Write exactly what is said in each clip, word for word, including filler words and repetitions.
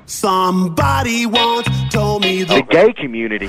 Somebody once told me the gay community.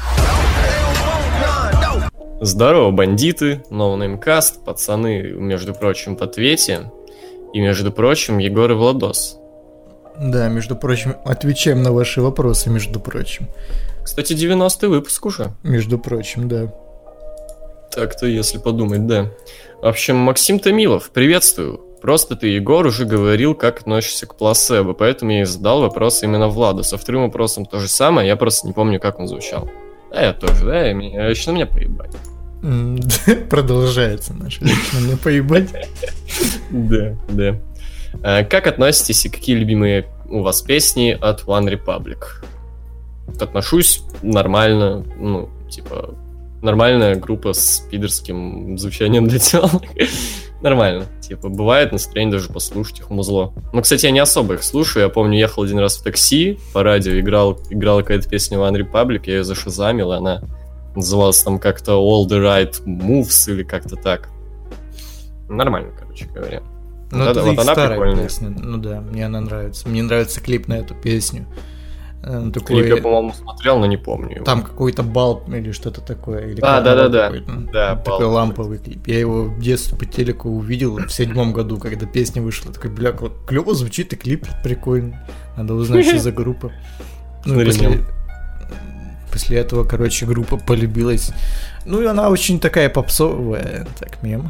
Здорово, бандиты, ноунеймкаст, пацаны, между прочим, в ответе. И, между прочим, Егор и Владос. Да, между прочим, отвечаем на ваши вопросы, между прочим. Кстати, девяностый выпуск уже. Между прочим, да. Так-то, если подумать, да. В общем, Максим Томилов, приветствую. Просто ты, Егор, уже говорил, как относишься к плацебо, поэтому я и задал вопрос именно Владу. Со вторым вопросом то же самое, я просто не помню, как он звучал. А я тоже, да, и меня, лично меня поебать. Продолжается наше лично мне поебать. Да, да. Как относитесь и какие любимые у вас песни от One Republic? Отношусь нормально, ну, типа, нормальная группа с пидорским звучанием для тела. Нормально, типа, бывает настроение даже послушать их музло. Ну, кстати, я не особо их слушаю, я помню, ехал один раз в такси, по радио играл, играла какая-то песня One Republic, я ее зашазамил, и она называлась там как-то All the Right Moves или как-то так. Нормально, короче говоря. Ну, вот это вот их она старая прикольная. песня, ну да, мне она нравится. Мне нравится клип на эту песню. Такой... Клип я, по-моему, смотрел, но не помню его. Там какой-то балб или что-то такое. Или а, да-да-да. Да, такой балб. Ламповый клип. Я его в детстве по телеку увидел в седьмом году, когда песня вышла. Такой, бля, клево звучит, и клип прикольный. Надо узнать, что за группа. Ну, и после... после этого, короче, группа полюбилась. Ну, и она очень такая попсовая. Так, мем.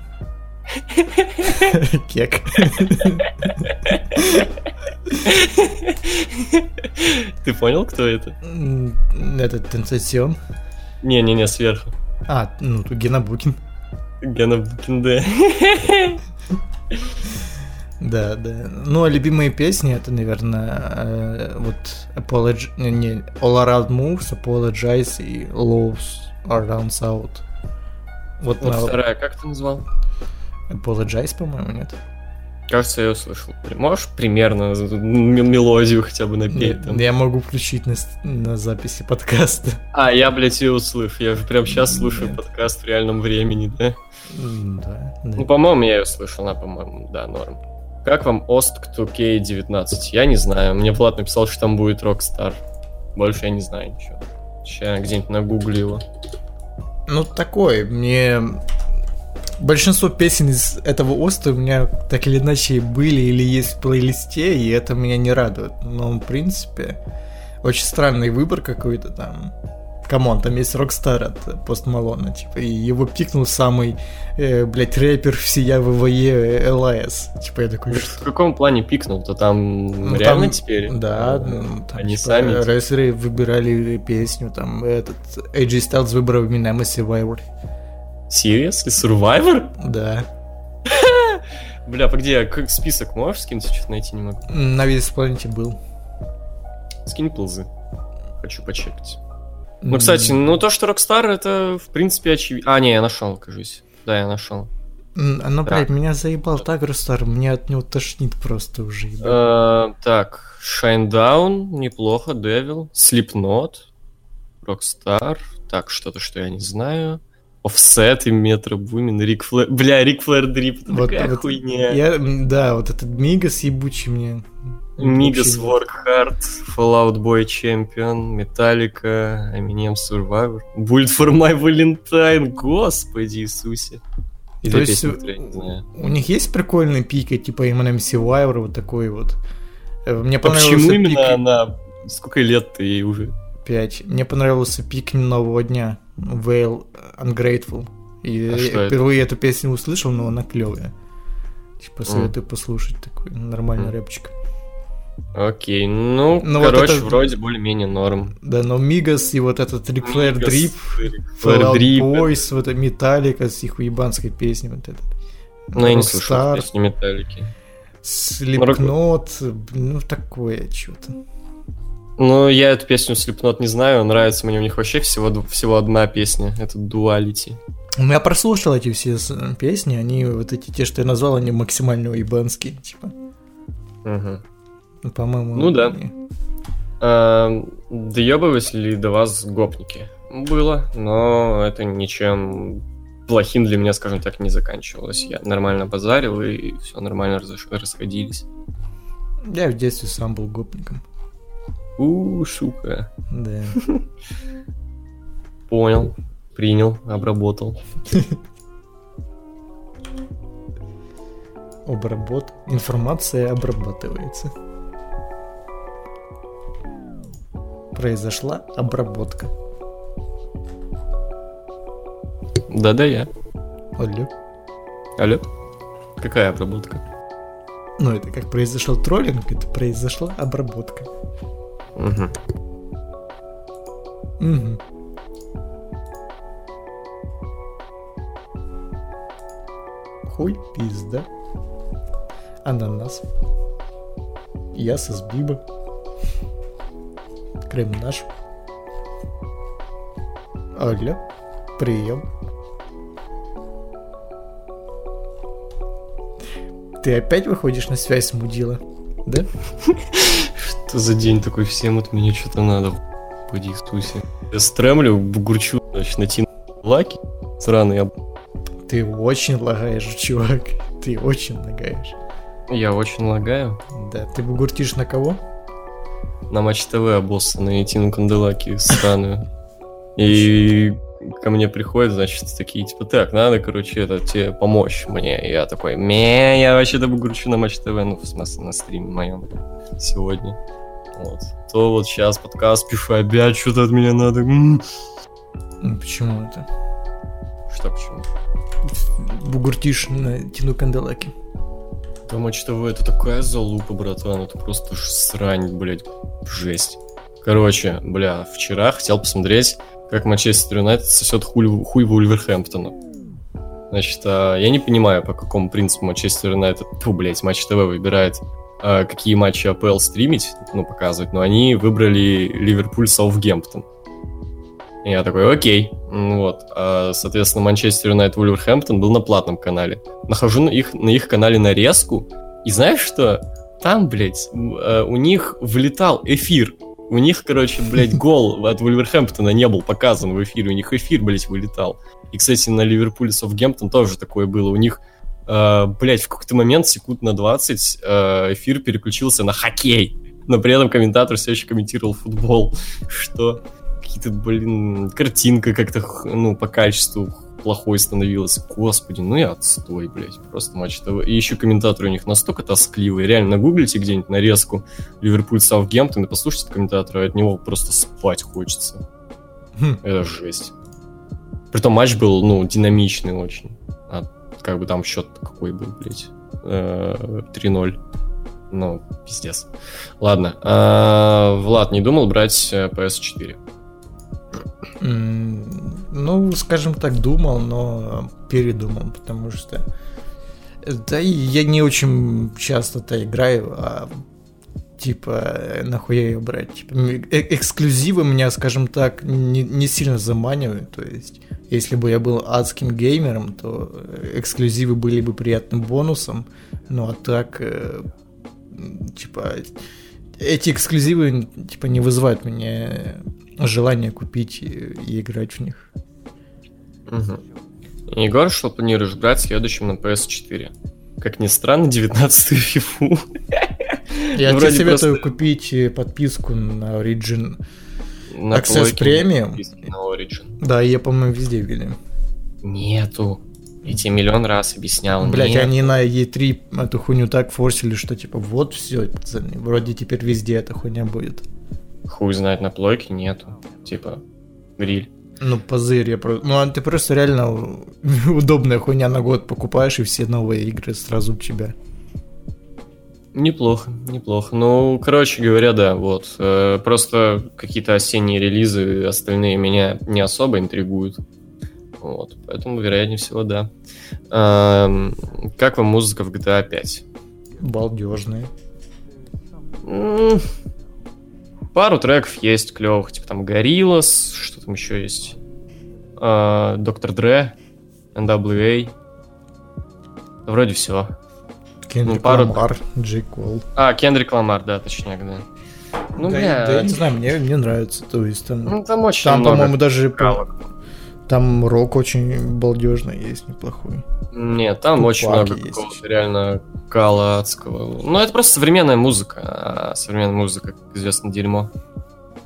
Кек. Ты понял, кто это? Это Тенсацион. Не-не-не, сверху. А, ну, тут Гена Букин. Гена Букин, да. Да, да. Ну, а любимые песни, это, наверное, вот Apolog... не, All Around Moves, Apologize и Loves Around South. Вот, вот на... вторая, как ты назвал? Apologize, по-моему, нет? Кажется, я услышал. Можешь примерно м- мелодию хотя бы напеть? Там? Я могу включить на, на записи подкаста. А, я, блядь, ее услышал. Я прям сейчас слушаю Нет. подкаст в реальном времени, да? Да, да. Ну, по-моему, я ее слышал, она, по-моему, да, норм. Как вам Ост к ту кей девятнадцать? Я не знаю. Мне Влад написал, что там будет Rockstar. Больше я не знаю ничего. Сейчас где-нибудь нагуглю его. Ну, такой, мне... Большинство песен из этого Оста у меня так или иначе были или есть в плейлисте, и это меня не радует. Но, в принципе, очень странный выбор какой-то там. Камон, там есть Rockstar от Post Malone, типа, и его пикнул самый, э, блядь, рэпер всея ВВЕ эл эс. Типа, я такой, что... В каком плане пикнул-то? Там ну, реально там, теперь? Да, ну, там, они типа, сами... Рестлеры выбирали песню, там, этот, эй джей Styles выбрал Eminem и Survivor. Seriously? Survivor? Да. Бля, погоди, а как список можешь скинуть? Что-то найти не могу. На весь планете был. Скинь плазы. Хочу почекать. Ну, кстати, ну то, что Rockstar, это, в принципе, очевидно. А, не, я нашел, кажись. Да, я нашел. Ну, блядь, меня заебал так Rockstar, мне от него тошнит просто уже. Так, Shinedown, неплохо, Devil, Slipknot, Rockstar. Так, что-то, что я не знаю. Offset и Metro Boomin, Рик Флэр... Бля, Рик Флэр Дрип, это вот, такая вот хуйня. Я, да, вот этот Мигас ебучий мне. Мигас, Work Hard, Fall Out Boy Champion, Metallica, Eminem Survivor, Bullet for My Valentine, господи Иисусе. Или то есть у них есть прикольные пики, типа Eminem Survivor, вот такой вот. Мне понравился а почему именно пик... она? Сколько лет-то ей уже? Пять. Мне понравился пик нового дня. Veil Ungrateful. И а я впервые это? эту песню услышал, но она клевая. Типа советую mm. послушать такой нормальный mm. рэпчик. Окей, ну, ну короче, вот это... вроде более-менее норм. Да, но Мигас и вот этот Рик Флэр Дрип, Fall Out Boys, вот это Metallica с их уебанской песней вот этот. Ну, я не слышал песни Металлики. Slipknot, ну, такое что-то. Ну, я эту песню Slipknot не знаю, нравится мне у них вообще всего, всего одна песня, это Duality. Ну, я прослушал эти все песни, они вот эти, те, что я назвал, они максимально уебанские, типа. Угу. Ну, по-моему... Ну, да. Они... А, доебывались ли до вас гопники? Было, но это ничем плохим для меня, скажем так, не заканчивалось. Я нормально базарил, и все нормально разош... расходились. Я в детстве сам был гопником. У, шука. Да. Понял, принял, обработал. Обработ... Информация обрабатывается. Произошла обработка. Да-да, я. Алло. Алло? Какая обработка? Ну, это как произошел троллинг, это произошла обработка. Угу. Угу. Хуй, пизда. Ананас. Яс из биба. Крем наш. Алло. Прием. Ты опять выходишь на связь, мудила? Да? Что за день такой? Всем от меня что-то надо. Поди, Иисусе. Я стремлю, бугурчу, значит, на тин лаки. Сраный я. Ты очень лагаешь, чувак. Ты очень лагаешь. Я очень лагаю. Да, ты бугуртишь на кого? На Матч ТВ обоссанные Тину Канделаки сраную. И ко мне приходят, значит, такие, типа, так, надо, короче, это, тебе помочь мне. И я такой, ме, я вообще-то бугурчу на Матч ТВ, ну, в смысле, на стриме моем сегодня. Вот. То вот сейчас подкаст пишу, опять что-то от меня надо. М-м. Ну, почему это? Что почему? Бугуртишь на Тину Канделаки. Да Матч ТВ это такая залупа, братан, это просто срань, блядь, жесть. Короче, бля, вчера хотел посмотреть, как Манчестер Юнайтед сосет хуй, хуй Вулверхэмптона. Значит, а, я не понимаю, по какому принципу Манчестер Юнайтед, фу, блядь, Матч ТВ выбирает, а, какие матчи АПЛ стримить, ну, показывать, но они выбрали Ливерпуль Саутгемптон. И я такой, окей, вот, а, соответственно, Манчестер Юнайтед Вулверхэмптон был на платном канале. Нахожу на их, на их канале нарезку, и знаешь что? Там, блядь, у них влетал эфир. У них, короче, блядь, гол от Вулверхэмптона не был показан в эфире. У них эфир, блядь, вылетал. И, кстати, на Ливерпуле Саутгемптон тоже такое было. У них, э, блядь, в какой-то момент, секунд на двадцать, э, эфир переключился на хоккей. Но при этом комментатор все еще комментировал футбол. Что? Какие-то, блин, картинка как-то, ну, по качеству плохой становилась. Господи, ну и отстой, блядь. Просто Матч ТВ. И еще комментаторы у них настолько тоскливые. Реально, нагуглите где-нибудь нарезку Ливерпуль Саутгемптон и послушайте комментатора, и от него просто спать хочется. Хм. Это жесть. Притом матч был, ну, динамичный очень. А как бы там счет какой был, блядь. три ноль. Ну, пиздец. Ладно. А, Влад, не думал брать пи эс четыре? Ну, скажем так, думал, но передумал, потому что да и я не очень часто-то играю, а типа нахуя ее брать? Типа, э- эксклюзивы меня, скажем так, не, не сильно заманивают. То есть, если бы я был адским геймером, то эксклюзивы были бы приятным бонусом. Ну а так, э- типа, эти эксклюзивы типа не вызывают мне желание купить и, и играть в них. Угу. Егор, что планируешь брать следующим на пи эс четыре? Как ни странно, девятнадцатую фифу. Я тебе советую купить подписку на Origin Access Premium. Да, ее, по-моему, везде ввели. Нету. Я тебе миллион раз объяснял. Блять, они на и три эту хуйню так форсили, что типа вот все, пацаны, вроде теперь везде эта хуйня будет. Хуй знает, на плойке нету. Типа, гриль. Ну, позырь, я просто... Ну, ты просто реально удобная хуйня на год покупаешь, и все новые игры сразу у тебя. Неплохо, неплохо. Ну, короче говоря, да, вот. Э, просто какие-то осенние релизы, остальные меня не особо интригуют. Вот, поэтому, вероятнее всего, да. Э, как вам музыка в джи ти эй пять? Балдежная. М-м- Пару треков есть клевых, типа там Gorillaz, что там еще есть, доктор Dre, эн дабл ю эй, вроде все. Кендрик ну, Ламар, Джей Кол. А, Кендрик Ламар, да, точняк, да. Ну, да, бля, да, я не знаю, мне, мне нравится, то есть там... Ну, там очень там, много по-моему, даже... калок. Там рок очень балдежный есть, неплохой. Нет, там Тупак очень много какого-то реально кала адского. Ну, это просто современная музыка, а современная музыка, как известно, дерьмо.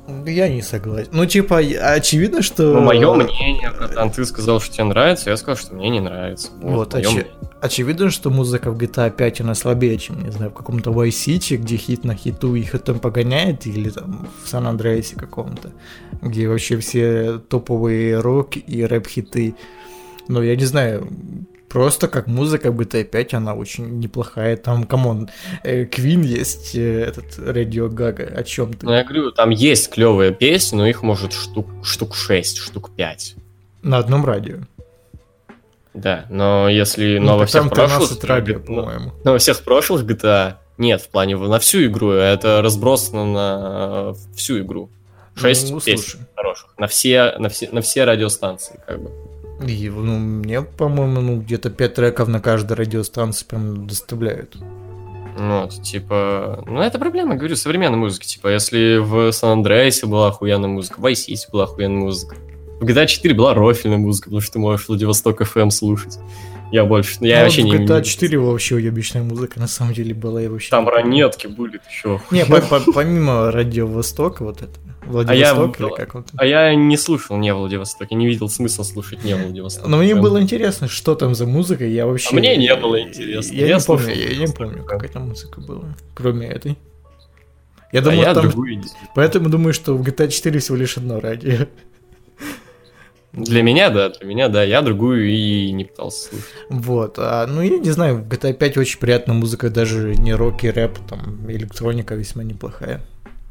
Я не согласен. Ну, типа, очевидно, что... Ну, мое мнение, братан, ты сказал, что тебе нравится, я сказал, что мне не нравится. Вот, вот оч... очевидно, что музыка в джи ти эй пять, она слабее, чем, не знаю, в каком-то Vice City, где хит на хиту и хитом погоняет, или там в Сан-Андреасе каком-то, где вообще все топовые рок и рэп-хиты. Но я не знаю... Просто как музыка в джи ти эй пять, она очень неплохая. Там, камон, Queen есть, этот Radio Gaga, о чем ты? Ну, я говорю, там есть клевые песни, но их может штук, штук шесть, штук пять. На одном радио. Да, но если... Ну, но во всех прошлых... радио, по-моему. Но во всех прошлых джи ти эй нет, в плане на всю игру, это разбросано на всю игру. Шесть ну, песен хороших. На все, на, все, на все радиостанции, как бы. И, ну, мне, по-моему, ну, где-то пять треков на каждой радиостанции прям доставляют. Ну, вот, типа... Ну, это проблема, говорю, современной музыки. Типа, если в Сан-Андреасе была охуенная музыка, в Vice City была охуенная музыка, в джи ти эй четыре была рофильная музыка, потому что ты можешь Владивосток эф эм слушать. Я больше... Я ну, вообще в не... джи ти эй четыре вообще уебищная музыка, на самом деле, была и вообще... Там ранетки были, ты чё? Не, помимо Радио Востока, вот это... Владивосток а или как он там? А я не слушал не Владивосток, я не видел смысла слушать не Владивосток. Но мне было интересно, что там за музыка, я вообще... А мне не было интересно. Я, я не помню, я не помню, какая там музыка была, кроме этой. Я думаю, а я там... другую... Поэтому думаю, что в джи ти эй четыре всего лишь одно радио. Для меня, да, для меня, да, я другую и не пытался слушать. Вот, а, ну я не знаю, в джи ти эй пять очень приятная музыка, даже не рок и рэп, там электроника весьма неплохая.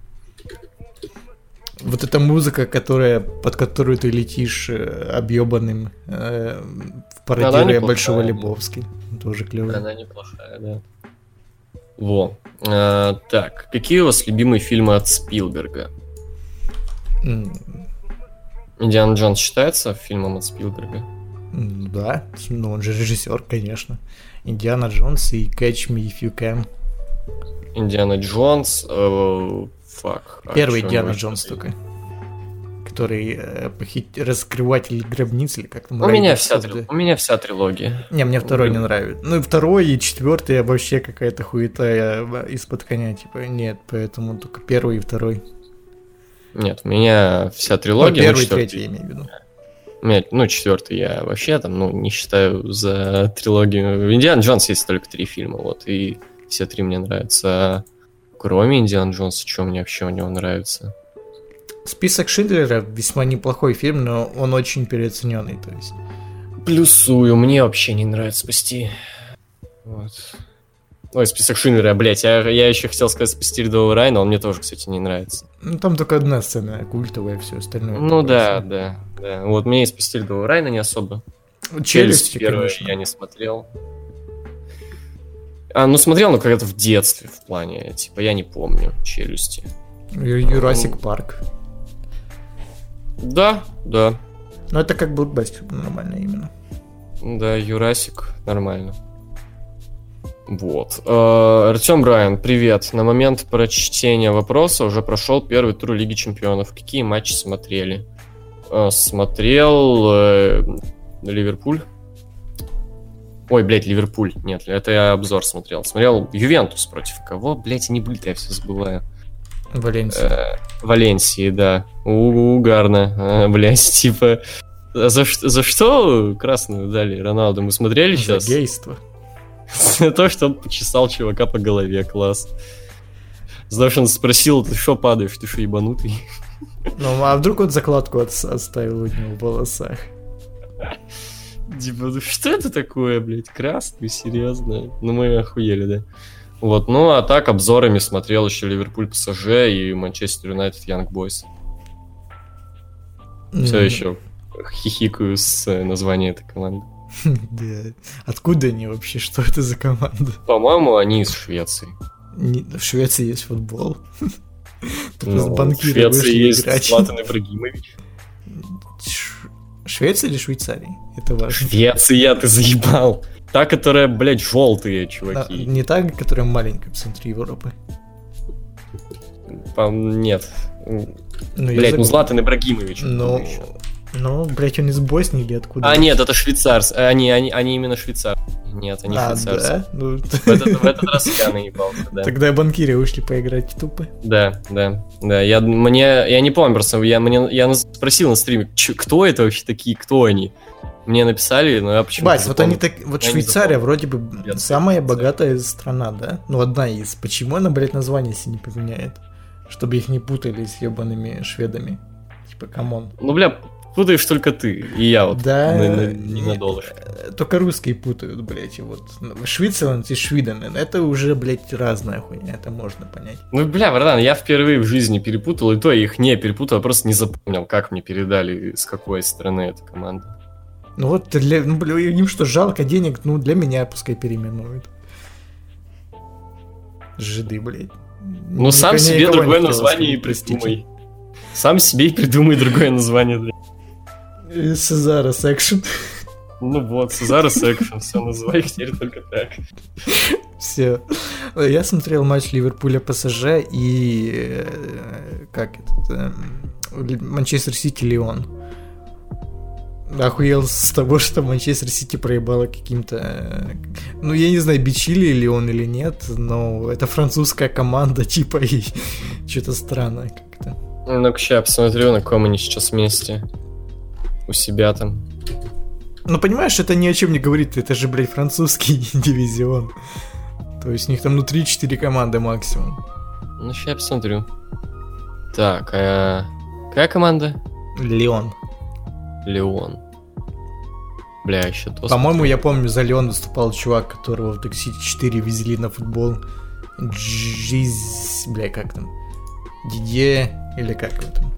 Вот эта музыка, которая, под которую ты летишь объебанным, э, в пародии Большого Лебовски. Тоже клевая. Она неплохая, да. Во. А, так, какие у вас любимые фильмы от Спилберга? Mm. Индиана Джонс считается фильмом от Спилберга? Mm, да, ну он же режиссер, конечно. Индиана Джонс и Catch Me If You Can. Индиана Джонс... Э, Фак. Первый Индиана Джонс только. Который э, похит... раскрыватель гробниц или как там. У меня, вся трил... У меня вся трилогия. Не, мне второй не нравится. Ну и второй, и четвертый вообще какая-то хуета из-под коня. Типа нет, поэтому только первый и второй. Нет, у меня вся трилогия. Ну, первый и четвертый... третий, я имею в виду. Меня, ну, четвертый я вообще там, ну, не считаю за трилогию. В Индиана Джонс есть только три фильма, вот, и все три мне нравятся. Кроме Индиана Джонса, что мне вообще у него нравится? Список Шиндлера весьма неплохой фильм, но он очень переоцененный, то есть. Плюсую, мне вообще не нравится «Спасти». Вот. Ой, список Шиндлера, блять, я, я еще хотел сказать «Спасти рядового Райана», он мне тоже, кстати, не нравится. Ну, там только одна сцена культовая, все остальное. Ну да, да, да. Вот мне и «Спасти рядового Райана» не особо. Челюсти, первую я не смотрел. А, ну смотрел, но когда-то в детстве, в плане, типа, я не помню «Челюсти». Юрасик Парк. Да, да. Ну это как блокбастер, нормально именно. Да, Юрасик, нормально. Вот. Артем Брайан, привет. На момент прочтения вопроса уже прошел первый тур Лиги Чемпионов. Какие матчи смотрели? Смотрел э, Ливерпуль. Ой, блядь, Ливерпуль. Нет, это я обзор смотрел. Смотрел Ювентус против кого? Блядь, не блядь, я все забываю. Валенсия. Э, Валенсии, да. Угарно. А, блядь, типа... За, за что красную дали Роналду? Мы смотрели за сейчас? За гейство. За то, что он почесал чувака по голове, класс. За то, что он спросил, ты что падаешь, ты что ебанутый? Ну, а вдруг он закладку от, оставил у него в волосах? Типа, ну что это такое, блядь, красный, серьезно? Ну мы охуели, да? Вот, ну а так обзорами смотрел еще Ливерпуль ПСЖ и Манчестер Юнайтед Янг Бойс. Все еще хихикаю с названия этой команды. Да. Откуда они вообще? Что это за команда? По-моему, они из Швеции. Не, в Швеции есть футбол. Ну, в Швеции есть Златан Ибрагимович. Швеция или Швейцария? Это важно. Швеция, ты заебал. Та, которая, блядь, желтые, чуваки. Не та, которая маленькая в центре Европы. Нет. Блядь, ну Златан Ибрагимович. Ну... Ну, блять, он из Боснии или откуда? А, нет, это швейцарцы. Они, они, они именно швейцарцы. Нет, они А, швейцарцы. да? Ну, В этот, в этот раз я наебался, да. Тогда банкиры ушли поиграть в тупо. Да, да, да. Я, мне, я не помню просто, я, мне, я спросил на стриме, чё, кто это вообще такие, кто они? Мне написали, но я почему-то Бать, вот они так, вот Я не Швейцария запомнил. вроде бы Я самая запомнил. богатая страна, да? Ну, одна из. Почему она, блядь, название себе не поменяет? Чтобы их не путали с ебаными шведами. Типа, камон. Ну, бля, путаешь только ты, и я вот Да, на- на- ненадолго. э, только русские путают, блядь, и вот. Швейцарланд и Швиден, это уже, блядь, разная хуйня, это можно понять. Ну, бля, братан, я впервые в жизни перепутал, и то я их не перепутал, я просто не запомнил, как мне передали, с какой страны эта команда. Ну вот, для, ну, бля, им что, жалко денег, ну, для меня пускай переименуют. Жиды, блядь. Ну, сам Никого- себе никого не другое хотелось название и сказать, простите. придумай. Сам себе и придумай другое название. Для... Э, Сезара Секшн. Ну вот, Сезара Секшн, все, называй их теперь только так. Все. Я смотрел матч Ливерпуля ПСЖ и э, как этот эм, Манчестер Сити Лион. Охуел с того, что Манчестер Сити проебала каким-то... э, Ну, я не знаю, бичили ли он или нет, но это французская команда, типа, и что-то странное как-то. Ну-ка, сейчас посмотрю, на ком они сейчас вместе. У себя там. Ну, понимаешь, это ни о чем не говорит, это же, блядь, французский дивизион. То есть у них там внутри четыре команды максимум. Ну, сейчас посмотрю. Так, а... какая команда? Лион. Леон. Бля, еще то. По-моему, я помню, за Лион выступал чувак, которого в Такси четыре везли на футбол. Джиз... Бля, как там? Дидье... Или как его там?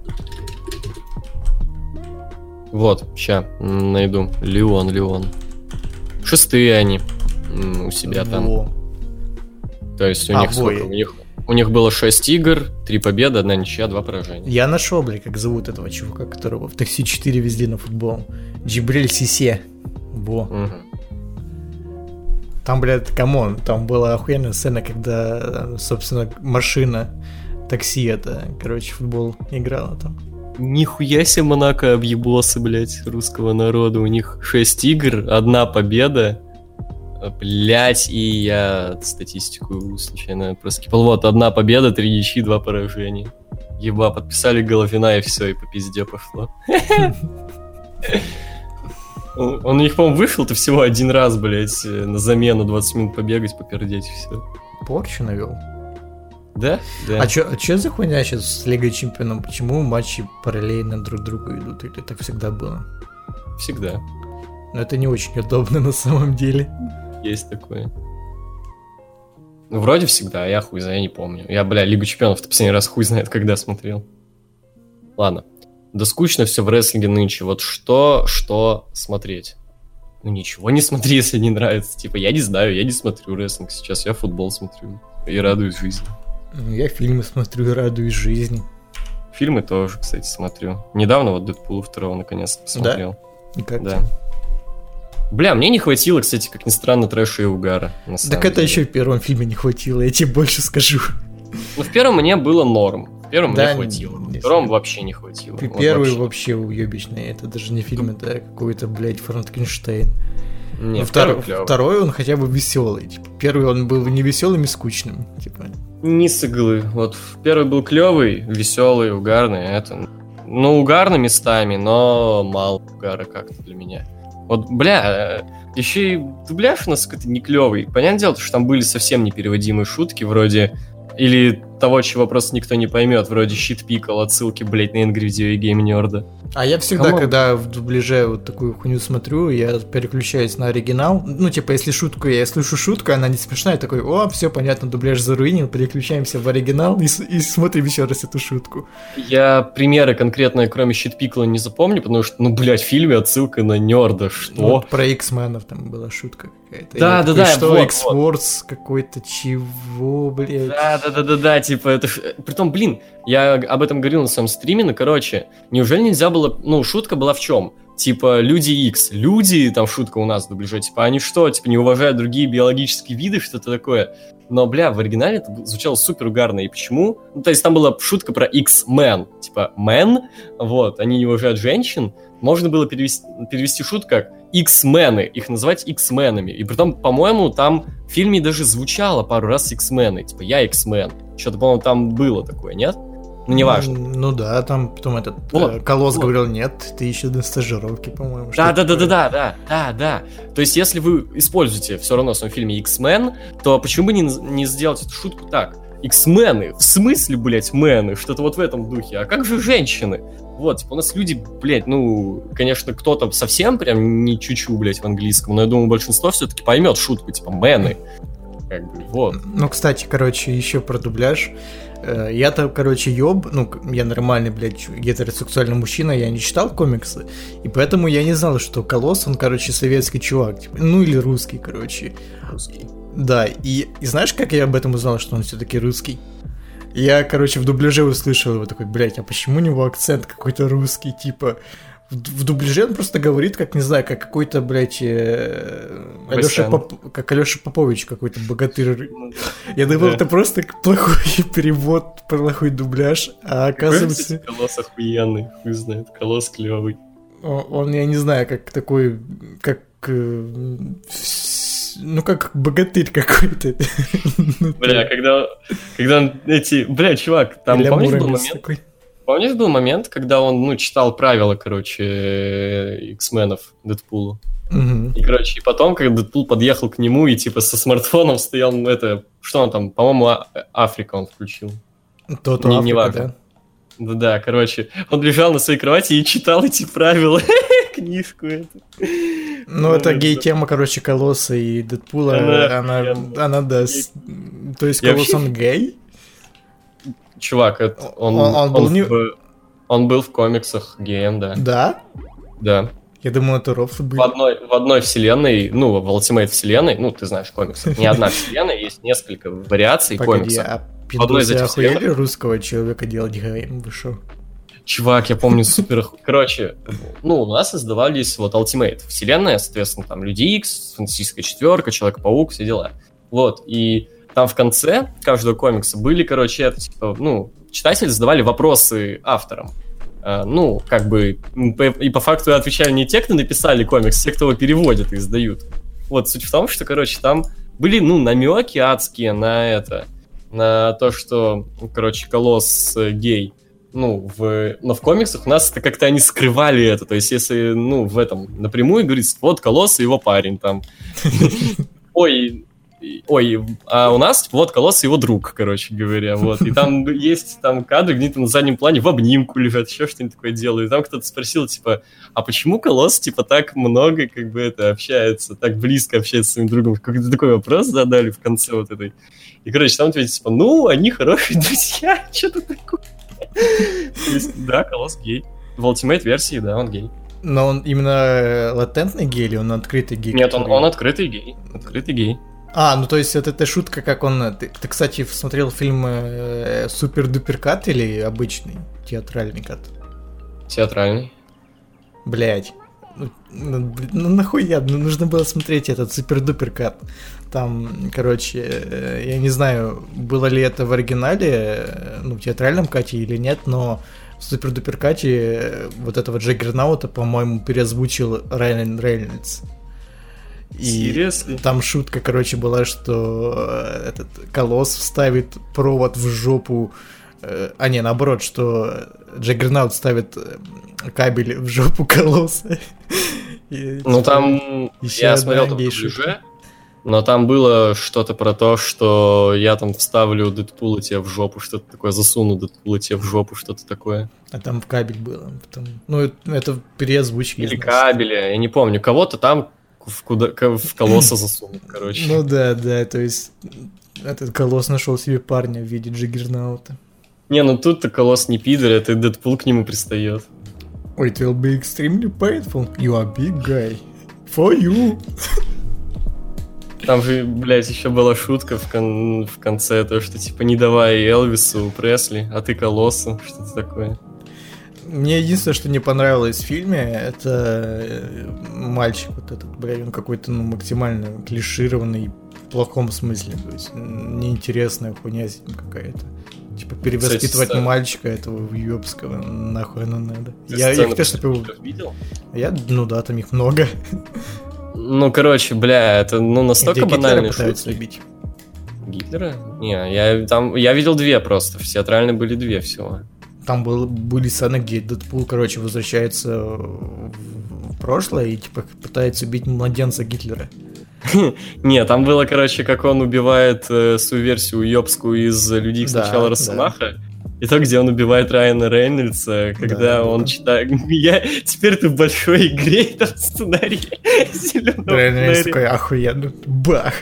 Вот, ща, найду. Леон, Леон. Шестые они м, у себя там. Во. То есть у А, них во, сколько? я- У них, у них было шесть игр, три победы, одна ничья, два поражения. Я нашел, бля, как зовут этого чувака, которого в Такси четыре везли на футбол. Джибрель Сисе. Во. Мгм. Там, блядь, камон, там была охуенная сцена, когда, собственно, машина такси это, короче, футбол играла там. Нихуя себе Монако объебосы, блять, русского народа. У них шесть игр, одна победа. Блять, и я статистику случайно проскипал. Вот, одна победа, три ничьи, два поражения. Еба, подписали Головина, и все, и по пизде пошло. Он он у них, по-моему, вышел-то всего один раз, блять, на замену двадцать минут побегать, попердеть, и все. Порчу навел. Да? Да. А чё, а чё за хуйня сейчас с Лигой Чемпионов? Почему матчи параллельно друг другу идут? Или так всегда было? Всегда Но это не очень удобно на самом деле. есть такое. Ну, вроде всегда, а я хуй знаю, я не помню. Я, бля, Лигу Чемпионов-то последний раз хуй знает, когда смотрел. Ладно. Да скучно все в рестлинге нынче. Вот что, что смотреть? Ну ничего не смотри, если не нравится. Типа, я не знаю, я не смотрю рестлинг сейчас, я футбол смотрю. И радуюсь жизни. Ну, я фильмы смотрю и радуюсь жизни. Фильмы тоже, кстати, смотрю. Недавно вот Дэдпула второго наконец-то посмотрел. И как Да. тебе? Бля, мне не хватило, кстати, как ни странно, трэша и угара. на самом Так это деле. еще и в первом фильме не хватило, я тебе больше скажу. Ну, в первом мне было норм. В первом Да, мне хватило. не В втором знаю. вообще не хватило. П- Вот Первый вообще. вообще уебищный, это даже не фильм, это какой-то, блядь, Франкенштейн. Не, Ну, второй, втор- клёвый. Второй он хотя бы веселый. Типа, первый он был не веселым и скучным. Типа. Не с иглы. Вот первый был клевый, веселый, угарный. Это, ну, угарно местами, но мало угара как-то для меня. Вот, бля, еще и дубляж у нас какой-то не клевый. Понятное дело, что там были совсем непереводимые шутки, вроде... Или того, чего просто никто не поймет, вроде щит-пикал, отсылки, блять, на Angry Video и Game Nerd. А я всегда, Камон. когда в дубляже вот такую хуйню смотрю, я переключаюсь на оригинал. Ну, типа, если шутку, я слышу шутку, она не смешная, такой, о, все понятно, дубляж заруинил, переключаемся в оригинал и, с- и смотрим еще раз эту шутку. Я примеры конкретно, кроме щит-пикла, не запомню, потому что, ну, блядь, в фильме отсылка на нерда, что? Ну, вот про X-менов там была шутка какая-то. Да, Я да, такой, да, Что, вот, X-Force какой-то, чего, блядь? Да-да-да-да-да, типа, это ж... Притом, блин, я об этом говорил на своем стриме, но, короче, неужели нельзя было... Ну, шутка была в чем? Типа, Люди Икс. Люди, там шутка у нас в дубляже, типа, они что, типа, не уважают другие биологические виды, что-то такое? Но, бля, в оригинале это звучало супер угарно. И почему? Ну, то есть там была шутка про X-Men. Типа, men, вот, они не уважают женщин. Можно было перевести, перевести шутку как X-мены, их называть X-менами. И притом, по-моему, там в фильме даже звучало пару раз X-мены. Типа, я X-мен. Что-то, по-моему, там было такое, нет? Ну, неважно. Ну, ну да, там потом этот вот, э, Колосс вот. говорил, нет, ты еще на стажировке, по-моему. Да, да, да, да, да, да, да, да. То есть, если вы используете все равно в своем фильме X-Men, то почему бы не, не сделать эту шутку так? X-мены, в смысле, блядь, мены? Что-то вот в этом духе. А как же женщины? Вот, типа, у нас люди, блядь, ну, конечно, кто-то совсем прям не чуть-чуть, блядь, в английском, но я думаю, большинство все-таки поймет шутку, типа, мены. Как бы, вот. Ну, кстати, короче, еще про дубляж. Я-то, короче, ёб, ну, я нормальный, блядь, гетеросексуальный мужчина, я не читал комиксы, и поэтому я не знал, что Колосс, он, короче, советский чувак, типа, ну, или русский, короче. Русский. Да, и, и знаешь, как я об этом узнал, что он все-таки русский? Я, короче, в дубляже услышал его такой, блядь, а почему у него акцент какой-то русский, типа... В, в дубляже он просто говорит, как, не знаю, как какой-то, блядь, э, Алёша Поп... как Алёша Попович какой-то богатырь. Я думал, да. Это просто плохой перевод, плохой дубляж, а оказывается... Колосс охуенный, хуй знает, Колосс клёвый. Он, он, я не знаю, как такой, как... Э, ну, как богатырь какой-то. Бля, когда, когда он эти... Бля, чувак, там, помнишь, был момент... Такой? Помнишь, был момент, когда он, ну, читал правила, короче, X-менов Дэдпулу? Угу. И, короче, и потом, когда Дэдпул подъехал к нему и, типа, со смартфоном стоял, это... Что он там? По-моему, а- Африка он включил. То-то не, Африка, не важно. да? Да-да, короче, он лежал на своей кровати и читал эти правила, книжку эту. Ну, это гей-тема, короче, Колосса и Дэдпула, она, она, она да, с... то есть Колосс, он гей? Чувак, это, он, он, он, был он, не... в, он был в комиксах геем, да. Да? Да. Я думал, это рофлы были. В одной, в одной вселенной, ну, в Ultimate вселенной, ну, ты знаешь комиксы, не одна вселенная, есть несколько вариаций комиксов. А пиндосы охуели русского человека делать геем, вы шо? Чувак, я помню, супер... Короче, ну, у нас создавались вот Ultimate вселенная, соответственно, там Люди Икс, Фантастическая четверка, Человек-паук, все дела. Вот, и там в конце каждого комикса были, короче, это, типа, ну, читатели задавали вопросы авторам. Uh, ну, как бы, и по факту отвечали не те, кто написали комикс, те, кто его переводят и издают. Вот, суть в том, что, короче, там были, ну, намеки адские на это, на то, что, короче, Колосс гей. Ну, в, но в комиксах у нас это как-то они скрывали это. То есть, если, ну, в этом напрямую говорится, вот Колосс и его парень там. Ой, ой, а у нас вот Колосс и его друг, короче говоря, вот. И там есть там кадры, где-то на заднем плане в обнимку лежат, еще что-нибудь такое делают. И там кто-то спросил, типа, а почему Колосс, типа, так много, как бы, это, общается, так близко общается с своим другом? Какой-то такой вопрос задали в конце вот этой. И, короче, там ответили, типа, ну, они хорошие друзья, что-то такое. Да, Колосс гей. В Ultimate версии, да, он гей. Но он именно латентный гей или он открытый гей? Нет, он, он открытый гей. Открытый гей. А, ну то есть это, это шутка, как он... Ты, ты кстати, смотрел фильм э, «Супер-дупер кат» или обычный театральный кат? Театральный. Блять. Ну, ну, ну нахуя, ну, нужно было смотреть этот «Супер-дупер кат». Там, короче, э, я не знаю, было ли это в оригинале, э, ну, в театральном кате или нет, но в «Супер-дупер кате» э, вот этого Джаггернаута, по-моему, переозвучил Райан Рейнольдс. И Seriously? Там шутка, короче, была, что этот Колосс вставит провод в жопу, э, а не, наоборот, что Джаггернаут ставит кабель в жопу Колосса. Ну там, я смотрел там ближе, но там было что-то про то, что я там вставлю Дэдпула тебе в жопу, что-то такое, засуну Дэдпула тебе в жопу, что-то такое. А там в кабель было. Потом... Ну, это переозвучки. Или кабеля, я не помню, кого-то там в, куда, в Колосса засунул, короче. Ну да, да, то есть этот Колосс нашел себе парня в виде Джаггернаута. Не, ну тут-то Колосс не пидор, это Дэдпул к нему пристает. It will be extremely painful. You are big guy. For you. Там же, блядь, еще была шутка в, кон- в конце, то, что типа не давай Элвису Пресли, а ты Колоссу, что-то такое. Мне единственное, что не понравилось в фильме, это мальчик вот этот, блядь, он какой-то, ну, максимально клишированный в плохом смысле, то есть неинтересная хуйня с ним какая-то. Типа перевоспитывать Кстати, мальчика этого уёбского, нахуй оно надо. Ты Я сцену их тоже видел? Я, ну да, там их много. Ну, короче, бля, это ну настолько Где банальные Гитлера пытаются шутки. убить. Гитлера? Не, я там я видел две просто. В театральной были две всего. Там был, были сцены, где Дэдпул, короче, возвращается в, в прошлое и типа пытается убить младенца Гитлера. Не, там было, короче, как он убивает э, свою версию уёбскую из «Людей Да, сначала да. Росомаха». И то, где он убивает Райана Рейнольдса, когда Да, он да. читает... Я... Теперь ты в большой игре, там сценарий зелёного Райан Рейнольдс фонаря. такой, охуенно, бах.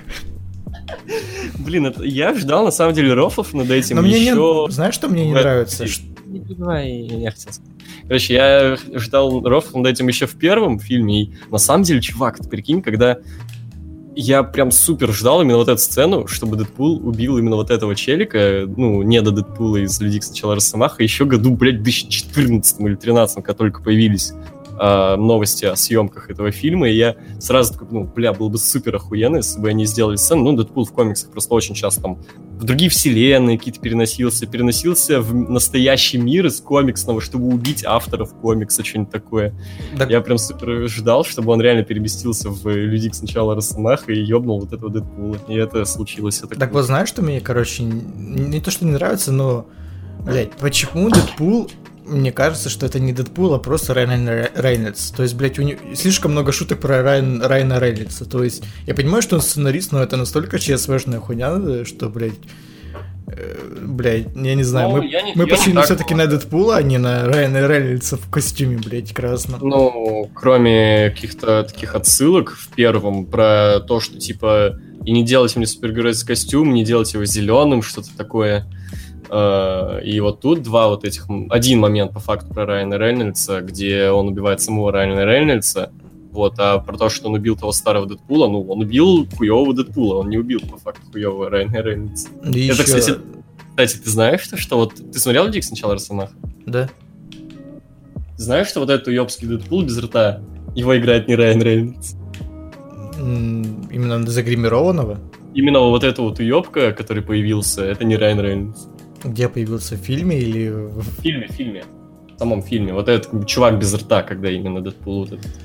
Блин, это... я ждал, на самом деле, рофлов над этим Но мне еще... не... Знаешь, что мне не в этом нравится? фильме. Не перебивай, я хотел сказать. Короче, я ждал рофлов над этим еще в первом фильме, и на самом деле, чувак, ты прикинь, когда... Я прям супер ждал именно вот эту сцену, чтобы Дэдпул убил именно вот этого челика, ну, не до Дэдпула из «Людей сначала Росомаха», еще году, блядь, в две тысячи четырнадцатом или две тысячи тринадцатом, когда только появились э, новости о съемках этого фильма, и я сразу такой, ну, бля, было бы супер охуенно, если бы они сделали сцену. Ну, Дэдпул в комиксах просто очень часто там в другие вселенные какие-то переносился, переносился в настоящий мир из комиксного, чтобы убить авторов комикса, что-нибудь такое. Так, Я прям супер ждал, чтобы он реально переместился в «Людей сначала Росомаха» и ёбнул вот этого Дэдпула. И это случилось. Это так вот знаешь, что мне, короче, не, не то, что не нравится, но, блядь, почему Дэдпул... Мне кажется, что это не Дэдпул, а просто Райан Рейнольдс. То есть, блядь, у него слишком много шуток про Райан, Райана Рейнольдса. То есть, я понимаю, что он сценарист, но это настолько ЧСВшная хуйня, что, блядь, э, блядь, я не знаю, Ну, мы, я не- мы я не пошли так все-таки на Дэдпула, а не на Райана Рейнольдса в костюме, блядь, красном. Ну, кроме каких-то таких отсылок в первом про то, что, типа, и не делайте мне супергеройский костюм, не делайте его зеленым, что-то такое. Э, И вот тут два вот этих... м, Один момент, по факту, про Райана Рейнольдса, где он убивает самого Райана Рейнольдса, вот, а про то, что он убил того старого Дэдпула, ну, он убил хуёвого Дэдпула, он не убил, по факту, хуёвого Райана Рейнольдса. И Это, ещё- кстати, кстати, ты знаешь, что, что вот... Ты смотрел «Людей сначала Росомаха»? Да. Ты знаешь, что вот этот уёбский Дэдпул без рта, его играет не Райан Рейнольдс? М, Именно загримированного? Именно вот эта вот уёбка, который появился, это не Райан Рейнольдс. Где появился в фильме или... в- В фильме, в фильме. В самом фильме. Вот этот чувак без рта, когда именно Дэдпул вот этот.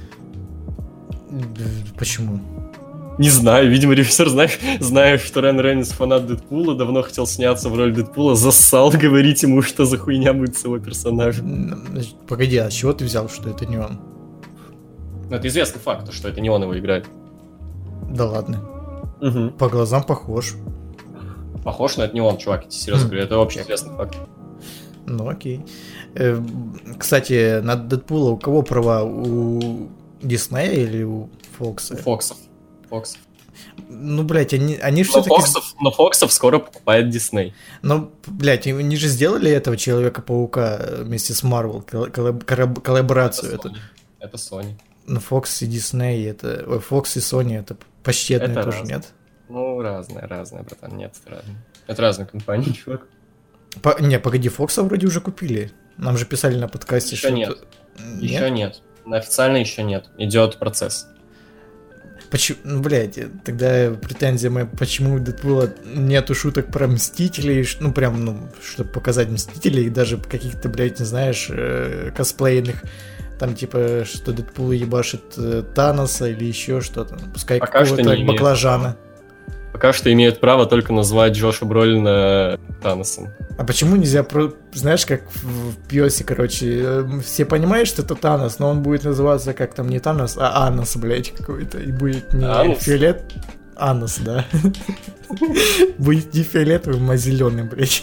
Почему? Не знаю, видимо, режиссер, знаешь, зная, что Райан Рейнольдс фанат Дэдпула, давно хотел сняться в роль Дэдпула, зассал говорить ему, что за хуйня будет с его персонажем. М, значит, Погоди, а с чего ты взял, что это не он? Ну, это известный факт, что это не он его играет. Да ладно. Угу. По глазам похож. Похож, но это не он, чувак, я тебе серьезно Хм. говорю, это общеизвестный факт. Ну окей. Э, Кстати, на Дэдпула у кого права? У Диснея или у Фокса? Фоксов. Фоксов. Ну, блядь, они, они же Но все-таки... Фоксов, но Фоксов скоро покупает Дисней. Ну, блядь, они же сделали этого Человека-паука вместе с Марвел, коллаборацию Это эту. Sony. Это Sony. Ну, Фокс и Дисней, это... ой, Фокс и Sony, это почти одно Это и то же, разное. нет? Ну, разное, разное, братан, нет, это разное. Это разные компании, чувак. По- Не, погоди, Фокса вроде уже купили. Нам же писали на подкасте, Еще что... нет. Нет? Еще нет. Официально еще нет. Идет процесс. Почему, ну, блядь, тогда претензия моя, почему у Дэдпула нету шуток про Мстителей, ш- ну, прям, ну, чтобы показать Мстителей, и даже каких-то, блядь, не знаешь, э, косплейных, там, типа, что Дэдпул ебашит э, Таноса или еще что-то, пускай Пока что какого-то не имеет баклажана. Пока что имеют право только назвать Джоша Бролина Таносом. А почему нельзя, про... знаешь, как в, в Пьесе, короче, э, все понимают, что это Танос, но он будет называться как там не Танос, а Анос, блядь, какой-то, и будет не Анус? фиолет... Анос, да. Будет не фиолетовым, а зеленым, блядь.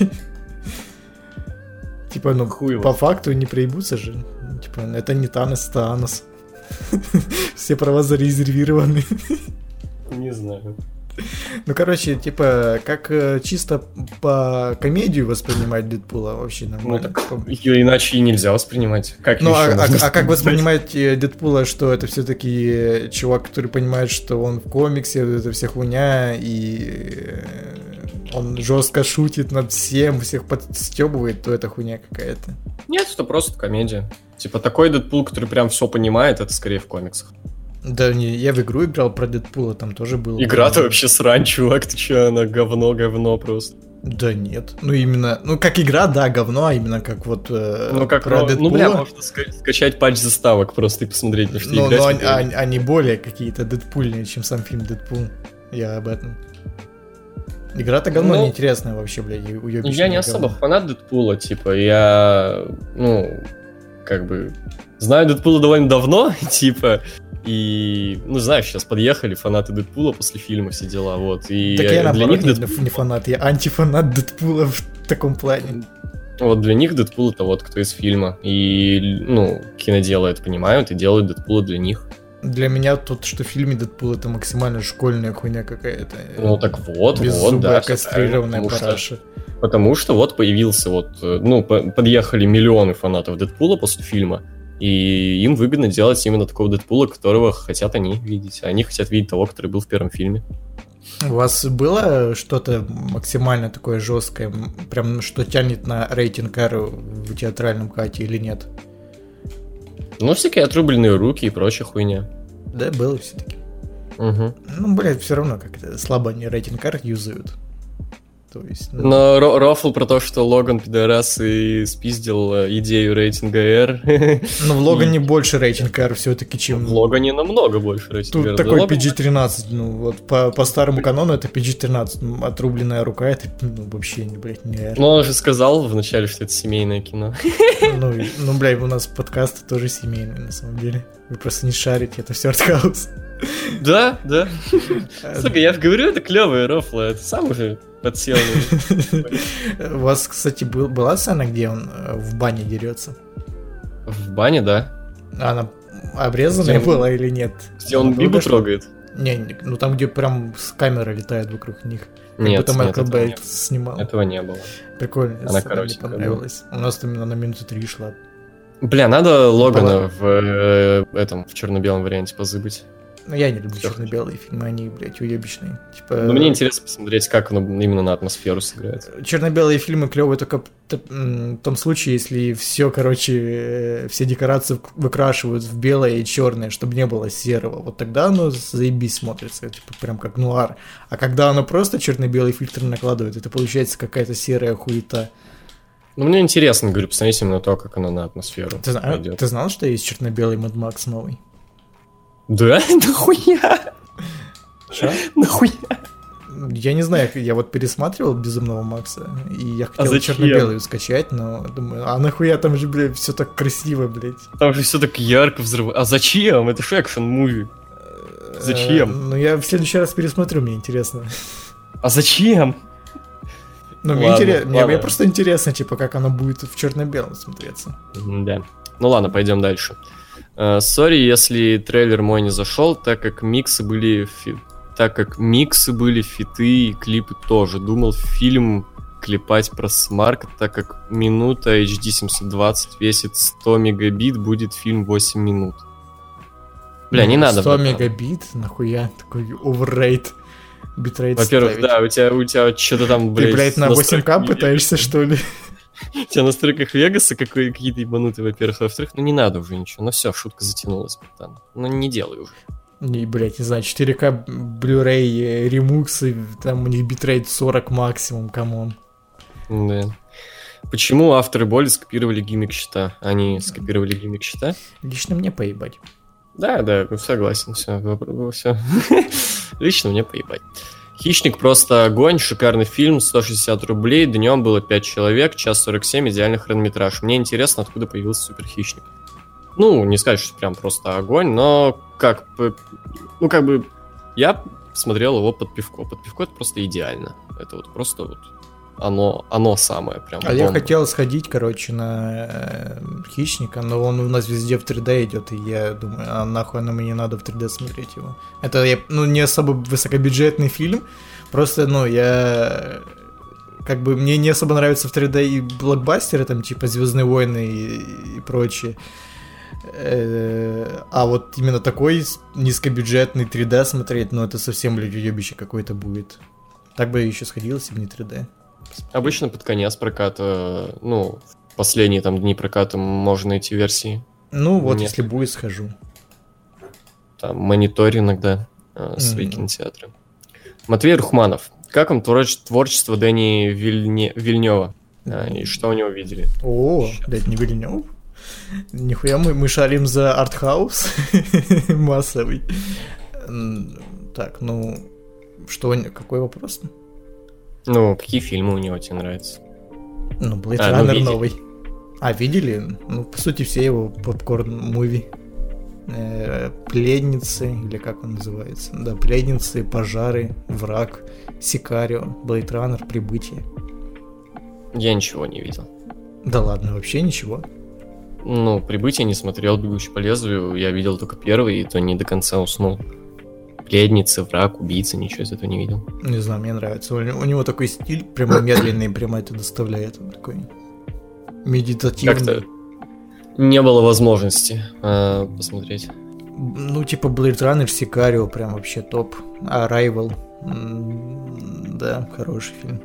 Типа, ну, Хуй его. по факту не проебутся же. Типа, это не Танос, это Анос. Все права зарезервированы. Не знаю. Ну, короче, типа, как э, чисто по комедию воспринимать Дэдпула вообще Ну, нормально. так ее иначе и нельзя воспринимать. Как Ну, еще а, а- можно а как воспринимать? воспринимать э, Дэдпула, что это все-таки чувак, который понимает, что он в комиксе, это вся хуйня, и э, он жестко шутит над всем, всех подстебывает, то это хуйня какая-то. Нет, это просто комедия. Типа такой Дэдпул, который прям все понимает, это скорее в комиксах. Да, не, я в игру играл про Дэдпула, там тоже было. Игра-то вообще срань, чувак, ты че, она говно-говно просто. Да нет. Ну, именно... Ну, как игра, да, говно, а именно как вот... Э, ну, как... про Ну, бля, можно ска- скачать патч заставок просто и посмотреть, на что но, играть. Но они, они, они более какие-то дэдпульные, чем сам фильм «Дэдпул». Я об этом. Игра-то говно ну, неинтересная вообще, блядь, уёбищная. Я не особо фанат Дэдпула, типа, я... Ну, как бы... Знаю Дэдпула довольно давно, типа... И, ну, знаешь, сейчас подъехали фанаты Дэдпула после фильма, все дела, вот. И так я, для наоборот, них не, Дэдпул... не фанат, я антифанат Дэдпула в таком плане. Вот для них Дэдпул — это вот кто из фильма. И, ну, киноделы это понимают и делают Дэдпула для них. Для меня тут, что в фильме Дэдпул — это максимально школьная хуйня какая-то. Ну, так вот, вот, да. Кастрированная параша. Что, потому что вот появился вот, ну, подъехали миллионы фанатов Дэдпула после фильма, и им выгодно делать именно такого Дэдпула, которого хотят они видеть. Они хотят видеть того, который был в первом фильме. У вас было что-то максимально такое жесткое, прям что тянет на рейтинг R в театральном кате или нет? Ну, всякие отрубленные руки и прочая хуйня. Да, было все-таки. Угу. Ну, блядь, все равно как-то слабо они рейтинг R юзают. То есть, ну... Но ро- рофл про то, что Логан пидорас и спиздил идею рейтинга R. Но в Логане и... больше рейтинг R все-таки, чем... В Логане намного больше рейтинга R. Тут такой пи джи тринадцать, ну вот по, по старому канону это пи джи тринадцать, ну, отрубленная рука, это ну, вообще, блядь, не R. Ну он же сказал вначале, что это семейное кино. Ну, ну, блядь, у нас подкасты тоже семейные, на самом деле. Вы просто не шарите, это все артхаус. Да, да. Сука, я говорю, это клевые рофлы, это сам уже подсел. У вас, кстати, был, была сцена, где он в бане дерется? В бане, да. Она обрезанная где была он, или нет? Где он Бибу трогает? Не, не, ну там, где прям с камеры летает вокруг них. Как нет, будто Майкл нет, Бэй снимал. Этого не было. Прикольно, она мне понравилось. У нас там на минуту три шла. Бля, надо Логана в э, этом, в черно-белом варианте позабыть. Ну, я не люблю черно-белые фильмы, они, блядь, уебищные. Типа... Ну, мне интересно посмотреть, как он именно на атмосферу сыграет. Черно-белые фильмы клевые только в том случае, если все, короче, все декорации выкрашивают в белое и черное, чтобы не было серого. Вот тогда оно заебись смотрится, типа прям как нуар. А когда оно просто черно-белый фильтр накладывает, это получается какая-то серая хуета. Ну, мне интересно, говорю, посмотреть именно то, как оно на атмосферу ты, пойдет. Ты знал, что есть черно-белый Mad Max новый? Да? Нахуя? Что? Нахуя? Я не знаю, я вот пересматривал «Безумного Макса», и я хотел а черно-белую скачать, но думаю, а нахуя там же, блядь, все так красиво, блядь. Там же все так ярко взрывает. А зачем? Это же экшн-муви. Зачем? Ну, я в следующий раз пересмотрю, мне интересно. А зачем? Ну, мне, интерес... мне, мне просто интересно, типа, как оно будет в черно-белом смотреться. Да. Ну ладно, пойдем дальше. Сори, uh, если трейлер мой не зашел, так как миксы были фи... так как миксы были, фиты и клипы тоже. Думал фильм клепать про смарк, так как минута эйч ди семьсот двадцать весит сто мегабит, будет фильм восемь минут. Бля, не надо. сто мегабит? Нахуя? Такой оверрейт. Битрейт Во-первых, ставить. да, у тебя, у тебя что-то там, блядь... Ты, блядь, на восемь ка пытаешься, что ли? У тебя в настройках Вегаса какие-то ебанутые, во-первых, а во-вторых, ну не надо уже ничего, ну все, шутка затянулась, братан. Ну не делай уже. Не, блядь, не знаю, четыре ка Blu-ray ремуксы, там у них битрейт сорок максимум, камон. Да. Почему авторы Боли скопировали гиммик щита? Они скопировали гиммик щита? Лично мне поебать. Да, да, согласен, все, все. Лично мне поебать. «Хищник» просто огонь, шикарный фильм, сто шестьдесят рублей, днем было пять человек, час сорок семь, идеальный хронометраж. Мне интересно, откуда появился суперхищник. Ну, не сказать, что прям просто огонь, но как бы, ну как бы, я смотрел его под пивко. Под пивко это просто идеально. Это вот просто вот оно, оно самое прям. А бомба. Я хотел сходить, короче, на «Хищника», но он у нас везде в три дэ идет, и я думаю, а нахуй нам и не надо в три дэ смотреть его. Это, ну, не особо высокобюджетный фильм, просто, ну, я... Как бы мне не особо нравятся в три дэ и блокбастеры, там, типа «Звездные войны» и, и прочее. А вот именно такой низкобюджетный три дэ смотреть, ну, это совсем, блядь, уебище какое-то будет. Так бы я еще сходил, если бы не три дэ. Обычно под конец проката, ну, в последние там дни проката можно найти версии. Ну, вот Нет. если будет, схожу. Там мониторю иногда э, свои mm-hmm. кинотеатры. Матвей Рухманов. как вам твор- творчество Дэни Вильне... Вильнева? А, и что у него видели? О, блядь, не Вильнев? Нихуя мы, мы шарим за артхаус массовый. Так, ну, что, какой вопрос? Ну, какие фильмы у него тебе нравятся? Ну, Blade А, ну, Runner видели. новый. А, видели? Ну, по сути, все его попкорн-муви. Э, Пленницы, или как он называется? Да, Пленницы, Пожары, Враг, Сикарио, Blade Runner, Прибытие. Я ничего не видел. Да ладно, вообще ничего. Ну, «Прибытие» не смотрел, «Бегущий по лезвию». Я видел только первый, и то не до конца уснул. «Пледницы», «Враг», «Убийца», ничего из этого не видел. Не знаю, мне нравится. У у него такой стиль прямо медленный, прямо это доставляет. Он такой медитативный. Как-то не было возможности э, посмотреть. Ну, типа Blade Runner, Сикарио, прям вообще топ. Arrival. м, Да, хороший фильм.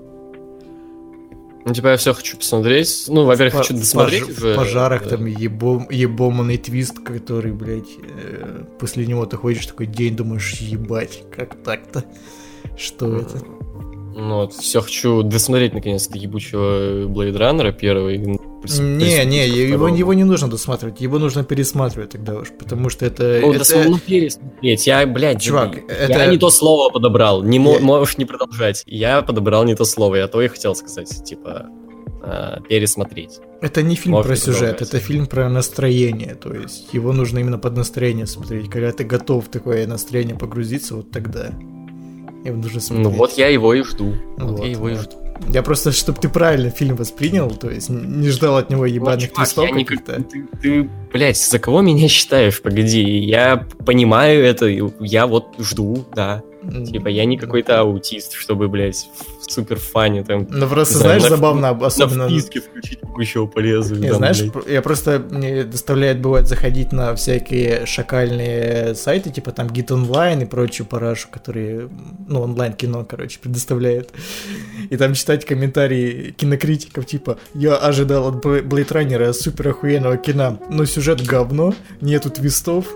Ну, типа, я все хочу посмотреть. Ну, во-первых, В хочу пож- досмотреть в уже. пожарах Да. там ебом, ебоманный твист, который, блядь, э, после него ты ходишь такой день, думаешь, ебать, как так-то? Что это? Ну, вот, все хочу досмотреть, наконец-то, ебучего Blade Runner первый. Не, не, его, его не нужно досматривать, его нужно пересматривать тогда уж, потому что это... Ну, это- дос- ну, пересмотреть. Я, блядь, Чувак, я это- не то слово подобрал. Не мо- Я- можешь не продолжать. Я подобрал не то слово. Я то и хотел сказать. Типа, э, пересмотреть. Это не фильм Можно про сюжет, продолжать. это фильм про настроение, то есть его нужно именно под настроение смотреть. Когда ты готов в такое настроение погрузиться, вот тогда его нужно смотреть. Ну, вот я его и жду. Вот, Вот, я его и вот. жду. Я просто, чтобы ты правильно фильм воспринял, то есть не ждал от него Ну, ебаных чувак, твистов я не каких-то. как- ты, ты, блядь, за кого меня считаешь? Погоди, я понимаю это, и я вот жду, да. Типа, я не какой-то аутист, чтобы, блядь, в супер фане там Ну просто, не знаю, знаешь, на- забавно, на особенно... вписке включить «Бегущего по лезвию». Не, там, знаешь, блядь. пр- я просто, мне доставляет, бывает, заходить на всякие шакальные сайты, типа там Git Online и прочую парашу, которые, ну, онлайн-кино, короче, предоставляет. И там читать комментарии кинокритиков, типа, я ожидал от Бл- Blade Runner супер охуенного кино, но сюжет говно, нету твистов,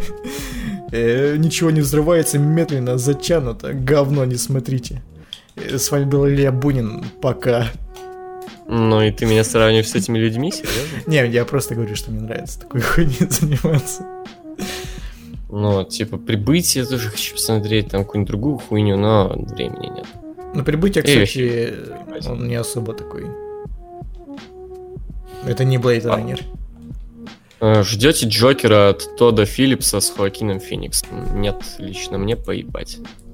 э, ничего не взрывается, медленно, затянуто, говно, не смотрите. Э, С вами был Илья Бунин, пока. Ну и ты меня сравниваешь с этими людьми, серьезно? Не, я просто говорю, что мне нравится такой хуйней заниматься. Ну, типа, «Прибытие» тоже хочу посмотреть, там какую-нибудь другую хуйню, но времени нет. Но «Прибытие», Эй, кстати, он не особо такой. Это не Blade Runner. Э, Ждете Джокера от Тодда Филлипса с Хоакином Фениксом? Нет, лично мне поебать.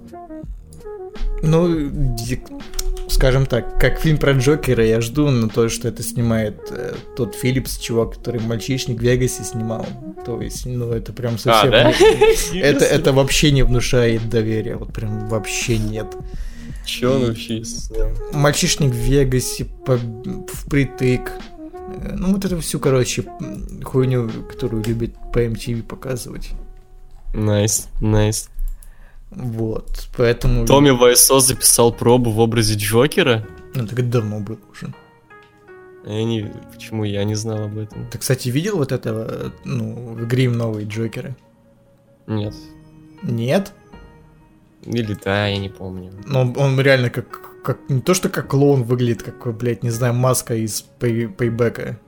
Ну, ди- скажем так, как фильм про Джокера я жду, но то, что это снимает э, тот Филлипс, чувак, который «Мальчишник» в Вегасе снимал. То есть, ну, это прям совсем... А, да? Это, это вообще не внушает доверия, вот прям вообще нет. Че он вообще снял? «Мальчишник в Вегасе», по- «Впритык». Э, Ну, вот это всю, короче, м, хуйню, которую любят по эм ти ви показывать. Найс, найс. Вот, поэтому... Томми Вайсо записал пробу в образе Джокера? Ну, так это давно было уже. Я не... Почему я не знал об этом? Ты, кстати, видел вот этого, ну, в Грим новые Джокеры? Нет. Нет? Или да, я не помню. Но он, он реально как, как... Не то, что как клоун выглядит, как, блядь, не знаю, маска из пей, пейбека.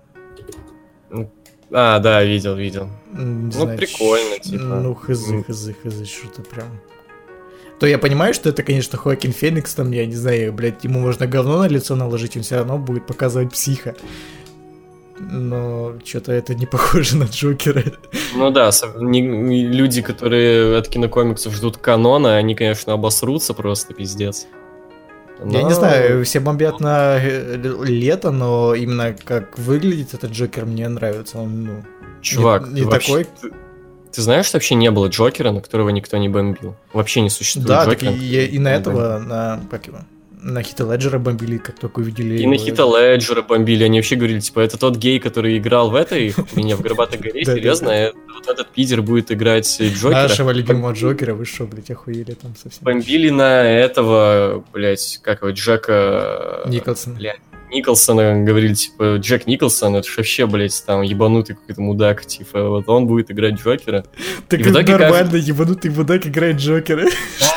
А, да, видел, видел. Не Ну, знаю, прикольно, ч- типа. Ну, хз, Ну. хз, хз, что-то прям... То я понимаю, что это, конечно, Хоакин Феникс, там, я не знаю, блядь, ему можно говно на лицо наложить, он все равно будет показывать психа. Но что-то это не похоже на Джокера. Ну да, со- не- не- люди, которые от кинокомиксов ждут канона, они, конечно, обосрутся просто, пиздец. Я Но- не знаю, все бомбят на э, лето, но именно как выглядит этот Джокер мне нравится. Он, ну, Чувак, не, не ты вообще- такой. Ты, ты знаешь, что вообще не было Джокера, на которого никто не бомбил? Вообще не существует Да, так и, Джокера. и- и на не этого, на, как его, на Хита Леджера бомбили, как только увидели И его. на Хита Леджера бомбили, они вообще говорили, типа, это тот гей, который играл в этой хуйне, в «Горбатой горе», Да-да-да. серьезно, это- вот этот пидер будет играть Джокера. Нашего любимого Джокера, вы что, блядь, охуели там совсем. Бомбили на этого, блядь, как его, Джека... Николсон. Блядь, Николсона, говорили, типа, Джек Николсон, это ж вообще, блядь, там, ебанутый какой-то мудак, типа, вот он будет играть Джокера. Так и в итоге нормально, ебанутый мудак играет Джокера. Да,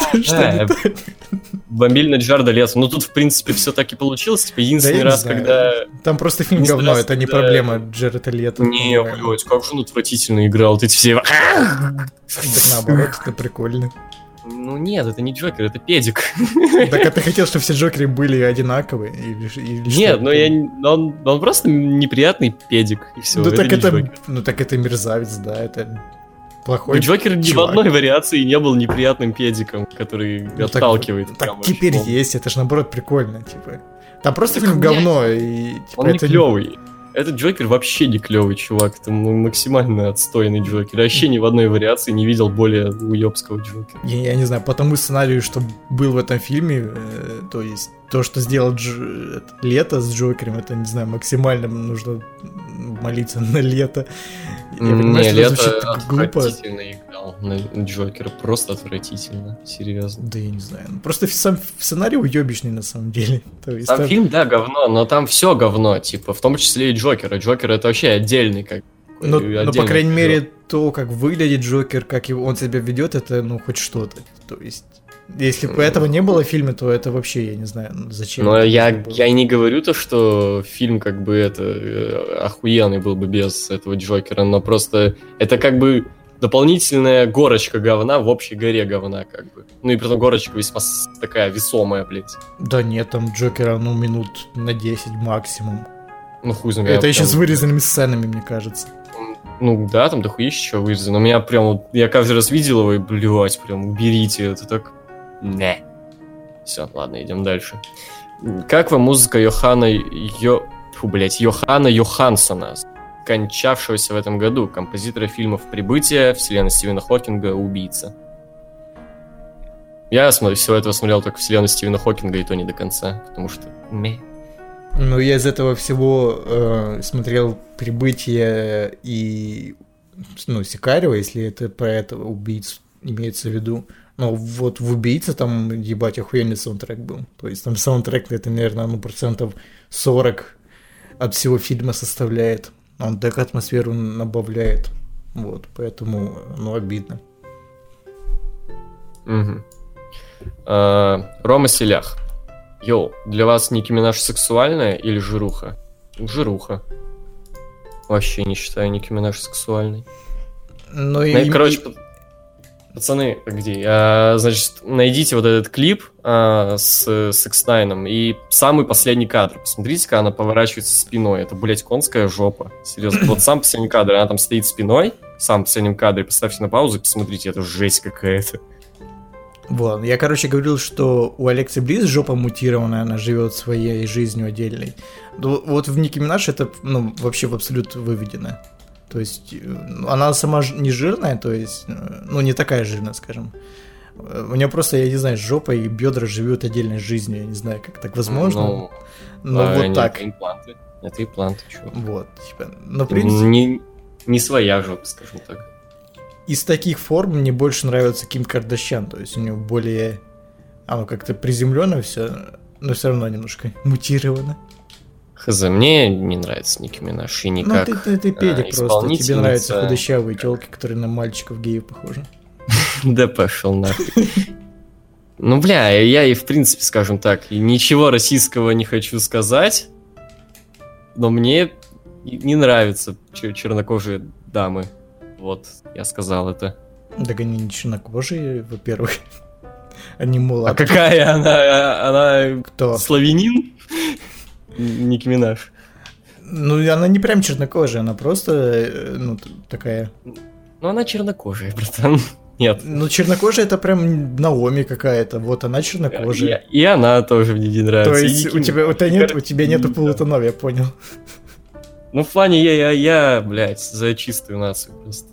что не так. Бомбили на Джарда Лето. Ну тут, в принципе, все так и получилось. Типа, единственный раз, когда... Там просто фильм говно, это не проблема Джареда Лето. Не, блядь, как же он отвратительно играл. Вот эти все... Так наоборот, это прикольно. Ну нет, это не Джокер, это педик. Так а ты хотел, чтобы все Джокеры были одинаковые? Или, или нет, ну я... Он, он просто неприятный педик, и все. Ну, так это, ну так это мерзавец, да, это... Плохой ну, Джокер ни в одной вариации не был неприятным педиком, который ну, отталкивает. Так, так теперь очень есть, это же наоборот прикольно, типа. Там просто фильм нет. говно, и... Типа, он это не клевый. Этот Джокер вообще не клевый, чувак. Это максимально отстойный Джокер. Я вообще ни в одной вариации не видел более уебского Джокера. Я, я не знаю, по тому сценарию, что был в этом фильме, э, то есть то, что сделал Дж... Лето с Джокером, это, не знаю, максимально нужно молиться на Лето. Я понимаю, не, Лето отвратительно играл на Джокера, просто отвратительно, серьезно. Да я не знаю, просто сам сценарий уебищный на самом деле. То есть, сам там... фильм, да, говно, но там все говно, типа, в том числе и Джокера. Джокер это вообще отдельный, как... Но, но по крайней мере, то, как выглядит Джокер, как его, он себя ведет, это, ну, хоть что-то. То есть, если бы этого не было в фильме, то это вообще, я не знаю, зачем. Но я, я и не говорю то, что фильм как бы это охуенный был бы без этого Джокера, но просто это как бы дополнительная горочка говна в общей горе говна, как бы. Ну и при этом горочка весьма такая весомая, блядь. Да нет, там Джокера, ну, минут на десять максимум. Ну хуй знает. Это еще прям... с вырезанными сценами, мне кажется. Ну да, там дохуище еще вырезано. У меня прям, я каждый раз видел его и, блядь, прям уберите, это так... Не. Все, ладно, идем дальше. Как вам музыка Йохана Йо... Фу, блядь, Йохана Йохансона, скончавшегося в этом году, композитора фильмов «Прибытие», вселенной Стивена Хокинга, «Убийца». Я смотрю, всего этого смотрел только вселенную Стивена Хокинга, и то не до конца, потому что... Ме. Ну, я из этого всего э, смотрел «Прибытие» и, ну, «Сикарио», если это про этого убийцу имеется в виду. Но вот в «Убийце» там, ебать, охуенный саундтрек был. То есть там саундтрек, это, наверное, ну, процентов сорок от всего фильма составляет. Он так атмосферу набавляет. Вот, поэтому, ну, обидно. Угу. А, Рома Селях. Йоу, для вас Ники Минаж сексуальная или жируха? Жируха. Вообще не считаю Ники Минаж сексуальной. Ну и... Короче, пацаны, где? А, значит, найдите вот этот клип а, с Секс Найном и самый последний кадр. Посмотрите-ка, она поворачивается спиной. Это, блядь, конская жопа. Серьезно. Вот сам последний кадр, она там стоит спиной. В самом последнем кадре. Поставьте на паузу и посмотрите. Это жесть какая-то. Вот, я, короче, говорил, что у Алексы Близ жопа мутированная, она живет своей жизнью отдельной. Вот в Ники Минаж это, ну, вообще в абсолют выведено. То есть она сама не жирная, то есть, ну, не такая жирная, скажем. У нее просто, я не знаю, жопа и бедра живут отдельной жизнью, я не знаю, как так возможно. Ну, но а, вот нет, так. Это импланты. Это импланты, чувак. Вот, типа, но в принципе... Не, не своя жопа, скажем так. Из таких форм мне больше нравится Ким Кардашьян, то есть у него более, оно как-то приземленно все, но все равно немножко мутировано. Хз, мне не нравится Ники Минаж и никак. Ну ты, ты, ты педик а, просто, тебе нравятся худощавые телки, которые на мальчиков геев похожи. Да пошел нахуй. Ну бля, я и в принципе, скажем так, ничего российского не хочу сказать, но мне не нравятся чернокожие дамы. Вот, я сказал это. Так они не чернокожие, во-первых. Они мулаты. А какая она? Она кто? Славянин? Ники Минаж. Ну, она не прям чернокожая, она просто, ну, такая... Ну, она чернокожая, братан. Нет. Ну, чернокожая это прям Наоми какая-то, вот она чернокожая. И, и она тоже мне не нравится. То есть у тебя, у тебя нет, у тебя нету полутонов, я понял. Ну, в плане я, я, я, блядь, за чистую нацию просто.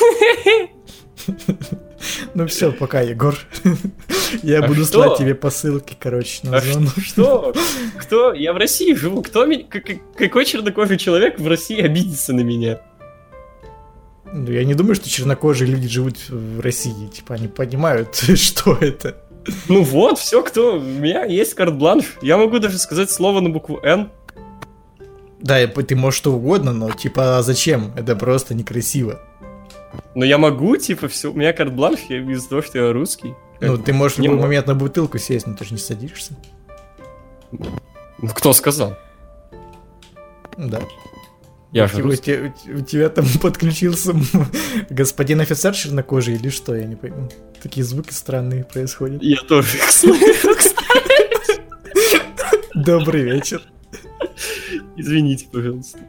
Ну все, пока, Егор. Я буду слать тебе посылки, короче, на зону. Что? Кто? Я в России живу. Кто меня... Какой чернокожий человек в России обидится на меня? Ну, я не думаю, что чернокожие люди живут в России. Типа, они понимают, что это. Ну вот, все, кто... У меня есть карт-бланш. Я могу даже сказать слово на букву «Н». Да, ты можешь что угодно, но типа, а зачем? Это просто некрасиво. Ну я могу, типа, все, у меня карт-бланш, я из-за того, что я русский. Ну, ты можешь в Не любой мог. момент на бутылку сесть, но ты же не садишься. Ну, кто сказал? Да. Я у, же те- у русский. те- у те- у тебя там подключился господин офицер чернокожий или что, я не пойму. Такие звуки странные происходят. Я тоже их слышу, кстати. Добрый вечер. Извините, пожалуйста.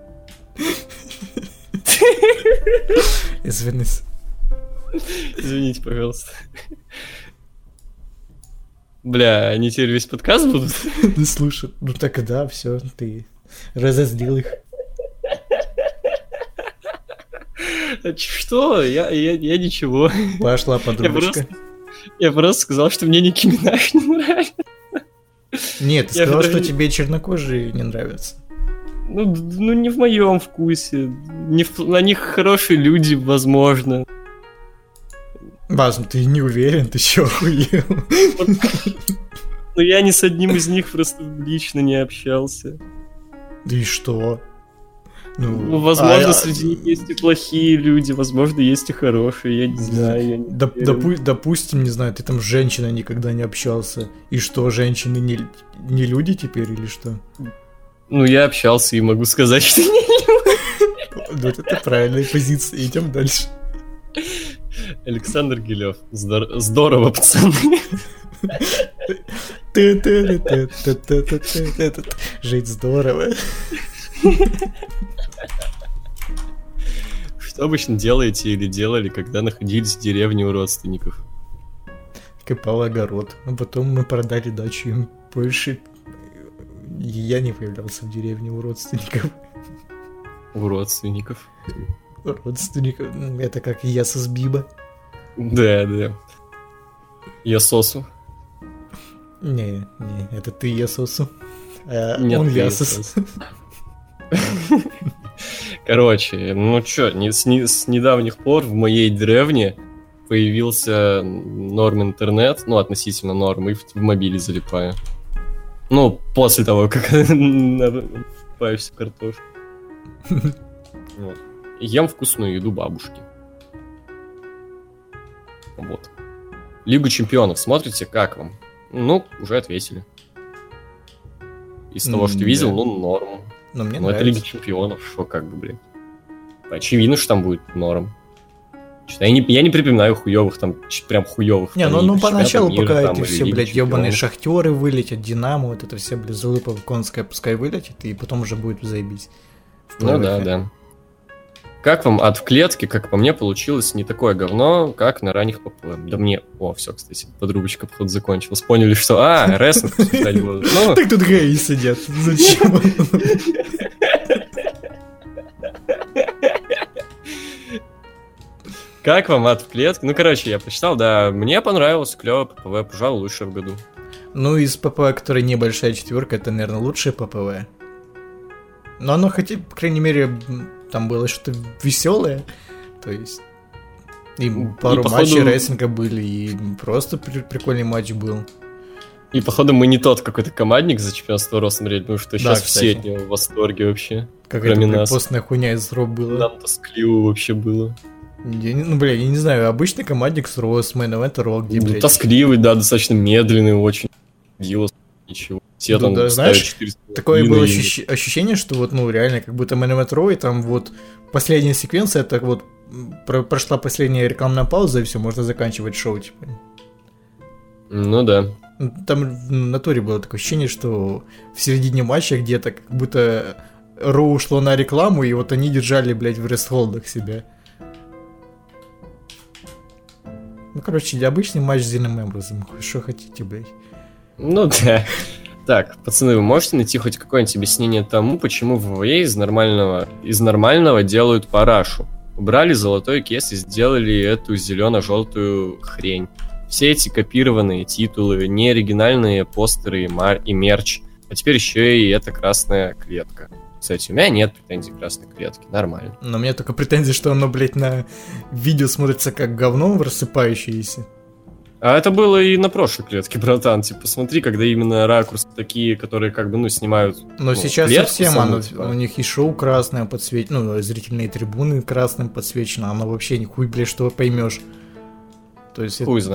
Извинись. Извините, пожалуйста. Бля, они теперь весь подкаст будут? Не слушай. Ну так и да, все, ты разозлил их. А ч- Что? Я, я, я ничего. Пошла Я подружка. просто, я просто сказал, что мне Ники Минаж не нравится. Нет, ты Я сказал, же что даже не- тебе чернокожие не нравятся. Ну, д- ну, не в моем вкусе. Не в- на них хорошие люди, возможно. Баз, ну ты не уверен, ты чё охуел? Но я ни с одним из них просто лично не общался. Да и что? Ну, возможно, а- среди них есть и плохие люди, возможно, есть и хорошие, я не знаю. Я не Доп- уверен. допу- допустим, не знаю, ты там с женщиной никогда не общался. И что, женщины не, не люди теперь или что? Ну, я общался и могу сказать, что не. Вот это правильная позиция. Идем дальше. Александр Гилев. Здор- Здорово, пацаны. Ты-ты-ты-ты-ты-ты-ты-ты. Жить здорово. Что обычно делаете или делали, когда находились в деревне у родственников? Копал огород. А потом мы продали дачу им больше. Я не появлялся в деревне у родственников. У родственников. Родственников. ну, Это как Ясус Биба. Да, да. Я сосу. Не, не, это ты Ясусу. А Нет, он я Ясус. Ясус. Короче, ну чё, не, с, не- с недавних пор в моей деревне появился норм интернет, ну, относительно норм, и в, в мобиле залипаю. Ну, после того, как накупаюсь в картошку. Вот. И ем вкусную еду бабушки. Вот. Лигу чемпионов смотрите, как вам? Ну, уже ответили. Из того, что М, видел, да. ну, норм. Но мне Ну, это Лига нравится. чемпионов, что как бы, блин. Очевидно, что там будет норм. Что-то я не, я не припоминаю хуёвых, там, ч- прям хуёвых. Не, там, ну, ну игр, поначалу, чемпионата мира, пока там, эти или все, Лига блядь, ебаные чемпионов. шахтеры вылетят, Динамо, вот это все, блядь, залупа конская, пускай вылетит, и потом уже будет заебись. В Ну да, плей-оффе. да. Как вам ад в клетке, как по мне, получилось не такое говно, как на ранних ППВ? Да мне... О, все, кстати, подрубочка, походу, закончилась. Поняли, что... А, рестлинг обсуждать будут. Ну, Так тут геи сидят. Зачем? как вам ад в клетке? Ну, короче, я почитал, да, мне понравилось, клево, ППВ, пожалуй, лучшее в году. Ну, из ППВ, которая небольшая четверка, это, наверное, лучшее ППВ. Но оно хотя, по крайней мере, м, там было что-то веселое. То есть... И И, пару походу- матчей рестлинга были, и просто при- прикольный матч был. И, походу, мы не тот какой-то командник за чемпионство РО смотреть, потому что Да, сейчас кстати. все от него в восторге вообще. Какая-то Кроме нас. постная хуйня из Ро была. Нам тоскливо вообще было. Я не- ну, бля, я не знаю, обычный командник с Ро, с Мейн Эвента Ро, где, Ну, блядь... тоскливый, да, достаточно медленный, очень. Дело, ничего. Все Да, там да, ставят знаешь, четыре с половиной Такое было и- ощущ- ощущение, что вот, ну, реально, как будто Мейн Эвент Ро, и там вот последняя секвенция, это вот м, про- прошла последняя рекламная пауза, и все, можно заканчивать шоу, типа. Ну да. Ну, Там в натуре было такое ощущение, что в середине матча где-то как будто Роу ушло на рекламу, и вот они держали, блядь, в рестхолдах себя. Ну, короче, обычный матч с Дином Эмброзом. Что хотите, блядь. Ну да. Так, пацаны, вы можете найти хоть какое-нибудь объяснение тому, почему в ВВЕ из нормального, из нормального делают парашу? Убрали золотой кейс и сделали эту зелено-желтую хрень. Все эти копированные титулы, неоригинальные постеры и, мар- и мерч. А теперь еще и эта красная клетка. Кстати, у меня нет претензий к красной клетке, нормально. Но у меня только претензии, что оно, блядь, на видео смотрится как говно рассыпающееся. А это было и на прошлой клетке, братан. Типа, посмотри, когда именно ракурсы такие, которые как бы, ну, снимают... Но ну, сейчас клетку совсем саму, оно, типа. у них и шоу красное подсвечено, ну, зрительные трибуны красным подсвечено, оно вообще нихуй, блядь, что поймешь. То есть это- Хуй знает.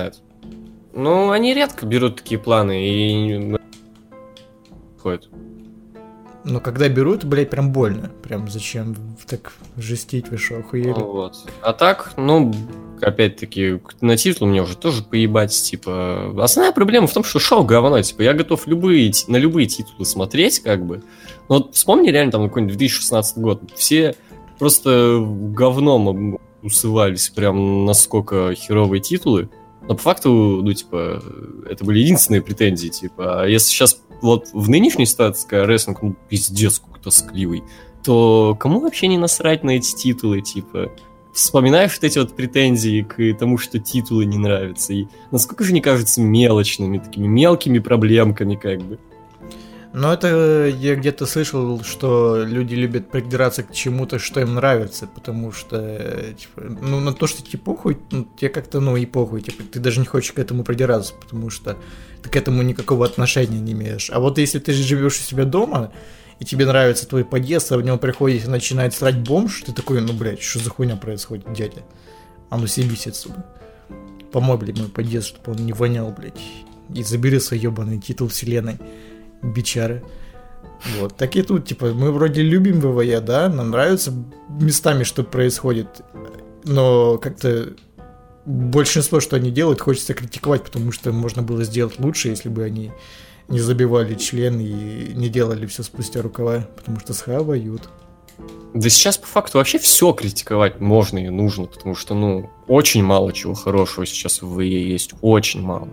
Ну, они редко берут такие планы и ходят. Но когда берут, блядь, прям больно. Прям зачем так жестить, вы шо, охуели? Вот. А так, ну, опять-таки, на титул мне уже тоже поебать, типа... Основная проблема в том, что шоу говно, типа, я готов любые, на любые титулы смотреть, как бы. Но вот вспомни реально там какой-нибудь две тысячи шестнадцатый год, все просто говном усывались, прям насколько херовые титулы. Но по факту, ну, типа, это были единственные претензии, типа, а если сейчас вот в нынешней ситуации, когда рестлинг, ну, пиздец какой тоскливый, то кому вообще не насрать на эти титулы, типа, вспоминаешь вот эти вот претензии к тому, что титулы не нравятся, и насколько же они кажутся мелочными, такими мелкими проблемками, как бы. Но это я где-то слышал, что люди любят придираться к чему-то, что им нравится, потому что, типа, ну, на то, что тебе похуй, ну, тебе как-то, ну, и похуй, типа, ты даже не хочешь к этому придираться, потому что ты к этому никакого отношения не имеешь. А вот если ты живешь у себя дома, и тебе нравится твой подъезд, а в него приходит и начинает срать бомж, ты такой, ну, блядь, что за хуйня происходит, дядя? А ну, съебись отсюда. Помой, блядь, мой подъезд, чтобы он не вонял, блядь, и забери свой ебаный титул вселенной. Бичары. Вот. Так и тут, типа, мы вроде любим ВВЕ, да, нам нравится местами, что происходит, но как-то большинство, что они делают, хочется критиковать, потому что можно было сделать лучше, если бы они не забивали член и не делали все спустя рукава, потому что схавают. Да сейчас по факту вообще все критиковать можно и нужно, потому что, ну, очень мало чего хорошего сейчас в ВВЕ есть, очень мало.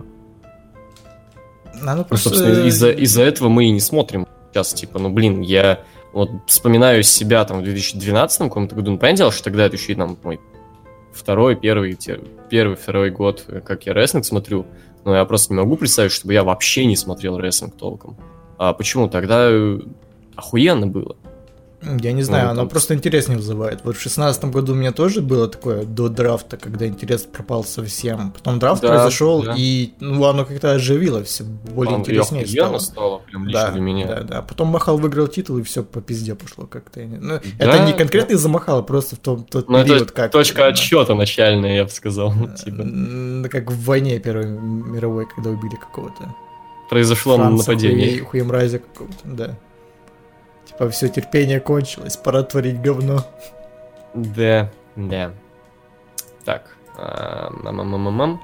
Ну, просто... собственно, из-за, из-за этого мы и не смотрим сейчас, типа, ну, блин, я вот вспоминаю себя там в две тысячи двенадцатом каком-то году, ну, понятное дело, что тогда это еще и там мой второй, первый, первый, второй год, как я рестлинг смотрю, но я просто не могу представить, чтобы я вообще не смотрел рестлинг толком. А почему? Тогда охуенно было. Я не знаю, ну, оно там... просто интерес не вызывает. Вот в шестнадцатом году у меня тоже было такое до драфта, когда интерес пропал совсем. Потом драфт да, произошел, да. и ну, оно как-то оживило, все более там интереснее стало. стало прям лично да, для меня. Да, да. Потом Махал выиграл титул, и все по пизде пошло как-то. Ну, да, это не конкретно да. из-за Махала, просто в том, тот ну, период это как. Точка отсчета начальная, я бы сказал. типа. Как в войне Первой мировой, когда убили какого-то. Произошло Франца, нападение. Хуй, хуемразя какого-то, да. Типа, все, терпение кончилось, пора творить говно. Да, да. Так. Мам-мам-мам-мам.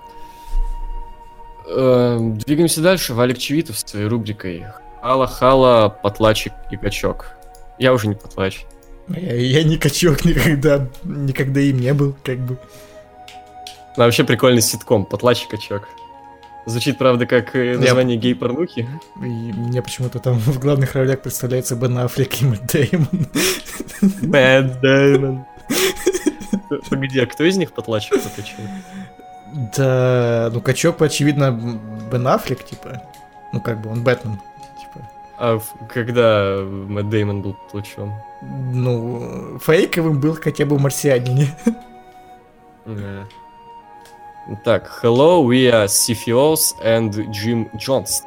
Двигаемся дальше. Валик Чевитов с своей рубрикой Хала-хала, потлачик и качок. Я уже не потлач. Я, я не качок никогда, никогда им не был, как бы. Ну, вообще прикольный ситком, потлач и качок. Звучит, правда, как название я... гей-порнухи. И мне почему-то там в главных ролях представляется Бен Аффлек и Мэтт Дэймон. Мэтт Дэймон. Погоди, а кто из них потлачек, кто качок? Да, ну качок, очевидно, Бен Аффлек, типа. Ну как бы он Бэтмен, типа. А когда Мэтт Дэймон был потлачом? Ну, фейковым был хотя бы марсианин. Да. Так, hello, we are си эф о эс and Jim Johnston.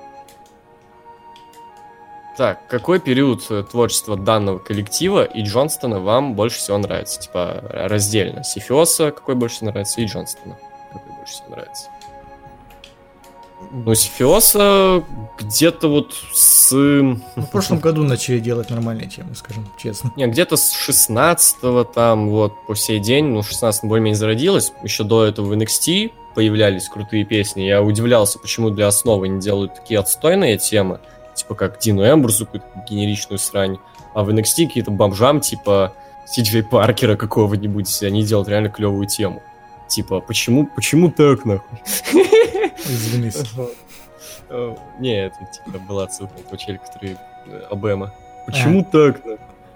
Так, какой период творчества данного коллектива и Джонстона вам больше всего нравится? Типа, раздельно. си эф о эс какой больше всего нравится и Джонстона какой больше всего нравится? Ну, си эф о эс где-то вот с... Ну, в прошлом году начали делать нормальные темы, скажем честно. Не, где-то с шестнадцатого там вот по сей день, ну, в шестнадцатом более-менее зародилось. Еще до этого в эн экс ти появлялись крутые песни. Я удивлялся, почему для основы не делают такие отстойные темы, типа как Дину Эмбрусу, какую-то генеричную срань, а в эн экс ти какие-то бомжам, типа Си Джей Паркера какого-нибудь, они делают реально клевую тему. Типа, почему, почему так, нахуй? Извинись. Не, это типа была отсылка на того челика, который Обема. Почему так, нахуй?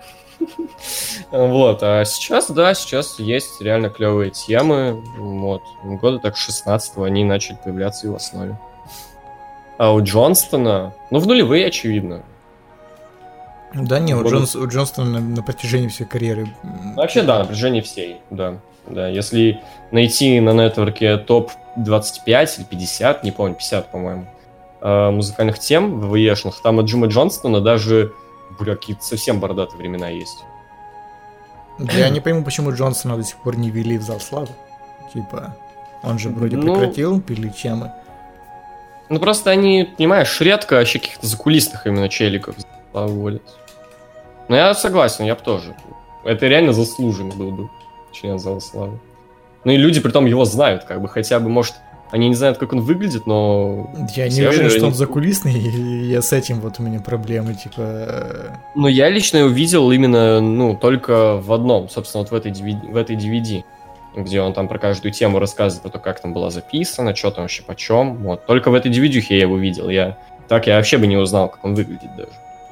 Вот, а сейчас, да, сейчас есть реально клевые темы. Вот, года так шестнадцатого они начали появляться и в основе. А у Джонстона, ну, в нулевые, очевидно. Да не, у, Джонс, у Джонстона на, на протяжении всей карьеры. Вообще, да, на протяжении всей, да. Да, если найти на нетворке топ двадцать пять или пятьдесят, не помню, пятьдесят, по-моему, музыкальных тем ВВЕшных, там от Джима Джонстона даже, бля, какие-то совсем бородатые времена есть. Я не пойму, почему Джонстона до сих пор не ввели в зал славы. Типа... Он же вроде Ну, прекратил или чем? Ну просто они, понимаешь, редко вообще каких-то закулисных именно челиков выводят. Ну я согласен, я бы тоже. Это реально заслуженно был бы член Зала Славы. Ну и люди при том его знают, как бы, хотя бы, может, они не знают, как он выглядит, но... Я не уверен, что он закулисный, и я с этим вот у меня проблемы, типа... Ну я лично его видел именно, ну, только в одном, собственно, вот в этой ди ви ди, в этой ди ви ди, где он там про каждую тему рассказывает, то, как там было записано, что там вообще почем. Вот. Только в этой ди ви ди я его видел. Я... Так я вообще бы не узнал, как он выглядит даже.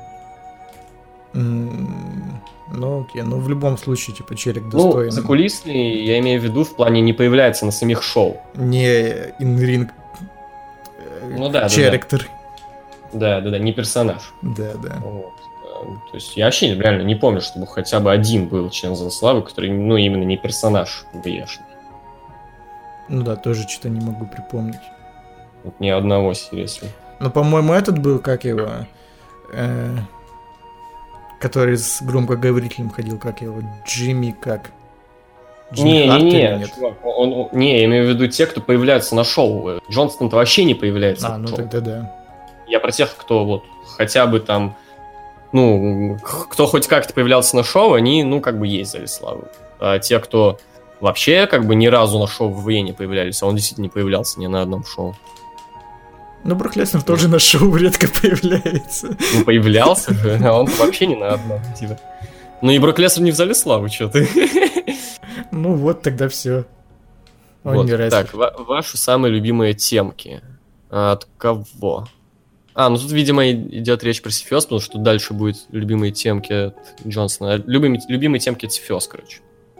Mm, ну окей, ну в любом случае, типа, челик достойный. Ну, закулисный, я имею в виду, в плане не появляется на самих шоу. Не in-ring ну, да, character. Да, да, да, не персонаж. Да, да. Вот. То есть я вообще реально не помню, чтобы хотя бы один был член Зала Славы, который, ну, именно не персонаж ВЕшный. Ну да, тоже что-то не могу припомнить. Вот ни одного, серьезно. Ну, по-моему, этот был, как его... Э, который с громкоговорителем ходил, как его? Джимми как? Не-не-не, чувак, он, он, не, я имею в виду те, кто появляются на шоу. Джонстон-то вообще не появляется. А, ну шоу. тогда да. Я про тех, кто вот хотя бы там, ну, кто хоть как-то появлялся на шоу, они, ну, как бы есть Зале Славы. А те, кто вообще как бы ни разу на шоу в ВВЕ не появлялись, а он действительно не появлялся ни на одном шоу. Ну, Брок Леснер ну. тоже на шоу редко появляется. Ну, появлялся же, а он вообще не на одном. Типа. Ну и Брок Леснер не в Зале Славы, что ты. Ну вот, тогда все. Вот, так, ва- ваши самые любимые темки. От кого? А, ну тут, видимо, идет речь про Сифиос, потому что дальше будет любимые темки от Джонсона. Любимые, любимые темки от Сифиос, короче.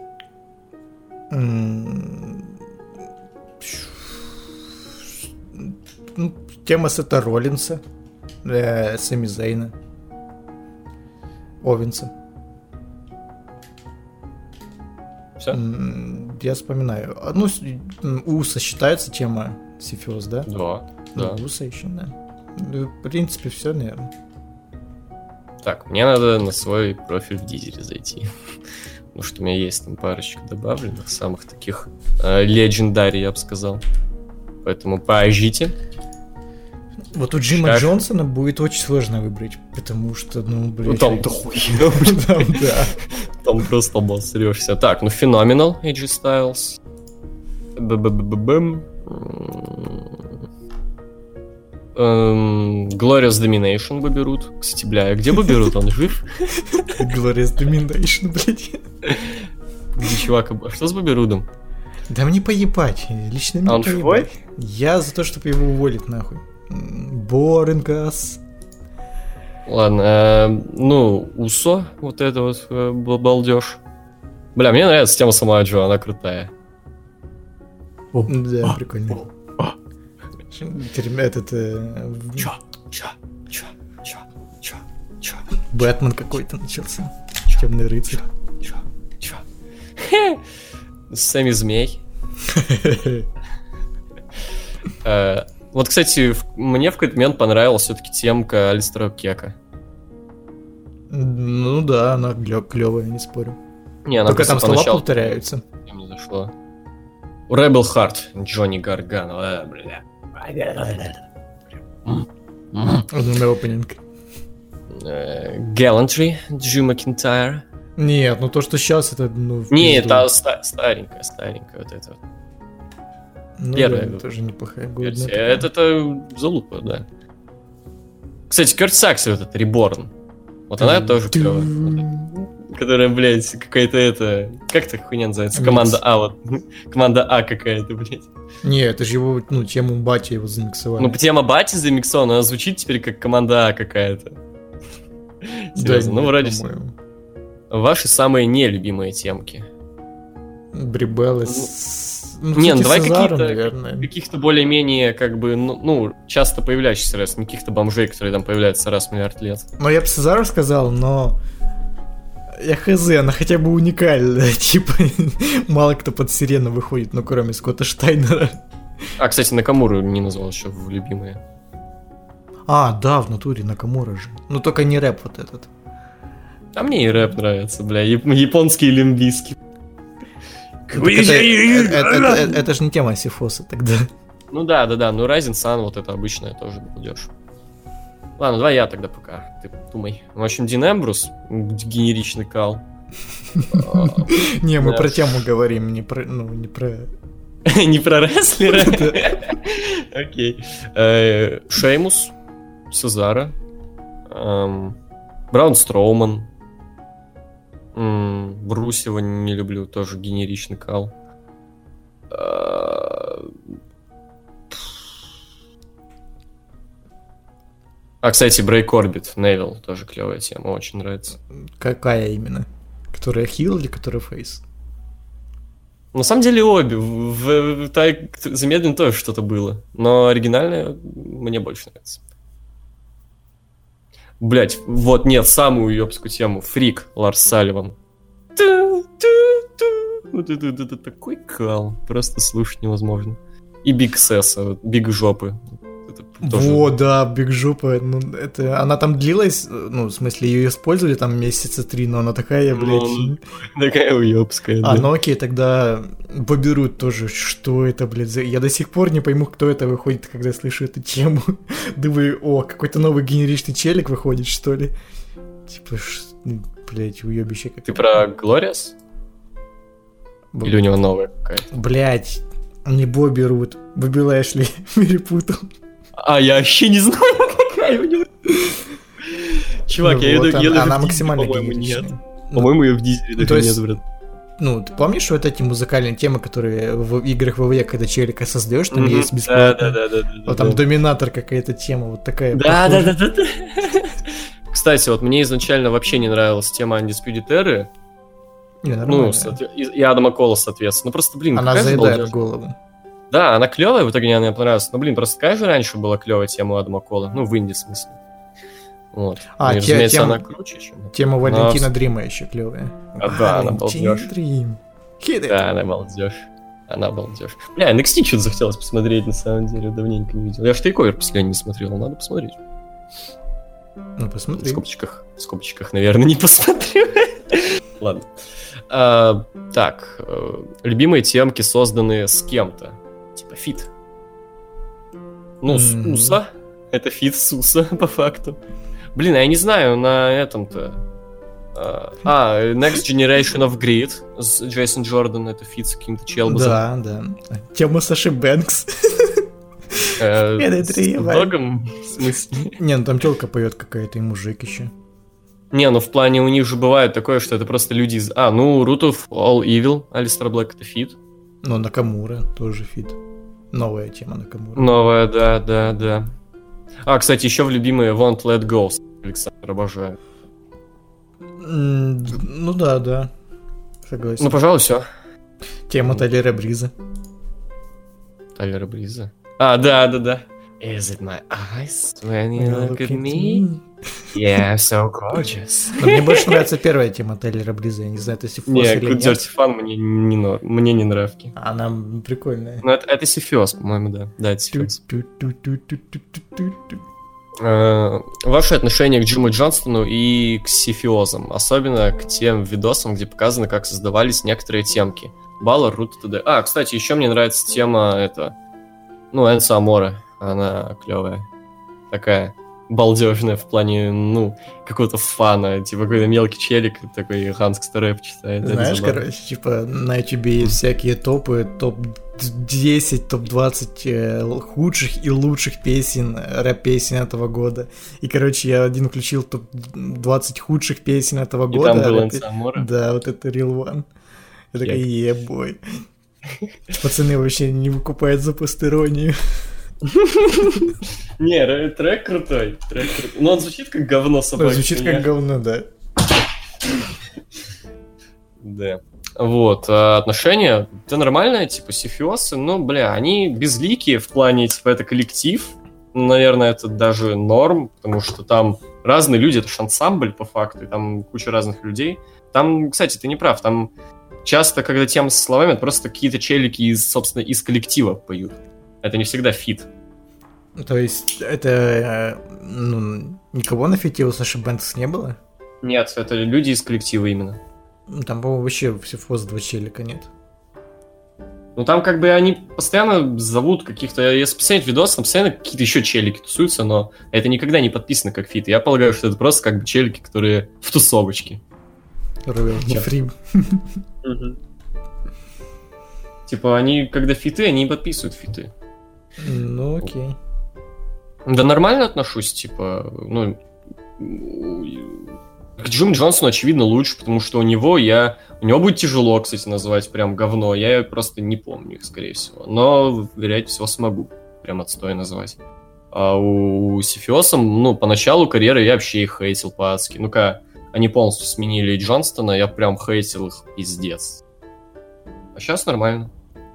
Mm. Ну, тема Сета Роллинса, э, Сами Зейна, Овенса. Все? Я вспоминаю. Ну, Уса считается тема Сифиос, да? Да, ну, да. Уса еще, да. Ну, в принципе, все, наверное. Так, мне надо на свой профиль в Дизеле зайти. Потому что у меня есть там парочка добавленных, самых таких легендарий, э, я бы сказал. Поэтому поожите. Вот у Джима Шаг. Джонсона будет очень сложно выбрать, потому что, ну, блин... Ну, там-то хуйня, блин. Там, да. Там просто обосрешься. Так, ну, Phenomenal, эй джи Styles. Б-б-б-б-бэм. Glorious Domination бы берут. Кстати, бля, где бы берут? Он жив? Glorious Domination, блядь. Где чувак? Что с Боберудом? Да мне поебать. Лично мне а он поебать. живой? Я за то, чтобы его уволить, нахуй. Боринкас. Ладно, э, ну, Усо, вот это вот э, балдеж. Бля, мне нравится тема Самоа Джо, она крутая. О, да, о, прикольно. О, о. Этот... Э, чё? Чё? Чё? Чё? Чё? Чё? Бэтмен какой-то начался. Темный рыцарь. Чё? Чё? Чё? Сами Змей. Вот, кстати, мне в какой-то момент понравилась все-таки темка Алистера Кека. Ну да, она клевая, не спорю. Не, она только там слова повторяются. Мне зашло. Rebel Heart, Джонни Гаргано. Бля. Одна опенинг. Gallantry, Джи Макинтайр. Нет, ну то, что сейчас, это... Ну, не, это ста- старенькая, старенькая вот это. Ну, первая да, тоже неплохая версия. Это, это залупа, да. Кстати, Кёрт Сакс, вот этот Reborn. Вот она тоже клевая. Которая, блядь, какая-то это... Как эта хуйня называется? Команда А, вот. Команда А какая-то, блядь. Не, это же его, ну, тему Бати его замиксовали. Ну, тема Бати замиксована, она звучит теперь как команда А какая-то. Серьезно, да, ну, вроде все. Ваши самые нелюбимые темки. Брибеллы. Ну, не, ну давай какие-то, каких-то более-менее, как бы, ну, ну, часто появляющихся раз, не каких-то бомжей, которые там появляются раз в миллиард лет. Ну, я бы Сезару сказал, но... Я хз, она хотя бы уникальная, типа, мало кто под сирену выходит, ну, кроме Скотта Штайнера. А, кстати, Накамуру не назвал еще в любимые. А, да, в натуре Накамура же. Ну, только не рэп вот этот. А мне и рэп нравится, бля, японский лимбиски. Это же не тема Сифоса тогда. Ну да, да, да, ну Rising Sun, вот это обычное тоже балдеж. Ладно, давай я тогда пока, ты думай. В общем, Дин Эмбрус, генеричный кал. Не, мы про тему говорим, не про... Ну, не про... Не про рестлера? Окей. Шеймус, Сезара, Браун Строуман, Брусева не люблю, тоже генеричный кал. А, кстати, Брей Корбит, Невилл, тоже клевая тема, очень нравится. Какая именно? Которая хил или которая фейс? На самом деле обе. В, в, в замедленно тоже что-то было. Но оригинальная мне больше нравится. Блять, вот, нет, самую ёбскую тему. Фрик, Ларс Салливан. Вот это, это, это такой кал. Просто слушать невозможно. И Биг Сесса, Биг Жопы. Тоже... Во, да, Биг Жопа, ну, это, она там длилась, ну, в смысле, ее использовали там месяца три, но она такая, блядь... Ну, такая уёбская, да. А, ну окей, тогда поберут тоже, что это, блядь, за... Я до сих пор не пойму, кто это выходит, когда слышу эту тему. Думаю, о, какой-то новый генеричный челик выходит, что ли? Типа, ш... блядь, уёбище какое-то. Ты про Глориас? Б... Или у него новая какая-то? Блядь, не Бобби Рут, Бобби Лэшли, перепутал. А, я вообще не знаю, какая у него. Чувак, ну, я вот еду, он, еду она в максимально Дизеле, по-моему, генеричная. нет. Ну, по-моему, ее в Дизеле даже есть, нет, брат. Ну, ты помнишь вот эти музыкальные темы, которые в играх ВВЕ, когда челика создаешь, там mm-hmm. есть бесплатно? Да, да, да, да, вот да, там да. Доминатор какая-то тема, вот такая. Да, да, да, да, да. Кстати, вот мне изначально вообще не нравилась тема Undisputed Era. Не, ну, и, и Адама Кола, соответственно. Ну, просто, блин, она заедает голову. Да, она клевая, в итоге мне она понравилась. Но, блин, просто какая же раньше была клевая тема у Адама Кола? Ну, в инди, в смысле. Вот. А, и, те, разумеется, тема, она круче, чем... Тема Валентина Но... Дрима еще клевая. А, да, она балдеж. Дрим. Да, она балдеж. Она балдеж. Бля, эн экс ти что-то захотелось посмотреть, на самом деле, давненько не видел. Я ж тейковер последний не смотрел, надо посмотреть. Ну, посмотри. В скобочках, в скобочках, наверное, не посмотрю. Ладно. А, так, любимые темки, созданные с кем-то. Типа фит. Ну, с mm-hmm. Уса. Это фит с Уса, по факту. Блин, я не знаю, на этом-то... А, Next Generation of Greed с Джейсон Джордан, это фит с каким-то челбузом. Да, да. Тема Саши Бэнкс. С догом, в смысле? Не, ну там телка поет какая-то, и мужик еще. Не, ну в плане у них же бывает такое, что это просто люди из... А, ну, Root of All Evil, Алистер Блэк, это фит. Ну, Накамура тоже фит. Новая тема Накамура. Новая, да, да, да. А, кстати, еще в любимые Won't Let Go, Александр, обожаю. Mm, ну да, да. Согласен. Ну, пожалуй, все. Тема Тайлера Бриза. Тайлера Бриза? А, да, да, да. Is it my eyes when you look, look at me? me? Yeah, so gorgeous. Но мне больше нравится первая тема Тайлера Бриза. Я не знаю, это Сифос не, или нет. Dirty Fun мне не, но, мне не нравится. Она прикольная. Ну, это, это Сифиос, по-моему, да. Да, это Сифиос. Uh, ваше отношение к Джиму Джонстону и к Сифиозам, особенно к тем видосам, где показано, как создавались некоторые темки. Баллар, Рут, т.д. А, кстати, еще мне нравится тема это, ну, Энсо Аморе. Она клевая. Такая балдежная в плане, ну, какого-то фана. Типа какой-то мелкий челик такой ханский рэп читает. Знаешь, короче, типа на ютубе есть всякие топы, топ десять, топ двадцать э, худших и лучших песен, рэп-песен этого года. И, короче, я один включил топ двадцать худших песен этого и года. И там был Энсо Аморе? Да, вот это Real One. Я такая, ебой. Пацаны вообще не выкупают за постеронию. Не, трек крутой, трек крутой. Но он звучит как говно собаки. Звучит как говно, да. Да. Вот, отношения, это нормальное, типа, сифиосы, но, бля, они безликие в плане, типа, это коллектив. Наверное, это даже норм, потому что там разные люди, это же ансамбль, по факту, и там куча разных людей. Там, кстати, ты не прав, там часто, когда тема со словами, это просто какие-то челики из, собственно, из коллектива поют. Это не всегда фит. То есть это ну, никого на фите у Саши Бэнкс не было? Нет, это люди из коллектива именно. Там, по-моему, вообще все фоз два челика нет. Ну там как бы они постоянно зовут каких-то... Если посмотреть видос, там постоянно какие-то еще челики тусуются, но это никогда не подписано как фит. Я полагаю, что это просто как бы челики, которые в тусовочке. Royalty free. Типа они, когда фиты, они не подписывают фиты. Ну окей. Да нормально отношусь, типа, ну... К Джиму Джонсону, очевидно, лучше, потому что у него я... У него будет тяжело, кстати, назвать прям говно. Я просто не помню их, скорее всего. Но, вероятнее всего, смогу прям отстой назвать. А у Сифиоса, ну, поначалу карьеры я вообще их хейтил по-адски. Ну-ка, они полностью сменили Джонстона, я прям хейтил их пиздец. А сейчас нормально.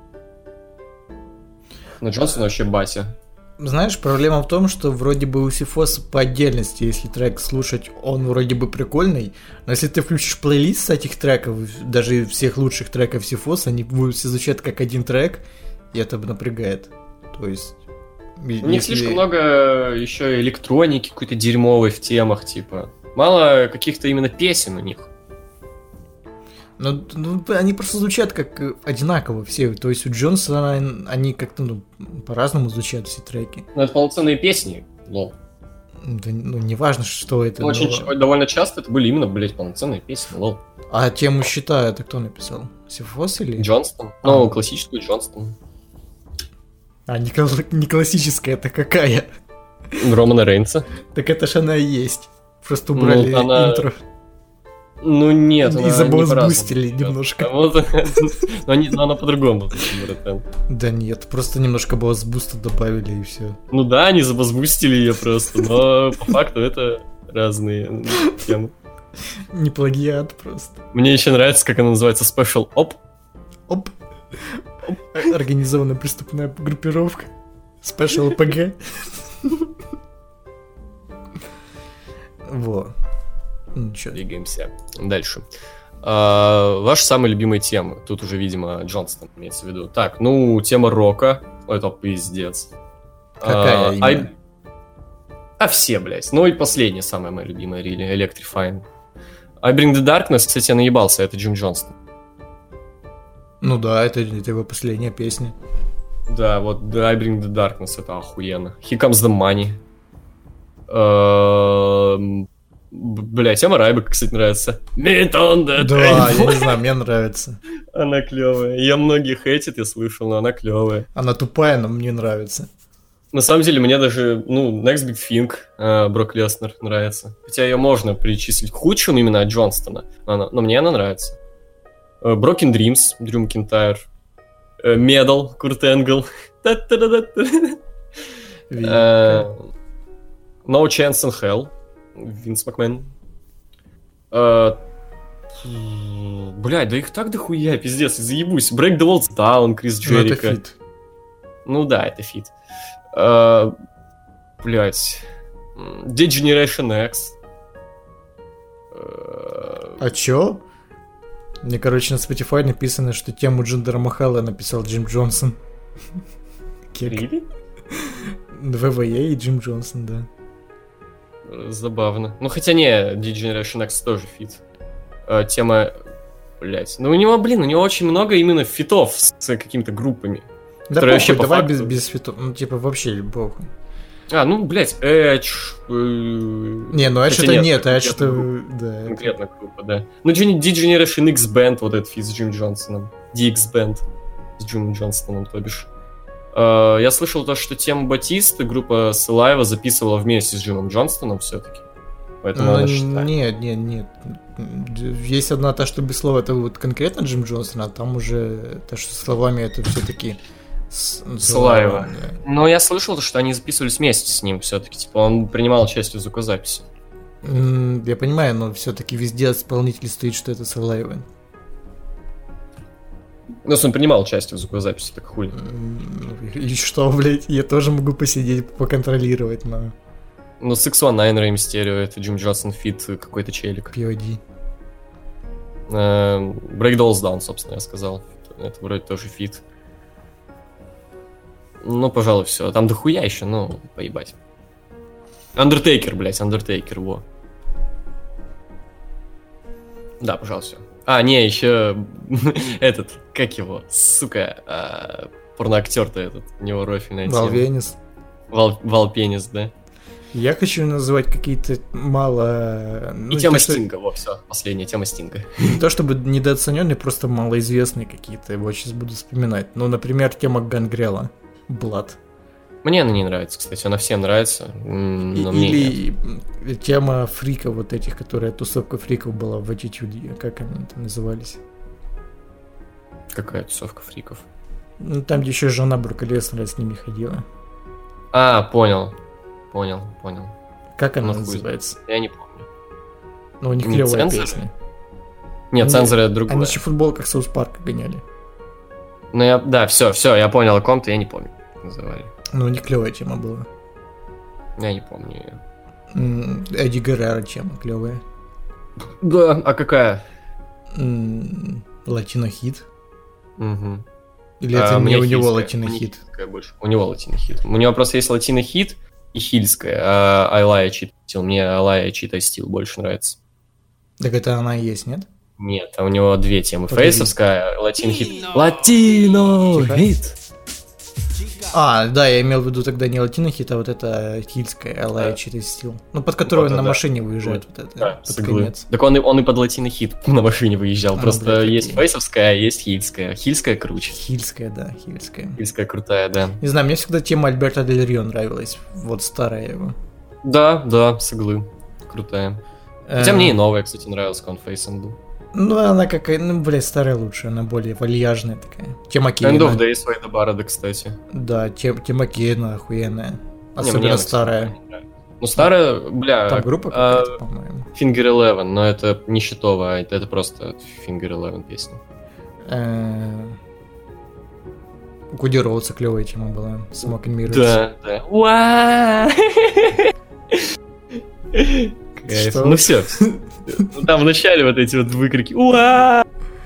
Но Джонсон вообще батя. Знаешь, проблема в том, что вроде бы у Сифоса по отдельности, если трек слушать, он вроде бы прикольный, но если ты включишь плейлист с этих треков, даже всех лучших треков Сифоса, они будут все звучать как один трек, и это напрягает. То есть... У них если... слишком много еще электроники какой-то дерьмовой в темах, типа. Мало каких-то именно песен у них. Ну, ну, они просто звучат как одинаково все. То есть у Джонсона они как-то ну, по-разному звучат все треки. Ну, это полноценные песни, лол. Да, ну, не важно, что это. Ну, но... Очень ч- довольно часто это были именно, блядь, полноценные песни, лол. А тему «Щита» это кто написал? Сифос или? Джонстон. А. Ну, классическую Джонстон. А не, не классическая, это какая? Романа Рейнса. Так это ж она и есть. Просто убрали ну, она... интро. Ну нет, и забустили немножко. Вот, но, не, но она по-другому. Да нет, просто немножко бас-буста добавили и все. Ну да, они забасбустили ее просто, но по факту это разные темы. Не плагиат просто. Мне еще нравится, как она называется, Special Op. Оп. Организованная преступная группировка. Special пи джи. Во. Ничего. Двигаемся дальше. А, ваши самые любимые темы. Тут уже, видимо, Джонстон имеется в виду. Так, ну, тема рока. Это пиздец. Какая а, именно? А, а все, блядь. Ну и последняя, самая моя любимая, really, Electrifying. I Bring the Darkness, кстати, я наебался, это Джим Джонстон. Ну да, это, это его последняя песня. Да, вот I Bring the Darkness, это охуенно. Here Comes the Money. Uh, бля, тема Райбек, кстати, нравится. Meet on the Да, я не знаю, мне нравится. Она клевая. Я многих хейтит, я слышал, но она клевая. Она тупая, но мне нравится. На самом деле, мне даже, ну, Next Big Thing, uh, Брок Леснер нравится. Хотя ее можно причислить к худшему именно от Джонстона, но, она, но мне она нравится. Uh, Broken Dreams, Дрю Макинтайр. Uh, Medal, Курт Энгл. No Chance in Hell, Винс Макмен. Uh, Блядь, да их так дохуя, пиздец, заебусь. Break the Walls Down, Крис Джерико. Ну, это фит. Ну да, это фит. Uh, Блядь. D-Generation X. Uh... А чё? Мне, короче, на Spotify написано, что тему Джиндера Махала написал Джим Джонсон. Really? вэ вэ е и Джим Джонсон, да. Забавно. Ну, хотя не, D-Generation X тоже фит. Uh, тема... Блять. Ну, у него, блин, у него очень много именно фитов с, с какими-то группами. Да похуй, вообще давай факту... без, без фитов. Ну, типа, вообще похуй. А, ну, блять, Эдж... Э... Не, ну Эдж это нет, Эдж это... Да, конкретно это... группа, да. Ну, D-Generation X Band, вот этот фит с Джим Джонсоном. ди икс Band с Джимом Джонсоном, то бишь. Uh, я слышал то, что тему Батисты группа Сэлайва записывала вместе с Джимом Джонстоном все-таки. Поэтому ну, она считает. Нет, нет, нет. Есть одна та, что без слов, это вот конкретно Джим Джонсон, а там уже то, что словами, это все-таки Сэлайва. Да. Но я слышал, что они записывались вместе с ним все-таки. Типа он принимал участие в звукозаписи. Mm, я понимаю, но все-таки везде исполнитель стоит, что это Сэлайва. Ну, если он принимал участие в звукозаписи, так хуй. И что, блядь, я тоже могу посидеть, поконтролировать, но... Ну, Six One Nine, Rey Mysterio, это Джим Джонсон фит, какой-то челик. пи о ди. Uh, Break Dolls Down, собственно, я сказал. Это вроде тоже фит. Ну, пожалуй, все. Там дохуя еще, ну, поебать. Undertaker, блядь, Undertaker, во. Да, пожалуй, все. А, не, еще этот, как его, сука, а, порноактер-то этот, у него рофельная тема. Валвенис. Вал, Валпенис, да. Я хочу называть какие-то мало... И ну, тема то, что- Стинга, во, все, последняя тема Стинга. Не то чтобы недооцененные, просто малоизвестные какие-то. Его сейчас буду вспоминать. Ну, например, тема Гангрела. Блад. Мне она не нравится, кстати, она всем нравится, м, но мне нет. Или тема фриков вот этих, которая тусовка фриков была в Attitude. Как они там назывались? Какая тусовка фриков? Ну, там, где еще жена Брука Леснера с ними ходила. А, понял, понял, понял. Как она Ну, хуй называется? Я не помню. Ну, у них Не клевая цензоры? песня. Нет, Ну, цензоры это другое. Они еще футбол как Соус Парка гоняли. Ну, я, да, все, все, я понял о ком-то, я не помню, как называли. Ну, у них клевая тема была. Я не помню ее. М, Эдди Геррера тема клевая. Да, а какая? М, Латино-хит. Угу. Или А, это мне не у него хильская, латино-хит? мне хильская больше. У него латино-хит. У него просто есть латино-хит и хильская, а Айлая Чита стил. Мне Айлая Чита стил больше нравится. Так это она и есть, нет? Нет, а у него две темы. Погоди. Фейсовская, латино-хит. Латино-хит! А, да, я имел в виду тогда не латино-хит, а вот это хильская, Алая Да. Чита стил. Ну, под которую Вот, на да. машине выезжает вот это, Да, под с иглы. конец. Так он и, он и под латино-хит на машине выезжал. Ну, Просто блядь, есть какие. фейсовская, а есть хильская. Хильская круче. Хильская, да, хильская. Хильская крутая, да. Не знаю, мне всегда тема Альберто Дель Рио нравилась. Вот старая его. Да, да, с иглы. Крутая. Хотя Э, мне и новая, кстати, нравилась Confess and Do. Ну, она какая, ну, блядь, старая лучше, она более вальяжная такая. Тема End of Кейна. Days Вейда Барреда, кстати. Да, тем, тема Кейна охуенная. Не, Особенно мне она, старая. кстати, не нравится. Ну, старая, бля, Там группа а, какая-то, по-моему. Finger Eleven, но это не щитовая, это, это просто Finger Eleven песня. Э, У Коди Роудса клевая тема была. Smoke and Mirrors. Да, да. Уа! Кайф. Что? Ну все. Там в начале вот эти вот выкрики. Уа!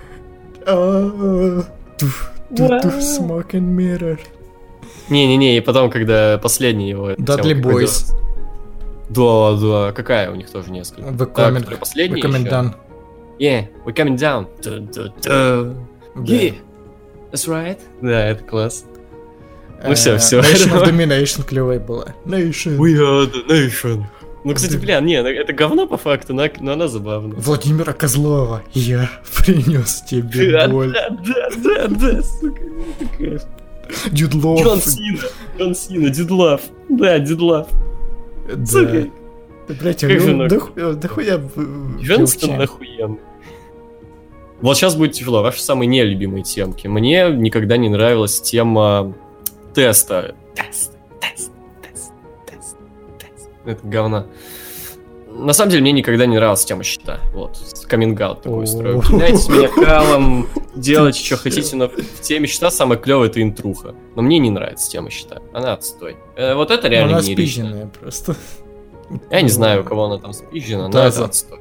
А, туф, туф, Уа! туф, Smoke and Mirror. Не-не-не, и потом, когда последний его... эта Dudley тема, как Boys. Да, да, какая у них тоже несколько. The А, Comment- которая последняя The Comment еще? Done. Yeah, we're coming down. Ду-ду-ду. Да. Yeah, that's right. Да, это класс. Ну Э, всё, всё. Nation of Domination клевая была. Nation. We are the nation. Ну, кстати, бля, не, это говно по факту, но, но она забавная. Владимира Козлова. Я принес тебе Да, боль. да, да, да, да, сука. это кайф. Дюдлов. Джон Сина, Джон Сина, Дидлав. Да, Дидлав. Да. Сука. Блять, Как же ну, нахуй? да хуя, да хуя в- Джонстон девчат. нахуен. Вот сейчас будет тяжело. Ваши самые нелюбимые темки. Мне никогда не нравилась тема теста. Тест, тест, тест, тест, тест. Это говно. На самом деле, мне никогда не нравилась тема счета. Вот, каминг-аут такой О. устрою. Кидайте меня калом, делайте, что хотите, но в теме счета самое клевое это интруха. Но мне не нравится тема счета. Она отстой. Э, вот это Ну, реально она не лично. спизженная просто. Я не знаю, у кого она там спизжена, но Таза. это отстой.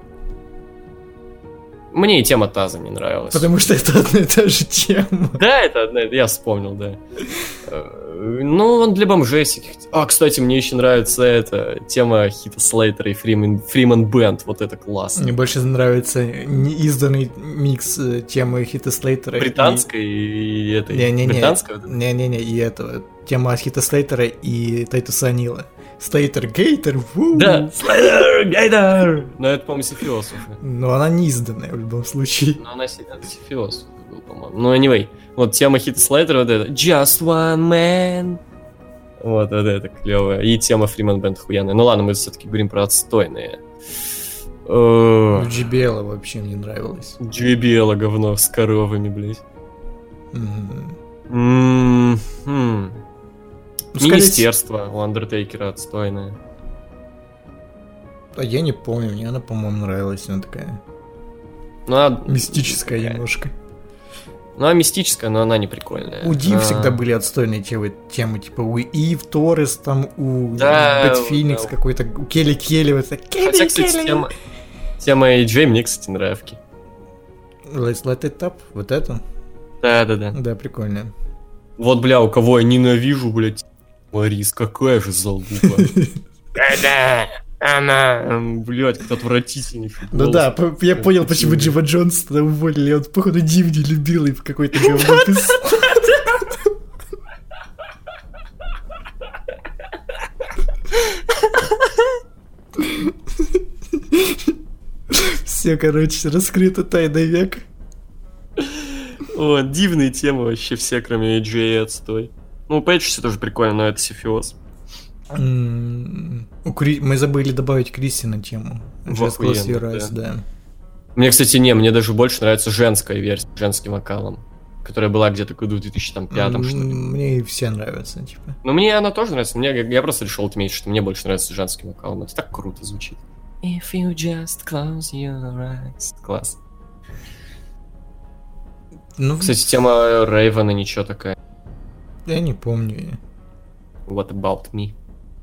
Мне и тема Таза не нравилась. Потому что это одна и та же тема. Да, это одна, я вспомнил, да. Э, Ну, он для бомжей всяких. А, кстати, мне еще нравится эта тема Хита Слейтера и Фриман, Фриман Бэнд. Вот это классно. Мне больше нравится неизданный микс э, темы Хита Слейтера. Британская и этой. Не-не-не. Британская? вот эта? Не-не-не, и этого. Тема Хита Слейтера и Тайтуса Анила. Слейтер Гейтер, ву! Да, Слейтер, Гайдер! Но это, по-моему, Сифиософы. Но она не изданная в любом случае. Но она си- это Сифиософы был, по-моему. Ну, anyway. Вот тема Хита Слейтера, вот это. Just one man. Вот, вот это клевая. И тема Фриман Бэнд охуенная. Ну ладно, мы все-таки говорим про отстойные. Э, джи би эл вообще мне нравилось. джей би эл говно с коровами, блядь. Мгм. М, хм. Ну, скорее Министерство у Андертейкера отстойное. А я не помню, мне она, по-моему, нравилась. Она такая Ну, а, мистическая такая. немножко. ну, а мистическая, но она не прикольная. У Ди А, всегда были отстойные темы, темы типа у Ив Торрес, там у Да, Бэт Феникс да. какой-то, у Келли Келли, вот так, Келли Хотя, кстати, Келли. тема, тема эй джей мне, кстати, нравится. Let's Let It Up, вот это? Да-да-да. Да, прикольно. Вот, бля, у кого я ненавижу, блядь, Марис, какая же залупа. Да-да. Она, блядь, как отвратительный. Ну да, по- я понял, почему Джима Джонсона уволили. Он, походу, Дивни любил и в какой-то говно писал. Все, короче, раскрыта тайна века. О, дивные темы вообще все, кроме джей отстой. Ну, Пэтчси тоже прикольно, но это Сифиоз. М, у Кри- Мы забыли добавить Криси на тему. Just Close Охуенно, Your Eyes, да. Мне, кстати, не, мне даже больше нравится женская версия, женским вокалом, которая была где-то в две тысячи пятом, что ли. М, Мне и все нравятся, типа. Ну, мне она тоже нравится, мне, я просто решил отметить, что мне больше нравится женским вокалом. Это так круто звучит. If you just close your eyes. Класс. Ну, Кстати, тема Рейвена ничего такая. я не помню. What about me?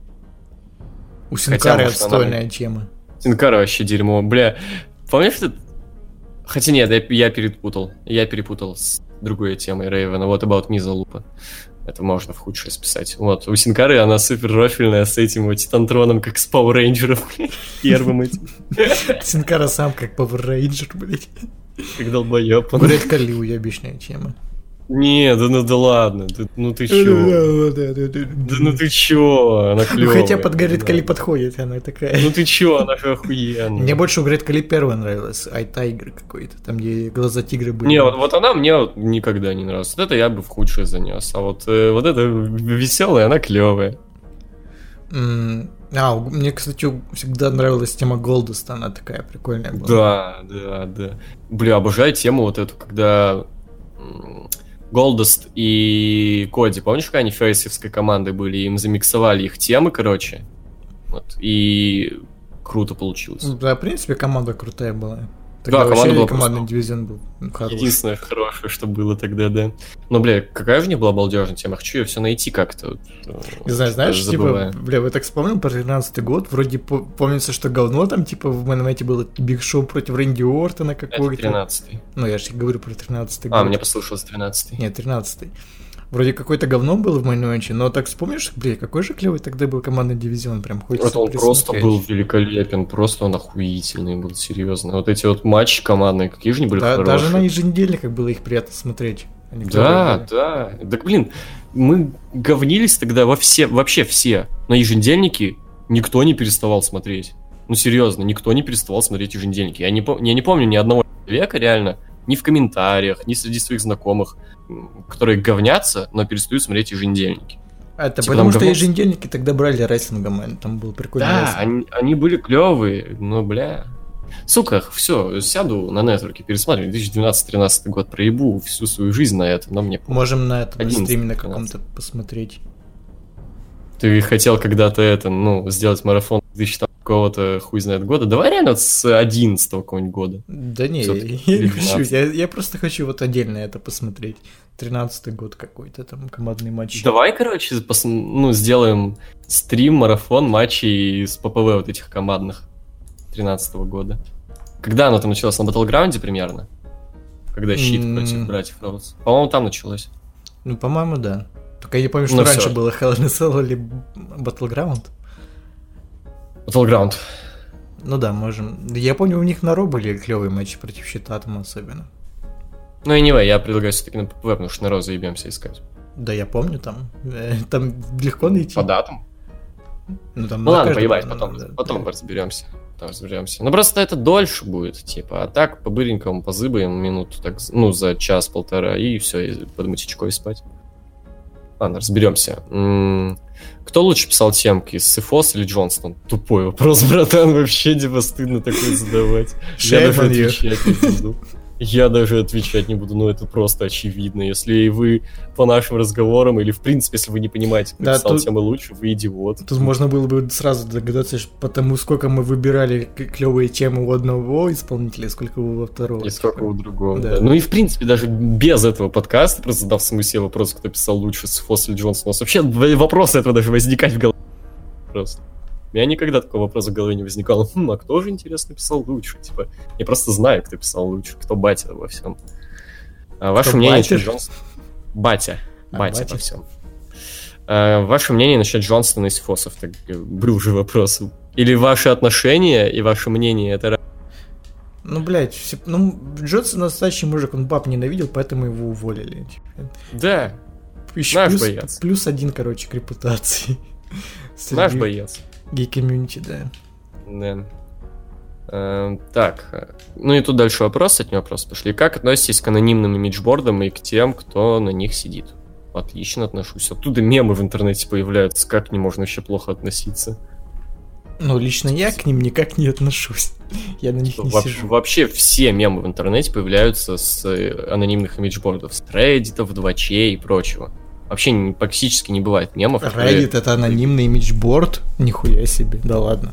У Синкары может, она- отстойная тема. Синкара вообще дерьмо. Бля, помнишь этот... Хотя нет, я, я перепутал. Я перепутал с другой темой Рейвена. What about me залупа. Это можно в худшее списать. Вот, у Синкары она супер рофильная с этим вот Титантроном, как с Power Rangers, блядь, первым этим. Синкара сам как Power Ranger, блядь. Как долбоёб. Гурет Кали уебищная тема. Не, да ну да ладно, ты- ну ты чё? Да ну ты чё, она Ну, клёвая. хотя под Гурет да. Кали подходит, она такая. Ну ты чё, она же охуенная. Мне больше у Гурет Кали первая нравилась, Ай Тайгер какой-то, там где глаза тигра были. Не, вот, вот она мне вот никогда не нравилась. Вот это я бы в худшее занес. А вот, э, вот эта веселая, она клевая. М, А, у- мне, кстати, у- всегда нравилась тема Голдоста, она такая прикольная была. Да, да, да. Бля, обожаю тему вот эту, когда Голдост и Коди, помнишь, как они фейсовской командой были, им замиксовали их темы, короче. Вот, и круто получилось. Ну, Да, в принципе, команда крутая была. Тогда команда вообще была командный просто- дивизион был хороший. Единственное хорошее, что было тогда, да. Но, бля, какая же не была балдежная тема? Хочу ее все найти как-то. Вот, э, Не знаю, знаешь, даже типа, забываю. бля, вы так вспомнил про тринадцатый год, вроде по- помнится, что говно там, типа, в Мэнмэте было Биг Шоу против Рэнди Ортона Это какой-то. тринадцатый. Ну, я же говорю про тринадцатый А, год. мне послышалось тринадцатый. Нет, тринадцатый. Вроде какое-то говно было в Мэнмэте, но так вспомнишь, бля, какой же клевый тогда был командный дивизион, прям хочется Вот он просто присмотреть. был великолепен, просто он охуительный был, серьезно. Вот эти вот матчи командные, какие же они были Да, хорошие. даже на еженедельниках было их приятно смотреть. Они Да, клевые были. да. Так, блин, мы говнились тогда во все, вообще все. На еженедельники никто не переставал смотреть. Ну, серьезно, никто не переставал смотреть еженедельники. Я не, пом- я не помню ни одного человека, реально, ни в комментариях, ни среди своих знакомых, м, которые говнятся, но перестают смотреть еженедельники. А это Типа потому там что говно- еженедельники тогда брали рейсингом, и там был прикольный Да, рейсинг. они, они были клевые, но, бля... Сука, все, сяду на нетворке, пересматриваю две тысячи двенадцатый-тринадцатый год, проебу всю свою жизнь на это, но мне похуй. Можем на этом на одиннадцать, стриме на тринадцать. каком-то посмотреть. Ты хотел когда-то это, ну, сделать марафон две тысячи какого-то хуй знает года. Давай реально вот с одиннадцатого какого-нибудь года. Да не, Всё-таки я не или хочу, двенадцать. я, я просто хочу вот отдельно это посмотреть. Тринадцатый год какой-то там командный матч. Давай, короче, пос- ну, сделаем стрим, марафон матчей с ППВ вот этих командных тринадцатого года. Когда оно там началось? На Battleground примерно? Когда щит М. против братьев Роудс. По-моему, там началось. Ну, по-моему, да. Только я не помню, что Ну, раньше всё. было Hell in a Cell или Battleground. Battleground. Ну да, можем. Я помню, у них на Ро были клевые матчи против Щита там особенно. Ну, anyway, я предлагаю все-таки на ППВ, потому что на Роу заебемся искать. Да, я помню там. Э, Там легко найти. По датам. Ну, там Ну на ладно, каждом поебать, надо, потом, да, потом да. разберемся. Потом разберемся. Ну просто это дольше будет, типа, а так по-быренькому позыбаем минуту, так, ну, за час-полтора, и все, и под мутичкой спать. Ладно, разберемся. М, Кто лучше писал темки, Сифос или Джонстон? Тупой вопрос, братан, вообще типа стыдно такой задавать. Я Shame даже on you. отвечать не буду. Я даже отвечать не буду, ну это просто очевидно. Если вы по нашим разговорам, или в принципе, если вы не понимаете, кто Да, писал тут- темы лучше, вы идиот. Тут можно было бы сразу догадаться, что потому сколько мы выбирали клевые темы у одного исполнителя, сколько у второго. И сколько у другого. Да. Да. Ну и в принципе, даже без этого подкаста, просто задав самому себе вопрос, кто писал лучше, Сифос или Джонсон, у нас вообще вопросы этого даже возникать в голове. Просто. У меня никогда такого вопроса в голове не возникало. Хм, а кто же, интересно, писал лучше? Типа, я просто знаю, кто писал лучше, кто батя во всем. А ваше Кто мнение, батя? что Джонсон? Батя. А, Батя батя. во всем. А, ваше мнение насчет Джонсона из Фосов? Так, был же вопрос. Или ваши отношения и ваше мнение это... Ну, блядь, все... ну, Джонсон настоящий мужик, он баб ненавидел, поэтому его уволили. Да, Еще наш плюс, боец. Плюс один, короче, к репутации. Наш боец. Гей-комьюнити, да. Да. Э, так, ну и тут дальше вопрос, от него просто пошли. Как относитесь к анонимным имиджбордам и к тем, кто на них сидит? Отлично отношусь. Оттуда мемы в интернете появляются, как не можно вообще плохо относиться? Ну, лично я к ним никак не отношусь. Я на них не Во- сижу. Вообще все мемы в интернете появляются с э, анонимных имиджбордов, с Reddit, двачей и прочего. Вообще не- практически не бывает мемов. которые- Reddit — это анонимный имиджборд? Нихуя себе, да ладно.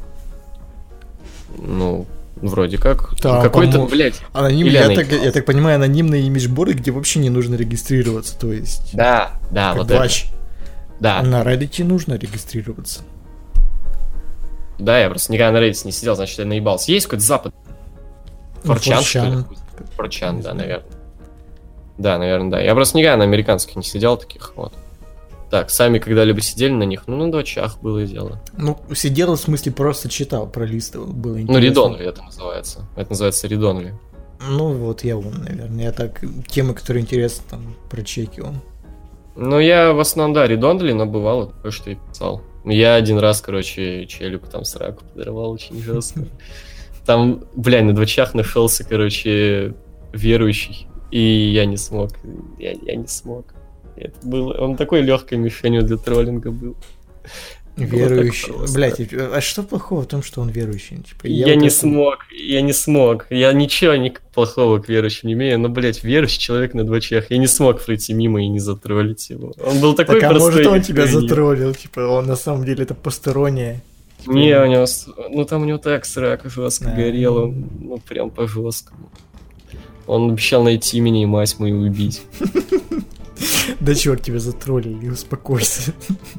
Ну, вроде как. Да, Какой-то, по-моему, блядь. Анонимный, Или я она так, их- я так понимаю, анонимные имиджборды, где вообще не нужно регистрироваться, то есть... Да, да, как вот это. Двач. Да, На Reddit нужно регистрироваться. да, я просто никогда на Reddit не сидел, значит, я наебался. Есть какой-то запад? Ну, Форчан, что ли? Форчан. Форчан, Не да, знаю. наверное. Да, наверное, да. Я просто никогда на американских не сидел таких, вот. Так, сами когда-либо сидели на них? Ну, на двачах было дело. Ну, сидел, в смысле, просто читал, пролистывал, было Ну, интересно. редонли это называется. Это называется редонли. Ну, вот я вон, наверное, я так, темы, которые интересны, там, прочекивал. Ну, я в основном, да, редонли, но бывало такое, что и писал. Я один раз, короче, челику там сраку подорвал очень жестко. Там, бля, на двачах нашелся, короче, верующий, и я не смог. Я, я не смог. Это было... Он такой легкой мишенью для троллинга был. Верующий. Вот так просто. Блять, а что плохого в том, что он верующий? Типа, Я, вот не это- смог, я не смог. Я ничего ни плохого к верующим не имею, но, блядь, верующий человек на двачах. Я не смог пройти мимо и не затроллить его. Он был такой Так, а простой. может он тебя искренний. затроллил? Типа, он на самом деле это постороннее. Не, у него... с- Ну, там у него так срак жестко Да. горел, он, ну, прям по-жесткому. Он обещал найти меня и мать мою убить. Да черт, тебя затроллили, успокойся.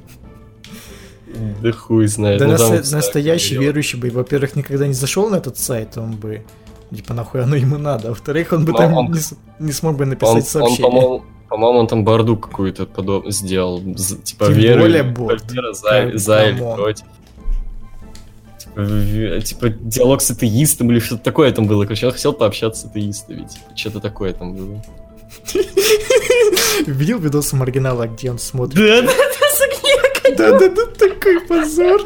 Да хуй знает. Да ну, нас- там вот настоящий срак горел. верующий бы, во-первых, никогда не зашел на этот сайт, он бы, типа, нахуй оно ему надо, а во-вторых, он бы Ну, там он- не, с- не смог бы Он, написать он, сообщение. по-моему, по-моему, он там барду какую-то подоб... сделал. з- Типа Тем веры, более бот. вера за, Кам- за или камон. против. Типа, в- типа диалог с атеистом или что-то такое там было. Короче, он хотел пообщаться с атеистами. Типа, что-то такое там было. Видел видос маргинала, где он смотрит? Да, да, да, Да-да-да, такой позор.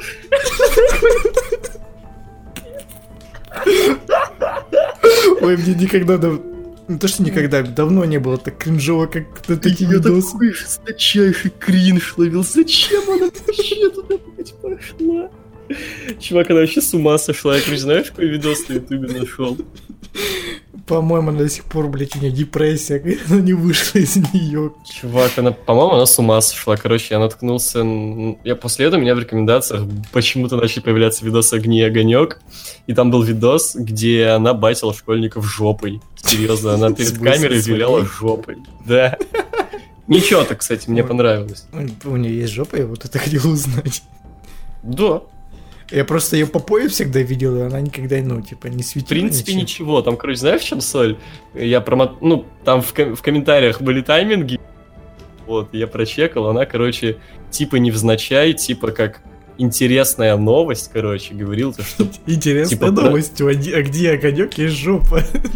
Ой, мне никогда... дав- Не то, что никогда, давно не было так кринжово, как на такие видосы. такой жесточайший кринж ловил. Зачем она вообще туда, блядь, пошла? Чувак, она вообще с ума сошла. Я, короче, знаешь, какой видос на ютубе нашел? По-моему, она до сих пор, блядь, у нее депрессия, когда она не вышла из нее. Чувак, она, по-моему, она с ума сошла. Короче, я наткнулся... н- Я после этого у меня в рекомендациях почему-то начали появляться видосы «Огни и огонек». И там был видос, где она батила школьников жопой. Серьезно, она перед смысле камерой своей? виляла жопой. Да. Ничего так, кстати, мне Ой. понравилось. У нее есть жопа, я вот это хотел узнать. Да. Я просто ее по попой всегда видел, и она никогда, ну, типа, не В светила. принципе, ничем. ничего. Там, короче, знаешь, в чем соль? Я промот... Ну, там в, ком- в комментариях были тайминги. Вот, я прочекал. Она, короче, типа невзначай, типа как интересная новость, короче, говорил, то, что... Интересная Типа, про- новость, у оди- а где огонек есть жопа?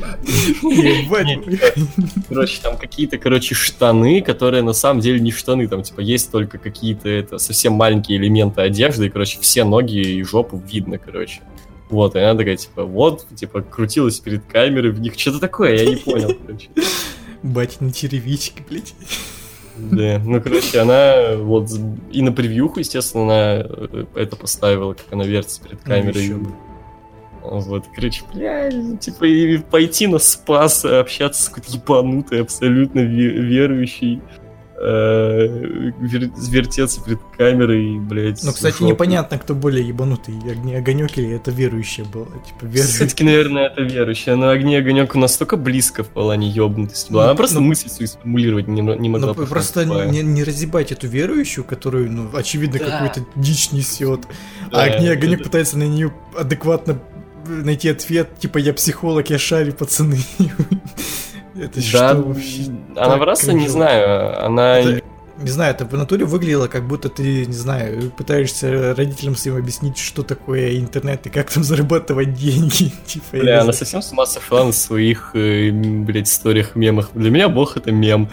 Ебать. Короче, там какие-то, короче, штаны, которые на самом деле не штаны. Там, типа, есть только какие-то это совсем маленькие элементы одежды, и, короче, все ноги и жопу видно, короче. Вот, и она такая, типа, вот, типа, крутилась перед камерой в них. Что-то такое, я не понял, короче. Батин черевички, блядь. Да, ну, короче, она вот з- и на превьюху, естественно, она э, это поставила, как она вертится перед камерой. еще бы. Вот, короче, бля, типа, и пойти на спас, общаться с какой-то ебанутой, абсолютно ве- верующей, э, вер- вертеться перед камерой, блядь. Ну, кстати, жопой. непонятно, кто более ебанутый, огни огонек или это верующая была. Типа, верующая. Все-таки, наверное, это верующая, но огни огонек настолько близко в плане ебнутости была. Она Ну, просто ну, мысль свою сформулировать не, не могла. Ну, потому просто что тупая. не, не разъебать эту верующую, которую, ну, очевидно, Да. какую-то дичь несет. Да, А огни огонек это- пытается на нее адекватно найти ответ, типа, я психолог, я шарю, пацаны. Это Да, что вообще? она так просто, не кринжово. знаю, она... Это- Не знаю, это в натуре выглядело, как будто ты, не знаю, пытаешься родителям своим объяснить, что такое интернет и как там зарабатывать деньги. Типа, Бля, она совсем с ума сошла на своих, э, блядь, историях, мемах. Для меня бог это мем.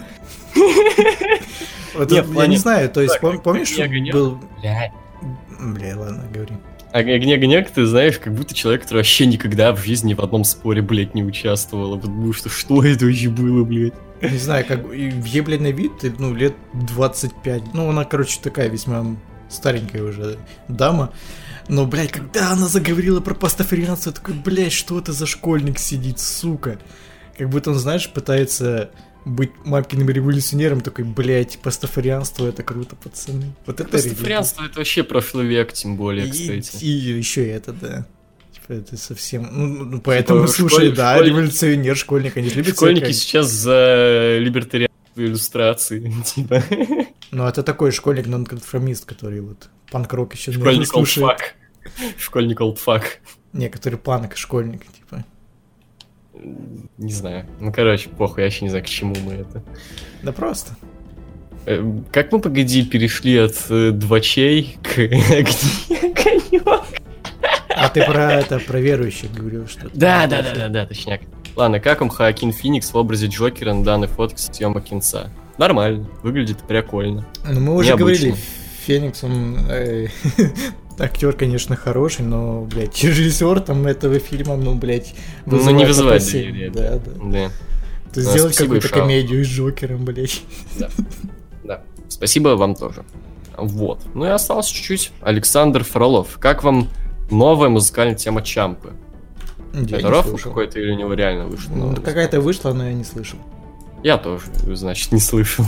Вот Нет, я не знаю, то есть пом- помнишь, что был... Бля. Бля, ладно, говори. Огне-огняк, ты знаешь, как будто человек, который вообще никогда в жизни в одном споре, блядь, не участвовал. Потому что что это вообще было, блядь? Не знаю, как въебленный вид, ну, лет двадцать пять. Ну, она, короче, такая весьма старенькая уже дама. Но, блядь, когда она заговорила про пастафарианство, я такой, блядь, что это за школьник сидит, сука? Как будто он, знаешь, пытается быть мамкиным революционером, такой, блядь, пастафарианство, это круто, пацаны. Вот это пастафарианство, это вообще прошлый век, тем более, и, кстати. И, и еще это, да. Типа, это совсем... Ну, ну поэтому, типа, слушай, школь... да, школь... революционер, школьник, они любят... Школьники как... сейчас за либертарианство иллюстрации, типа. Ну, это такой школьник, нонконформист, который вот панк-рок еще не слушает. Школьник олдфак. Не, который панк, школьник, типа. Не знаю. Ну, короче, похуй, я вообще не знаю, к чему мы это. Да просто. Как мы, погоди, перешли от э, двачей к огню? А ты про это, про верующих говорил, что... Да, да, да, да, да, точняк. Ладно, как вам Хоакин Феникс в образе Джокера на данной фотке с съемок кинца? Нормально, выглядит прикольно. Ну, мы уже говорили, Феникс, он... Э, актер, конечно, хороший, но, блядь, режиссер там этого фильма, ну, блядь... Ну, не вызывает доверия. Да, да. да. То есть сделать какую-то комедию с Джокером, блядь. Да, да. Спасибо вам тоже. Вот. Ну и осталось чуть-чуть. Александр Фролов. Как вам новая музыкальная тема Чампы? Я это рофл какой-то или у него реально вышло? Ну, какая-то вышла, но я не слышал. Я тоже, значит, не слышал.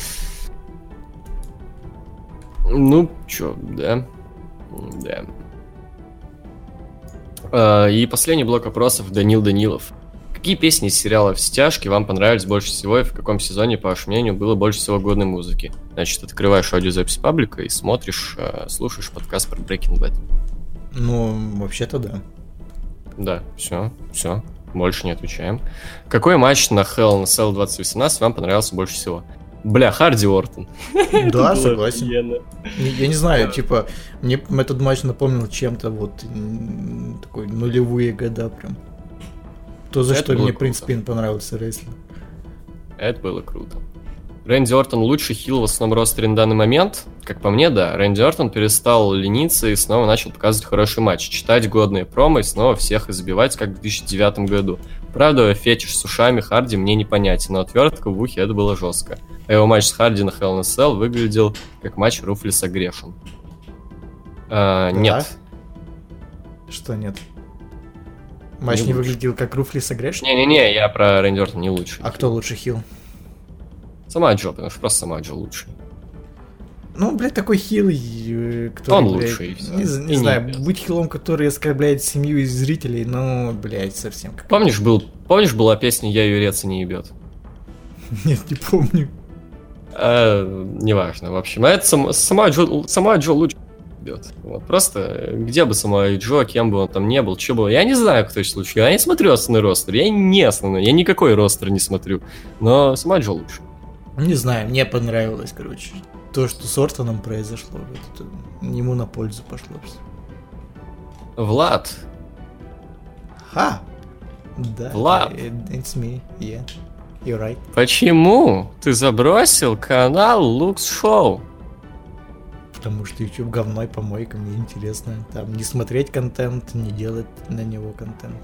Ну, чё, да. Да. А, и последний блок вопросов. Данил Данилов. Какие песни из сериала «Все тяжкие» вам понравились больше всего, и в каком сезоне, по вашему мнению, было больше всего годной музыки? Значит, открываешь аудиозапись паблика и смотришь, слушаешь подкаст про Breaking Bad. Ну, вообще-то да. Да, все, все, больше не отвечаем. Какой матч на Hell in a Cell двадцать восемнадцать вам понравился больше всего? Бля, Харди Ортон. Да, согласен. Я не знаю, типа, мне этот матч напомнил чем-то вот такой нулевые года прям. То, за что мне, в принципе, понравился рестлинг. Это было круто. Рэнди Ортон лучший хил в основном ростере на данный момент? Как по мне, да. Рэнди Ортон перестал лениться и снова начал показывать хороший матч. Читать годные промо и снова всех избивать, как в две тысячи девятом году. Правда, фетиш с ушами Харди мне непонятен, но отвертка в ухе это было жестко. А его матч с Харди на Hell in a Cell выглядел как матч Руфлиса Грешем. А, да? Нет. Что нет? Матч не, не выглядел как Руфлис Агрэшн? Не-не-не, я про Рэнди Ортон не лучший. А кто лучше хил? Сама Джо, потому что просто сама Джо лучший. Ну, блядь, такой хил, который, он блядь, лучший. Не, не, не знаю, не быть хилом, который оскорбляет семью и зрителей, ну, блядь, совсем как... Помнишь, был, помнишь, была песня «Я юреца не ебет»? Нет, не помню. А, неважно, в общем. А это сам, сама Джо, сама Джо лучше ебет. Вот, просто, где бы сама Джо, кем бы он там не был, что было. Я не знаю, кто сейчас лучше. Я не смотрю основной ростер, я не основной, я никакой ростер не смотрю. Но сама Джо лучше. Не знаю, мне понравилось, короче. То, что с Ортоном произошло, это ему на пользу пошло все. Влад. Ха! Да, Влад. It's me, yeah. You're right. Почему ты забросил канал Лукс Шоу? Потому что YouTube говно и помойка, мне интересно. Там не смотреть контент, не делать на него контент.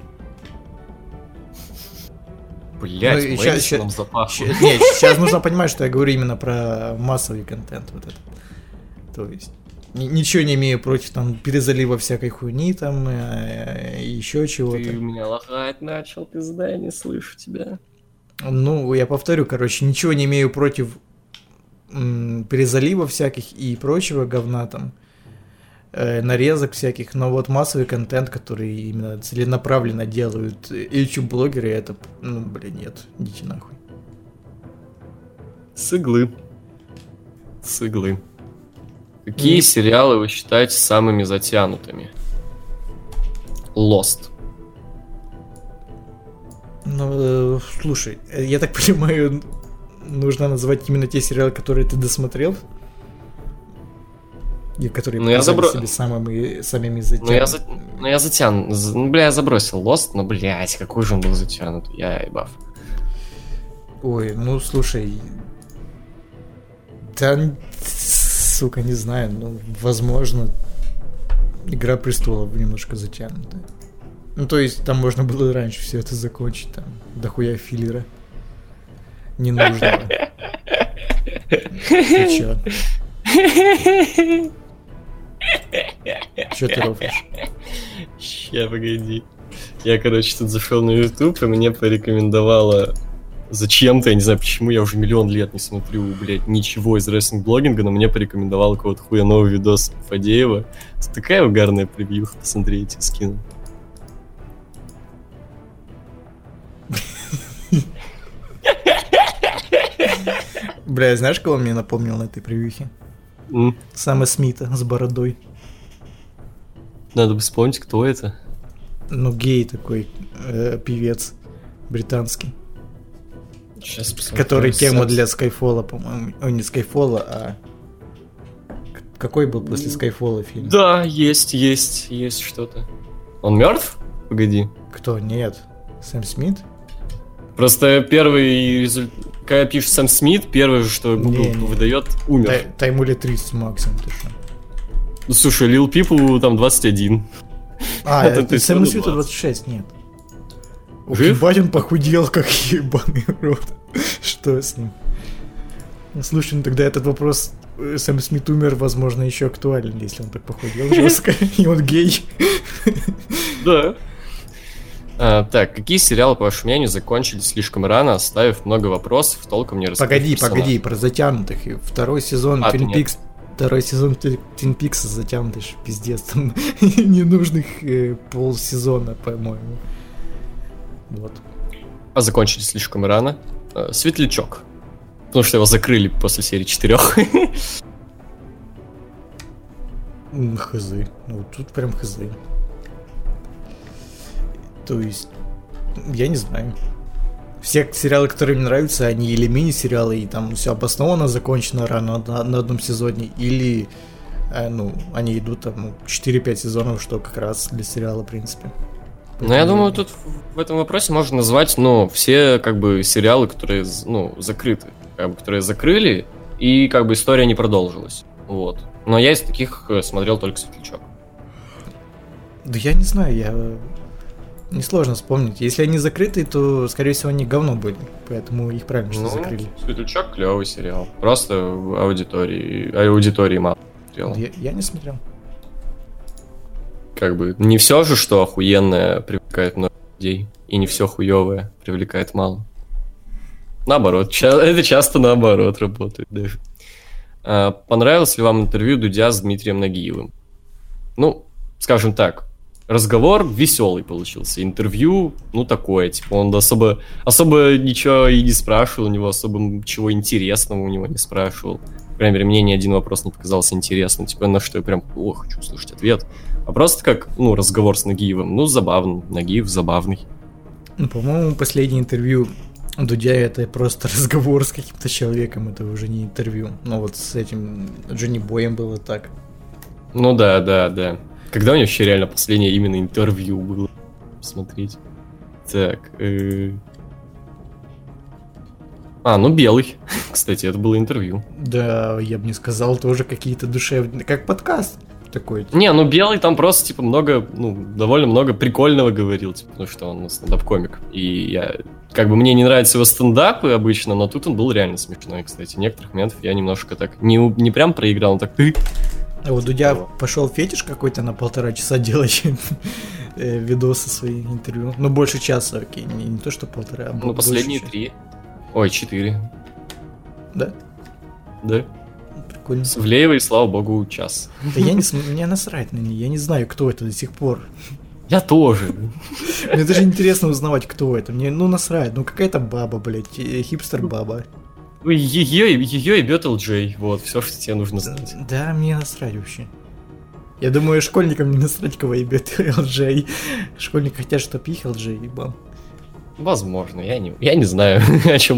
Блять, ну, сейчас, сейчас, сейчас, нет, сейчас нужно понимать, что я говорю именно про массовый контент. Вот этот. То есть ничего не имею против там перезалива всякой хуйни, там э, еще чего-то. Ты меня лохать начал, пизда, я не слышу тебя. Ну, я повторю, короче, ничего не имею против м, перезалива всяких и прочего говна там. Нарезок всяких, но вот массовый контент, который именно целенаправленно делают YouTube-блогеры, это, ну, блин, нет, идите нахуй. С иглы. С иглы. Какие mm. сериалы вы считаете самыми затянутыми? Lost. Ну, э, слушай, я так понимаю, нужно назвать именно те сериалы, которые ты досмотрел. И которые ну, я забро... себе самыми, самими затянутыми. Ну, я, за... ну, я затян... Ну, бля, я забросил Lost, но, блядь, какой же он был затянут. Я ебав. Ой, ну, слушай... Да, сука, не знаю, ну, возможно, Игра престолов немножко затянутая. Ну, то есть, там можно было раньше все это закончить, там, дохуя филлера. Ненужного. Ты чё? Чё ты рофлишь? Ща, погоди. Я, короче, тут зашел на YouTube, и мне порекомендовала зачем-то, я не знаю почему, я уже миллион лет не смотрю, блядь, ничего из рестлинг-блогинга, но мне порекомендовал какого-то хуя новый видос Фадеева. Это такая угарная превьюха, посмотрите, скину. Бля, знаешь, кого мне напомнил на этой превьюхе? Mm. Сэма Смита с бородой. Надо бы вспомнить, кто это. Ну, гей такой, э, певец британский. Сейчас посмотрю. Который тему для Скайфола, по-моему. Ой, не Скайфола, а... Какой был после Скайфола фильм? Да, есть, есть, есть что-то. Он мертв? Погоди. Кто? Нет. Сэм Смит? Просто первый результат... Когда пишет Сэм Смит, первое же, что Google не, не. выдает, умер. Тай, тайму лет тридцать максимум, ты что? Ну, слушай, Lil Peep там двадцать один. А, это Сэму Смиту двадцать шесть, нет. Жив? Ебать, он похудел, как ебаный рот. Что с ним? Ну, слушай, ну тогда этот вопрос Сэм Смит умер, возможно, еще актуален, если он так похудел жестко, и он гей. Да. А, так, какие сериалы, по вашему мнению, закончились слишком рано, оставив много вопросов, толком не раскрыв Погоди, персонажа? погоди, про затянутых. Второй сезон а, Twin Peaks, второй сезон Twin Peaks затянутый, пиздец, там ненужных э, полсезона, по-моему. Вот. А закончились слишком рано. А, Светлячок. Потому что его закрыли после серии четырех. Хз. Ну, тут прям хз. То есть, я не знаю. Все сериалы, которые мне нравятся, они или мини-сериалы, и там все обосновано, закончено рано на, на одном сезоне, или э, ну, они идут там ну, четыре-пять сезонов, что как раз для сериала, в принципе. Ну, я думаю, тут в этом вопросе можно назвать, ну, все, как бы, сериалы, которые, ну, закрыты, как бы, которые закрыли, и, как бы, история не продолжилась, вот. Но я из таких смотрел только «Светлячок». Да я не знаю, я... Несложно вспомнить. Если они закрыты, то, скорее всего, они говно были. Поэтому их правильно, что ну, закрыли. «Светлячок» клевый сериал. Просто аудитории, аудитории мало смотрел. Я, я не смотрел. Как бы не все же, что охуенное привлекает много людей, и не все хуевое привлекает мало. Наоборот, ча- это часто наоборот работает даже. А, понравилось ли вам интервью Дудя с Дмитрием Нагиевым? Ну, скажем так, разговор веселый получился, интервью, ну, такое, типа, он особо, особо ничего и не спрашивал, у него особо ничего интересного у него не спрашивал. По крайней мере, мне ни один вопрос не показался интересным, типа, на что я прям, о, хочу услышать ответ. А просто как, ну, разговор с Нагиевым, ну, забавный, Нагиев забавный. Ну, по-моему, последнее интервью Дудя — это просто разговор с каким-то человеком, это уже не интервью. Ну, вот с этим Джонни Боем было так. Ну, да, да, да. Когда у него вообще реально последнее именно интервью было? Посмотреть. Так. Э... А, ну Белый. Кстати, это было интервью. Да, я бы не сказал, тоже какие-то душевные. Как подкаст такой. Не, ну Белый там просто, типа, много, ну, довольно много прикольного говорил, типа, потому что он стендап-комик. И я, как бы, мне не нравятся его стендапы обычно, но тут он был реально смешной, кстати. Некоторых моментов я немножко так, не, не прям проиграл, но так... А вот Дудя пошел фетиш какой-то на полтора часа делать видосы свои, интервью. Ну, больше часа, окей, не, не то, что полтора, а ну, последние три. Ой, четыре. Да? Да. Прикольно. С Ивлеевой, слава богу, час. Да я не... Мне насрать на нее, я не знаю, кто это до сих пор. Я тоже. Мне даже интересно узнавать, кто это. Мне, ну, насрать, ну, какая-то баба, блядь, хипстер-баба. Ее, ее ебет эл джей, вот, все, что тебе нужно знать. Да, мне насрать вообще. Я думаю, школьникам не насрать, кого ебет эл джей. Школьники хотят, чтоб их эл джей ебал. Возможно, я не, я не знаю, о чем думаю.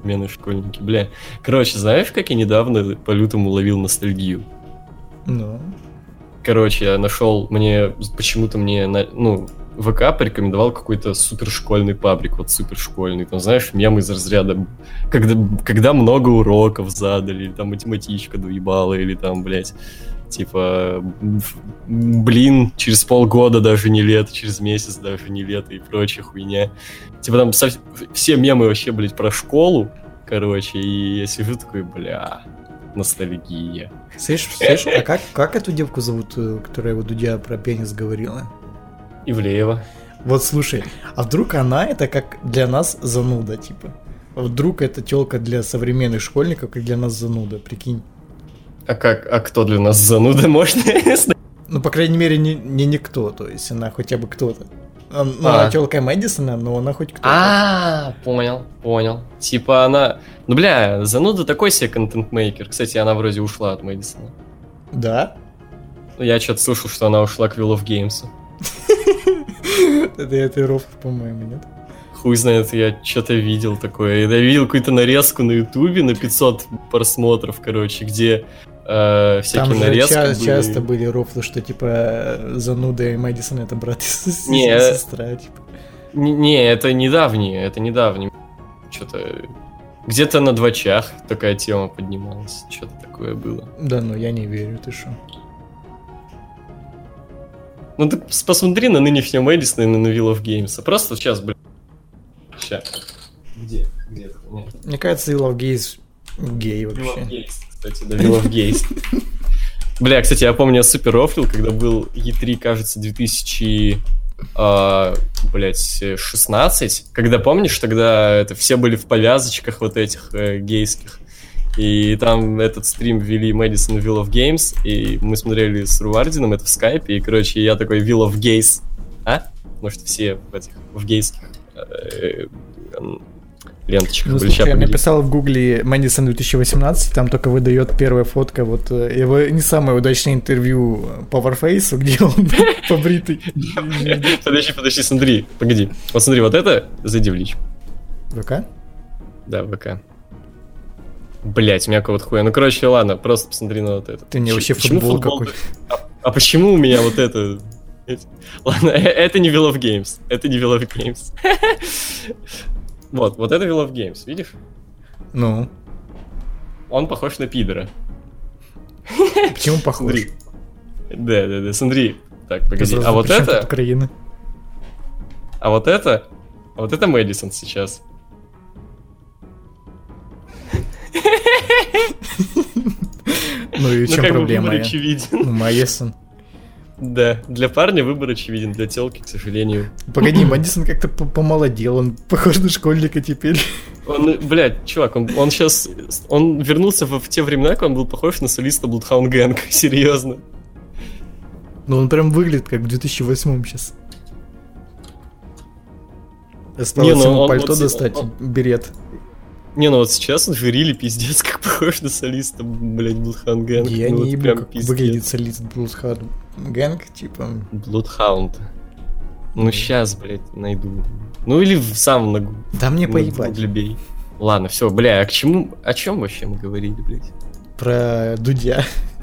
современные школьники, бля. Короче, знаешь, как я недавно по-лютому ловил ностальгию? Ну. Короче, я нашел, мне, почему-то мне, ну, ВК порекомендовал какой-то супершкольный паблик, вот супершкольный, там, знаешь, мем из разряда, когда, когда много уроков задали, или там математичка доебала, или там, блядь, типа, блин, через полгода даже не лето, через месяц даже не лето и прочая хуйня. Типа там со... все мемы вообще, блядь, про школу, короче, и я сижу такой, бля, ностальгия. Слышь, слышь, а как, как эту девку зовут, которая вот Дудя про пенис говорила? Ивлеева. Вот слушай, а вдруг она это как для нас зануда, типа? Вдруг эта тёлка для современных школьников, как для нас зануда, прикинь? А как, а кто для нас зануда, можно? Ну, по крайней мере, не, не никто, то есть она хотя бы кто-то. Ну, А. она тёлка Мэдисона, но она хоть кто-то. А, понял, понял. Типа она... Ну, бля, зануда такой себе контент-мейкер. Кстати, она вроде ушла от Мэдисона. Да? Я что-то слышал, что она ушла к Will of Games. Это этой рофл, по-моему, нет? Хуй знает, я что-то видел такое. Я видел какую-то нарезку на Ютубе на пятьсот просмотров, короче, где э, всякие Там же нарезки ча- были. часто были рофлы, что типа зануда и Мэдисон это брат и с- Не, и сестра, типа. Не, не, это недавние, это недавние. Что-то... Где-то на двачах такая тема поднималась. Что-то такое было. Да, ну я не верю, ты шо. Ну ты посмотри на нынешнего Мэдисона и на Will of Games. Просто сейчас, блин. Сейчас. Где? Где это? Нет. Мне кажется, Will of Gays гей Will of вообще. Games, кстати, да, Will of Games. Бля, кстати, я помню, я супер рофлил, когда был и три, кажется, две тысячи, а, блять, шестнадцать. Когда, помнишь, тогда это все были в повязочках вот этих э, гейских. И там этот стрим ввели Мэдисон Will of Games, и мы смотрели с Рувардином это в скайпе, и, короче, я такой Will of Gays. А? Может, все в этих, в гейских э, э, ленточках Ну, были. слушай, Ща, я погоди. написал в гугле Мэдисон две тысячи восемнадцать, там только выдает первая фотка, вот э, его не самое удачное интервью по Warface, где он побритый. Подожди, подожди, смотри, погоди. Вот смотри, вот это, зайди в личку. ВК? Да, в ВК. Блять, у меня какого-то хуя. Ну, короче, ладно, просто посмотри на вот это. Ты мне Ч- вообще почему футбол какой. А, а почему у меня вот это... Ладно, э- это не Will of Games. Это не Will of Games. Вот, вот это Will of Games, видишь? Ну, Он похож на пидора. почему похож? Смотри. Да, да, да, смотри. Так, погоди. Сразу, А вот причём тут это... Украина. А вот это... А вот это Мэдисон сейчас. Ну и в Ну, чем как бы проблема? выбор я? очевиден. Ну, Мэдисон. Да, для парня выбор очевиден, для телки, к сожалению. Погоди, Мэдисон как-то по- помолодел, он похож на школьника теперь. Он, блядь, чувак, он, он сейчас... Он вернулся в, в те времена, когда он был похож на солиста Bloodhound Gang, серьезно. Ну он прям выглядит как в две тысячи восьмом сейчас. Осталось Не, ну ему он пальто вот- достать, он- берет. Не, ну вот сейчас он жирили, пиздец, как похож на солиста, блядь, Bloodhound Gang. Я ну, не вот ебу, прям как пиздец. выглядит солист Bloodhound Gang, типа... Bloodhound. Ну сейчас, блядь, найду. Ну или в сам на гу- Да мне на поебать. гугле бей. Ладно, все, бля, а к чему... О чем вообще мы говорили, блядь? Про Дудя.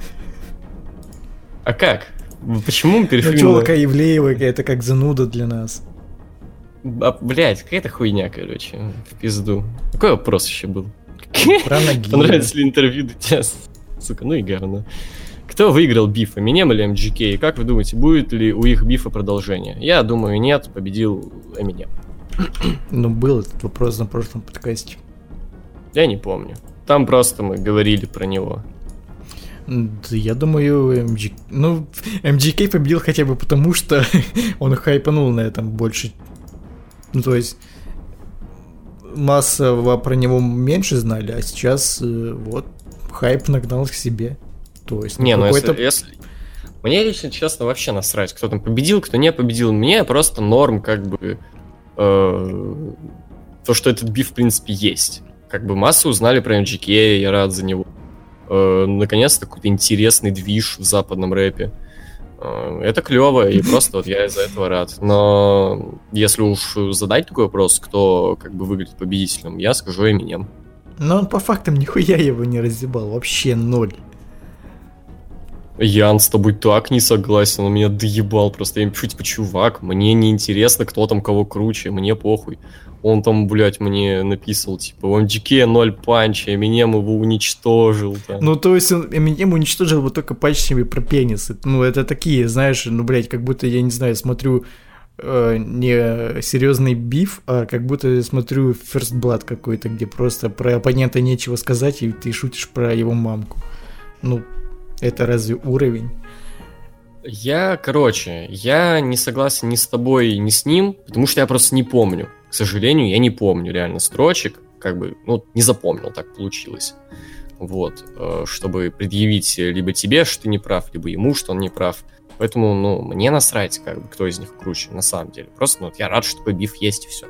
А как? Почему мы Ну, перешли на... тёлка Ивлеева, это как зануда для нас. А, блядь, какая-то хуйня, короче, в пизду. Какой вопрос еще был? Про ноги. Понравится ли интервью Дудя? Сука, ну и говно. Кто выиграл биф, Eminem или эм джи кей? Как вы думаете, будет ли у их бифа продолжение? Я думаю, нет, победил Eminem. Ну, был этот вопрос на прошлом подкасте. Я не помню. Там просто мы говорили про него. Да, я думаю, эм джи... Ну, эм джи кей победил хотя бы потому, что он хайпанул на этом больше. Ну, то есть, массово про него меньше знали, а сейчас э, вот хайп нагнал к себе. То есть, ну, Не, ну какой-то... если, если... Мне лично, честно, вообще насрать, кто там победил, кто не победил. Мне просто норм, как бы... э, то, что этот биф, в принципе, есть. Как бы массу узнали про эм джи кей, я рад за него. Э, наконец-то какой-то интересный движ в западном рэпе. Э, это клево, и просто вот я из-за этого рад. Но если уж задать такой вопрос, кто как бы выглядит победителем, я скажу Eminem. Но он по фактам нихуя его не разъебал, вообще ноль. Ян, с тобой так не согласен, он меня доебал просто. Я им пишу, типа, чувак, мне не интересно, кто там кого круче, мне похуй. Он там, блядь, мне написал, типа, у эм джи кей ноль панча, Эминем его уничтожил. Там. Ну, то есть он Эминем уничтожил его только патчами про пенисы. Ну, это такие, знаешь, ну, блядь, как будто, я не знаю, смотрю э, не серьезный биф, а как будто смотрю First Blood какой-то, где просто про оппонента нечего сказать, и ты шутишь про его мамку. Ну, это разве уровень? Я, короче, я не согласен ни с тобой, ни с ним, потому что я просто не помню. К сожалению, я не помню реально строчек, как бы, ну, не запомнил, так получилось. Вот, чтобы предъявить либо тебе, что ты не прав, либо ему, что он не прав. Поэтому, ну, мне насрать, как бы, кто из них круче, на самом деле. Просто, ну, вот я рад, что биф есть и все.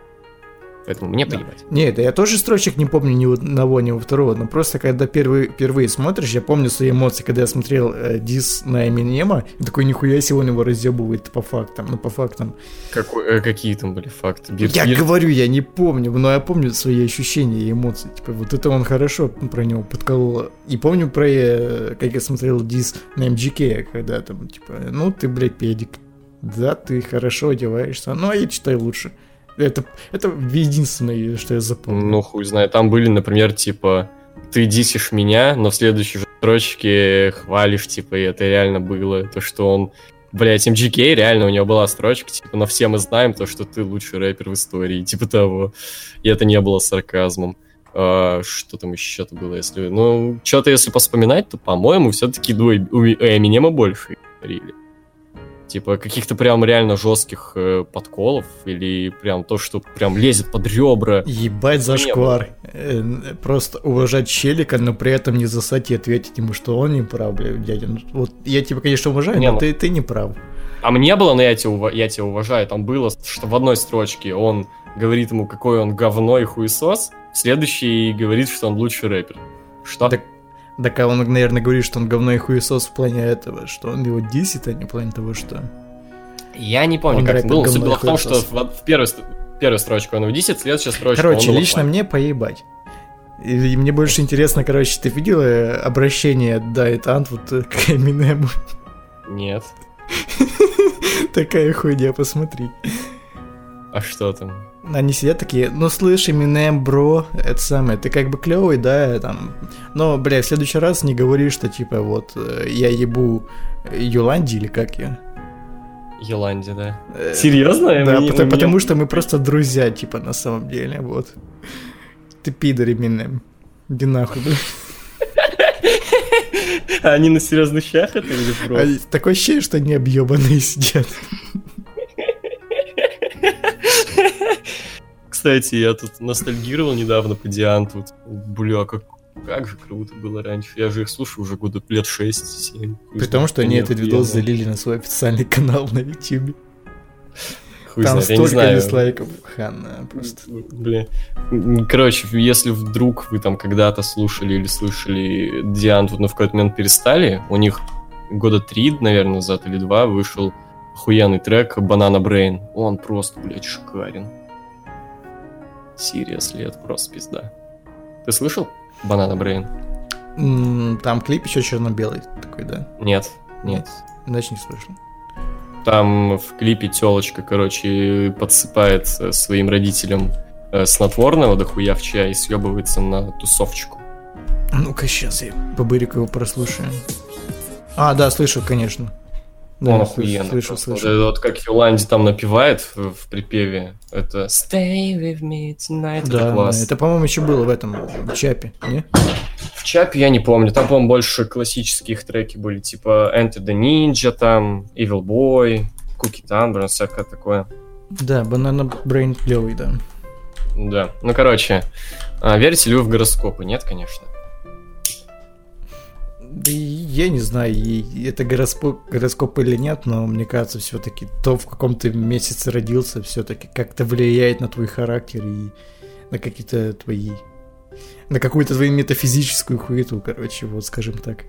Поэтому мне поебать. Да. Нет, я тоже строчек не помню ни одного, ни второго, но просто когда первый, впервые смотришь, я помню свои эмоции, когда я смотрел э, дис на Эминема, и такой, нихуя себе он его разъебывает по фактам, ну по фактам. Какой, э, какие там были факты? Бир, я бир... говорю, я не помню, но я помню свои ощущения и эмоции, типа вот это он хорошо про него подколол. И помню про, э, как я смотрел дис на эм джи кей, когда там, типа, ну ты, блядь, педик, да, ты хорошо одеваешься, ну а я читаю лучше. Это, это единственное, что я запомнил. Ну, хуй знает. Там были, например, типа, ты дисишь меня, но в следующей же строчке хвалишь, типа, и это реально было. То, что он... Блять, эм джи кей, реально, у него была строчка, типа, но все мы знаем то, что ты лучший рэпер в истории, типа того. И это не было сарказмом. А, что там еще-то было, если... Ну, что-то если поспоминать, то, по-моему, все-таки ну, у Эминема больше говорили. Типа каких-то прям реально жестких э, подколов или прям то, что прям лезет под ребра. Ебать зашквар. Э, просто уважать челика, но при этом не засать и ответить ему, что он не прав, блядь, дядя. Ну, вот я тебя, конечно, уважаю, не, но ну... ты, ты не прав. А мне было, но я тебя, я тебя уважаю, там было, что в одной строчке он говорит ему, какой он говно и хуесос, в следующей говорит, что он лучший рэпер. Что? Так... Так а он, наверное, говорит, что он говно и хуесос в плане этого, что он его десять, а не в плане того, что... Я не помню, он как это было. Суть была в том, что в, в первой, первой строчке он его десять, следующая строчка короче, он его лично мне поебать. И мне больше интересно, короче, ты видел обращение Дайт Антвуд к Эминему? Нет. Такая хуйня, посмотри. А что там? Они сидят такие, ну слышь, Эминем, бро, это самое, ты как бы клевый, да, там, но, бля, в следующий раз не говори, что, типа, вот, я ебу Юланди или как я? Еланди, да. Э, Серьезно? Да, мне, потому, мне... потому что мы просто друзья, типа, на самом деле, вот. Ты пидор, Эминем. Иди нахуй, бля. А они на серьезных щах это или просто? Такое ощущение, что они объебанные сидят. Кстати, я тут ностальгировал недавно по Дианту. Бля, как, как же круто было раньше. Я же их слушаю уже года лет шесть-семь. При том, что они этот видос залили на свой официальный канал на YouTube. Хуй там знает, столько дизлайков. Хана просто. Блин. Короче, если вдруг вы там когда-то слушали или слышали Дианту, но в какой-то момент перестали, у них года три, наверное, назад или два вышел охуенный трек Banana Brain. Он просто, блядь, шикарен. Seriously, это просто пизда. Ты слышал Banana Brain? Mm, там клип еще черно-белый такой, да? Нет, нет. Иначе не слышал. Там в клипе тёлочка, короче, подсыпает своим родителям снотворного дохуя в чай и съебывается на тусовочку. Ну-ка, сейчас я по бырику его прослушаю. А, да, слышу, конечно. Да, он охуенно. Слышу, слышу. Вот, вот как Юланди там напевает в, в припеве, это Stay with me tonight. Да, это класс. Это, по-моему, еще было в этом, в Чапе, не? В Чапе я не помню, там, по-моему, больше классические их треки были, типа Enter the Ninja, там, Evil Boy, Cookie Tamburn, всякое такое. Да, Banana Brain клевый, да. Да, ну, короче, верите ли вы в гороскопы? Нет, конечно. Да я не знаю, это гороскоп, гороскоп или нет, но мне кажется, все-таки то, в каком ты месяце родился, все-таки как-то влияет на твой характер и на какие-то твои... на какую-то твою метафизическую хуету, короче, вот скажем так.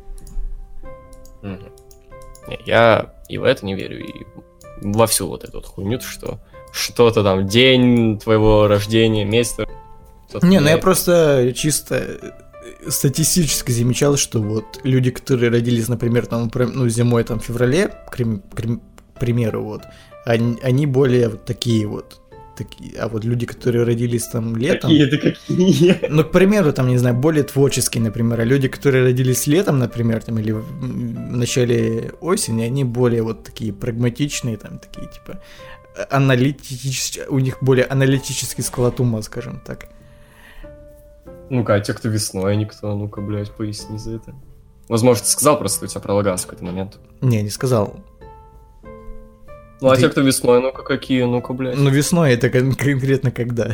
Я и в это не верю, и во всю вот эту вот хуйню, что что-то там, день твоего рождения, месяц... Не, ну я просто чисто статистически замечал, что вот люди, которые родились, например, там, ну, зимой, там, в феврале, к примеру, вот, они, они более вот такие вот, такие, а вот люди, которые родились там летом... Какие-то какие? Ну, к примеру, там, не знаю, более творческие, например, а люди, которые родились летом, например, там, или в начале осени, они более вот такие прагматичные, там, такие, типа, аналитические, у них более аналитический склад ума, скажем так. Ну-ка, а те, кто весной, а никто, ну-ка, блядь, поясни за это. Возможно, ты сказал, просто у тебя пролагался в какой-то момент. Не, не сказал. Ну, а Ты... те, кто весной, ну-ка, какие, ну-ка, блядь. Ну, весной это кон- конкретно когда?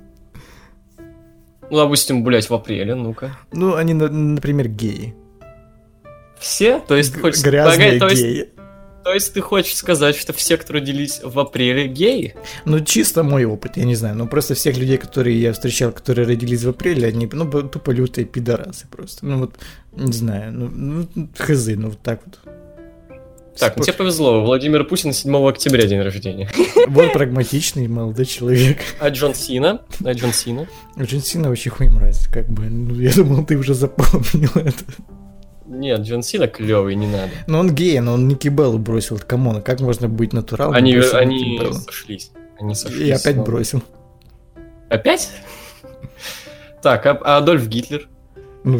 Ну, допустим, блядь, в апреле, ну-ка. Ну, они, например, геи. Все? То есть, ты хочешь... Грязные Погоди, геи. То есть... То есть ты хочешь сказать, что все, кто родились в апреле, геи? Ну, чисто мой опыт, я не знаю. Ну, просто всех людей, которые я встречал, которые родились в апреле, они, ну, тупо лютые пидорасы просто. Ну, вот, не знаю, ну, ну хз, ну, вот так вот. Так, ну тебе повезло, Владимир Путин седьмого октября день рождения. Вот прагматичный молодой человек. А Джон Сина? А Джон Сина? Джон Сина вообще хуй мразь, как бы. Ну, я думал, ты уже запомнил это. Нет, Джон Сина клевый, не надо. Но он гей, но он Ники Беллу бросил. Камон, как можно быть натуралом? Они, они сошлись. Они сошлись. И опять но... бросил. Опять? Так, а, а Адольф Гитлер? Ну...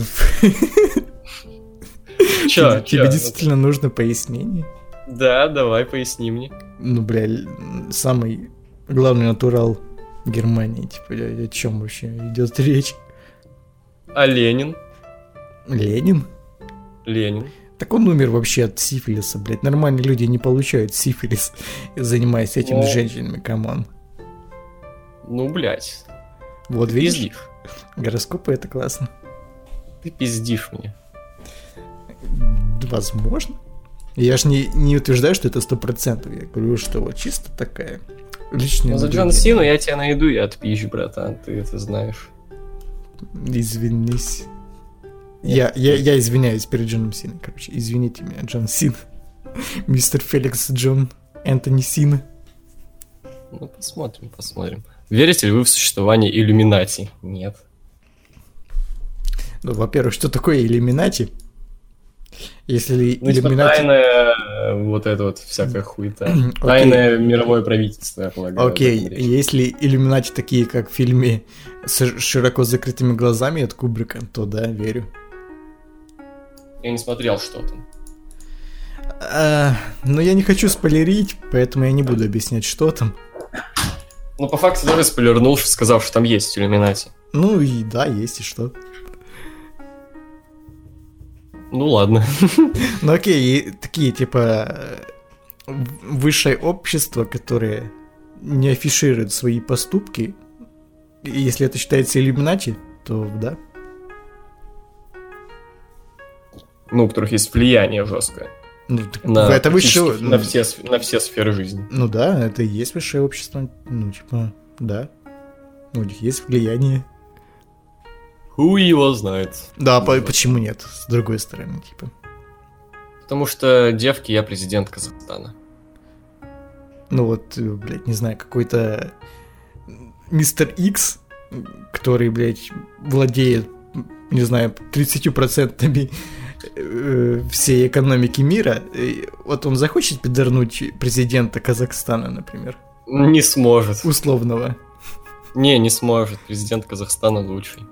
Чё, Тебе действительно нужно пояснение? Да, давай, поясни мне. Ну, бля, самый главный натурал Германии, типа, о чем вообще идет речь? А Ленин? Ленин? Ленин. Так он умер вообще от сифилиса, блядь. Нормальные люди не получают сифилис, занимаясь этим Но... с женщинами, камон. Ну, блядь. Вот ты видишь? Пиздишь. Гороскопы — это классно. Ты пиздишь мне. Возможно. Я ж не, не утверждаю, что это сто процентов. Я говорю, что вот чисто такая личная... Ну, за Джон Сину я тебя найду и отпизжу, братан. Ты это знаешь. Извинись. Я, я, я извиняюсь перед Джоном Синой, короче. Извините меня, Джон Син. Мистер Феликс Джон Энтони Сина. Ну, посмотрим, посмотрим. Верите ли вы в существование иллюминати? Нет. Ну, во-первых, что такое иллюминати? Если ну, иллюминати... Типа тайная вот это вот всякая хуета. Тайное мировое правительство, я полагаю. Окей, если иллюминати такие, как в фильме с широко закрытыми глазами от Кубрика, то да, верю. Я не смотрел, что там. А, но я не хочу спойлерить, поэтому я не буду объяснять, что там. Ну, по факту, даже спойлернул, сказав, что там есть иллюминати. Ну и да, есть и что. Ну ладно. Ну окей, такие типа высшее общество, которое не афиширует свои поступки, и если это считается иллюминати, то да. Ну, у которых есть влияние жесткое. Ну, на, это высшее... на, все, на все сферы жизни. Ну да, это и есть высшее общество. Ну, типа, да. У них есть влияние. Хуй его знает. Да, по- почему нет? С другой стороны, типа. Потому что, девки, я президент Казахстана. Ну вот, блядь, не знаю, какой-то мистер Икс, который, блядь, владеет, не знаю, тридцать процентов всей экономики мира, вот он захочет пидорнуть президента Казахстана, например? Не сможет. Условного. Не, не сможет. Президент Казахстана лучший.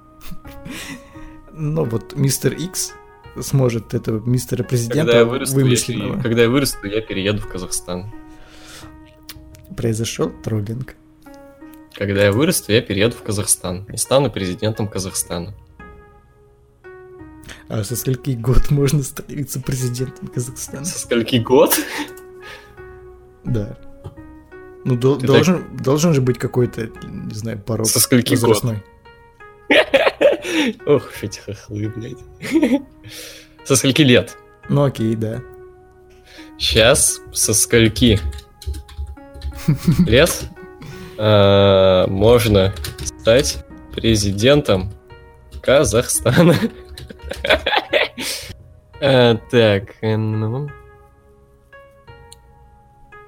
Ну вот мистер Икс сможет этого мистера президента когда я вырасту, вымышленного. Я, когда я вырасту, я перееду в Казахстан. Произошел троллинг. Когда я вырасту, я перееду в Казахстан и стану президентом Казахстана. А со скольки год можно становиться президентом Казахстана? Со скольки год? Да. Ну, до, должен, так... должен же быть какой-то, не знаю, порог. Со скольки возрастной. Год? Ох уж эти хохлы, блядь. Со скольки лет? Ну окей, да. Сейчас со скольки лет э, можно стать президентом Казахстана? э, так.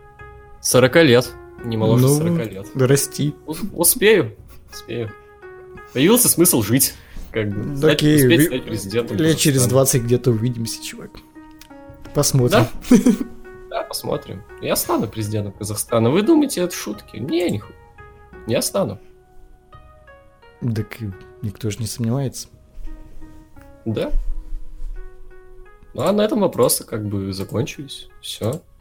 сорок лет. Не моложе ну, сорок лет. Расти. У- успею. Успею. Появился смысл жить. Как бы. Стать, Окей, успеть ви- стать президентом. Лет через Казахстана. двадцать где-то увидимся, чувак. Посмотрим. Да? Да, посмотрим. Я стану президентом Казахстана. Вы думаете, это шутки? Не, нихуя. Я стану. Так и никто же не сомневается. Да. Ну, а на этом вопросы как бы закончились. Все.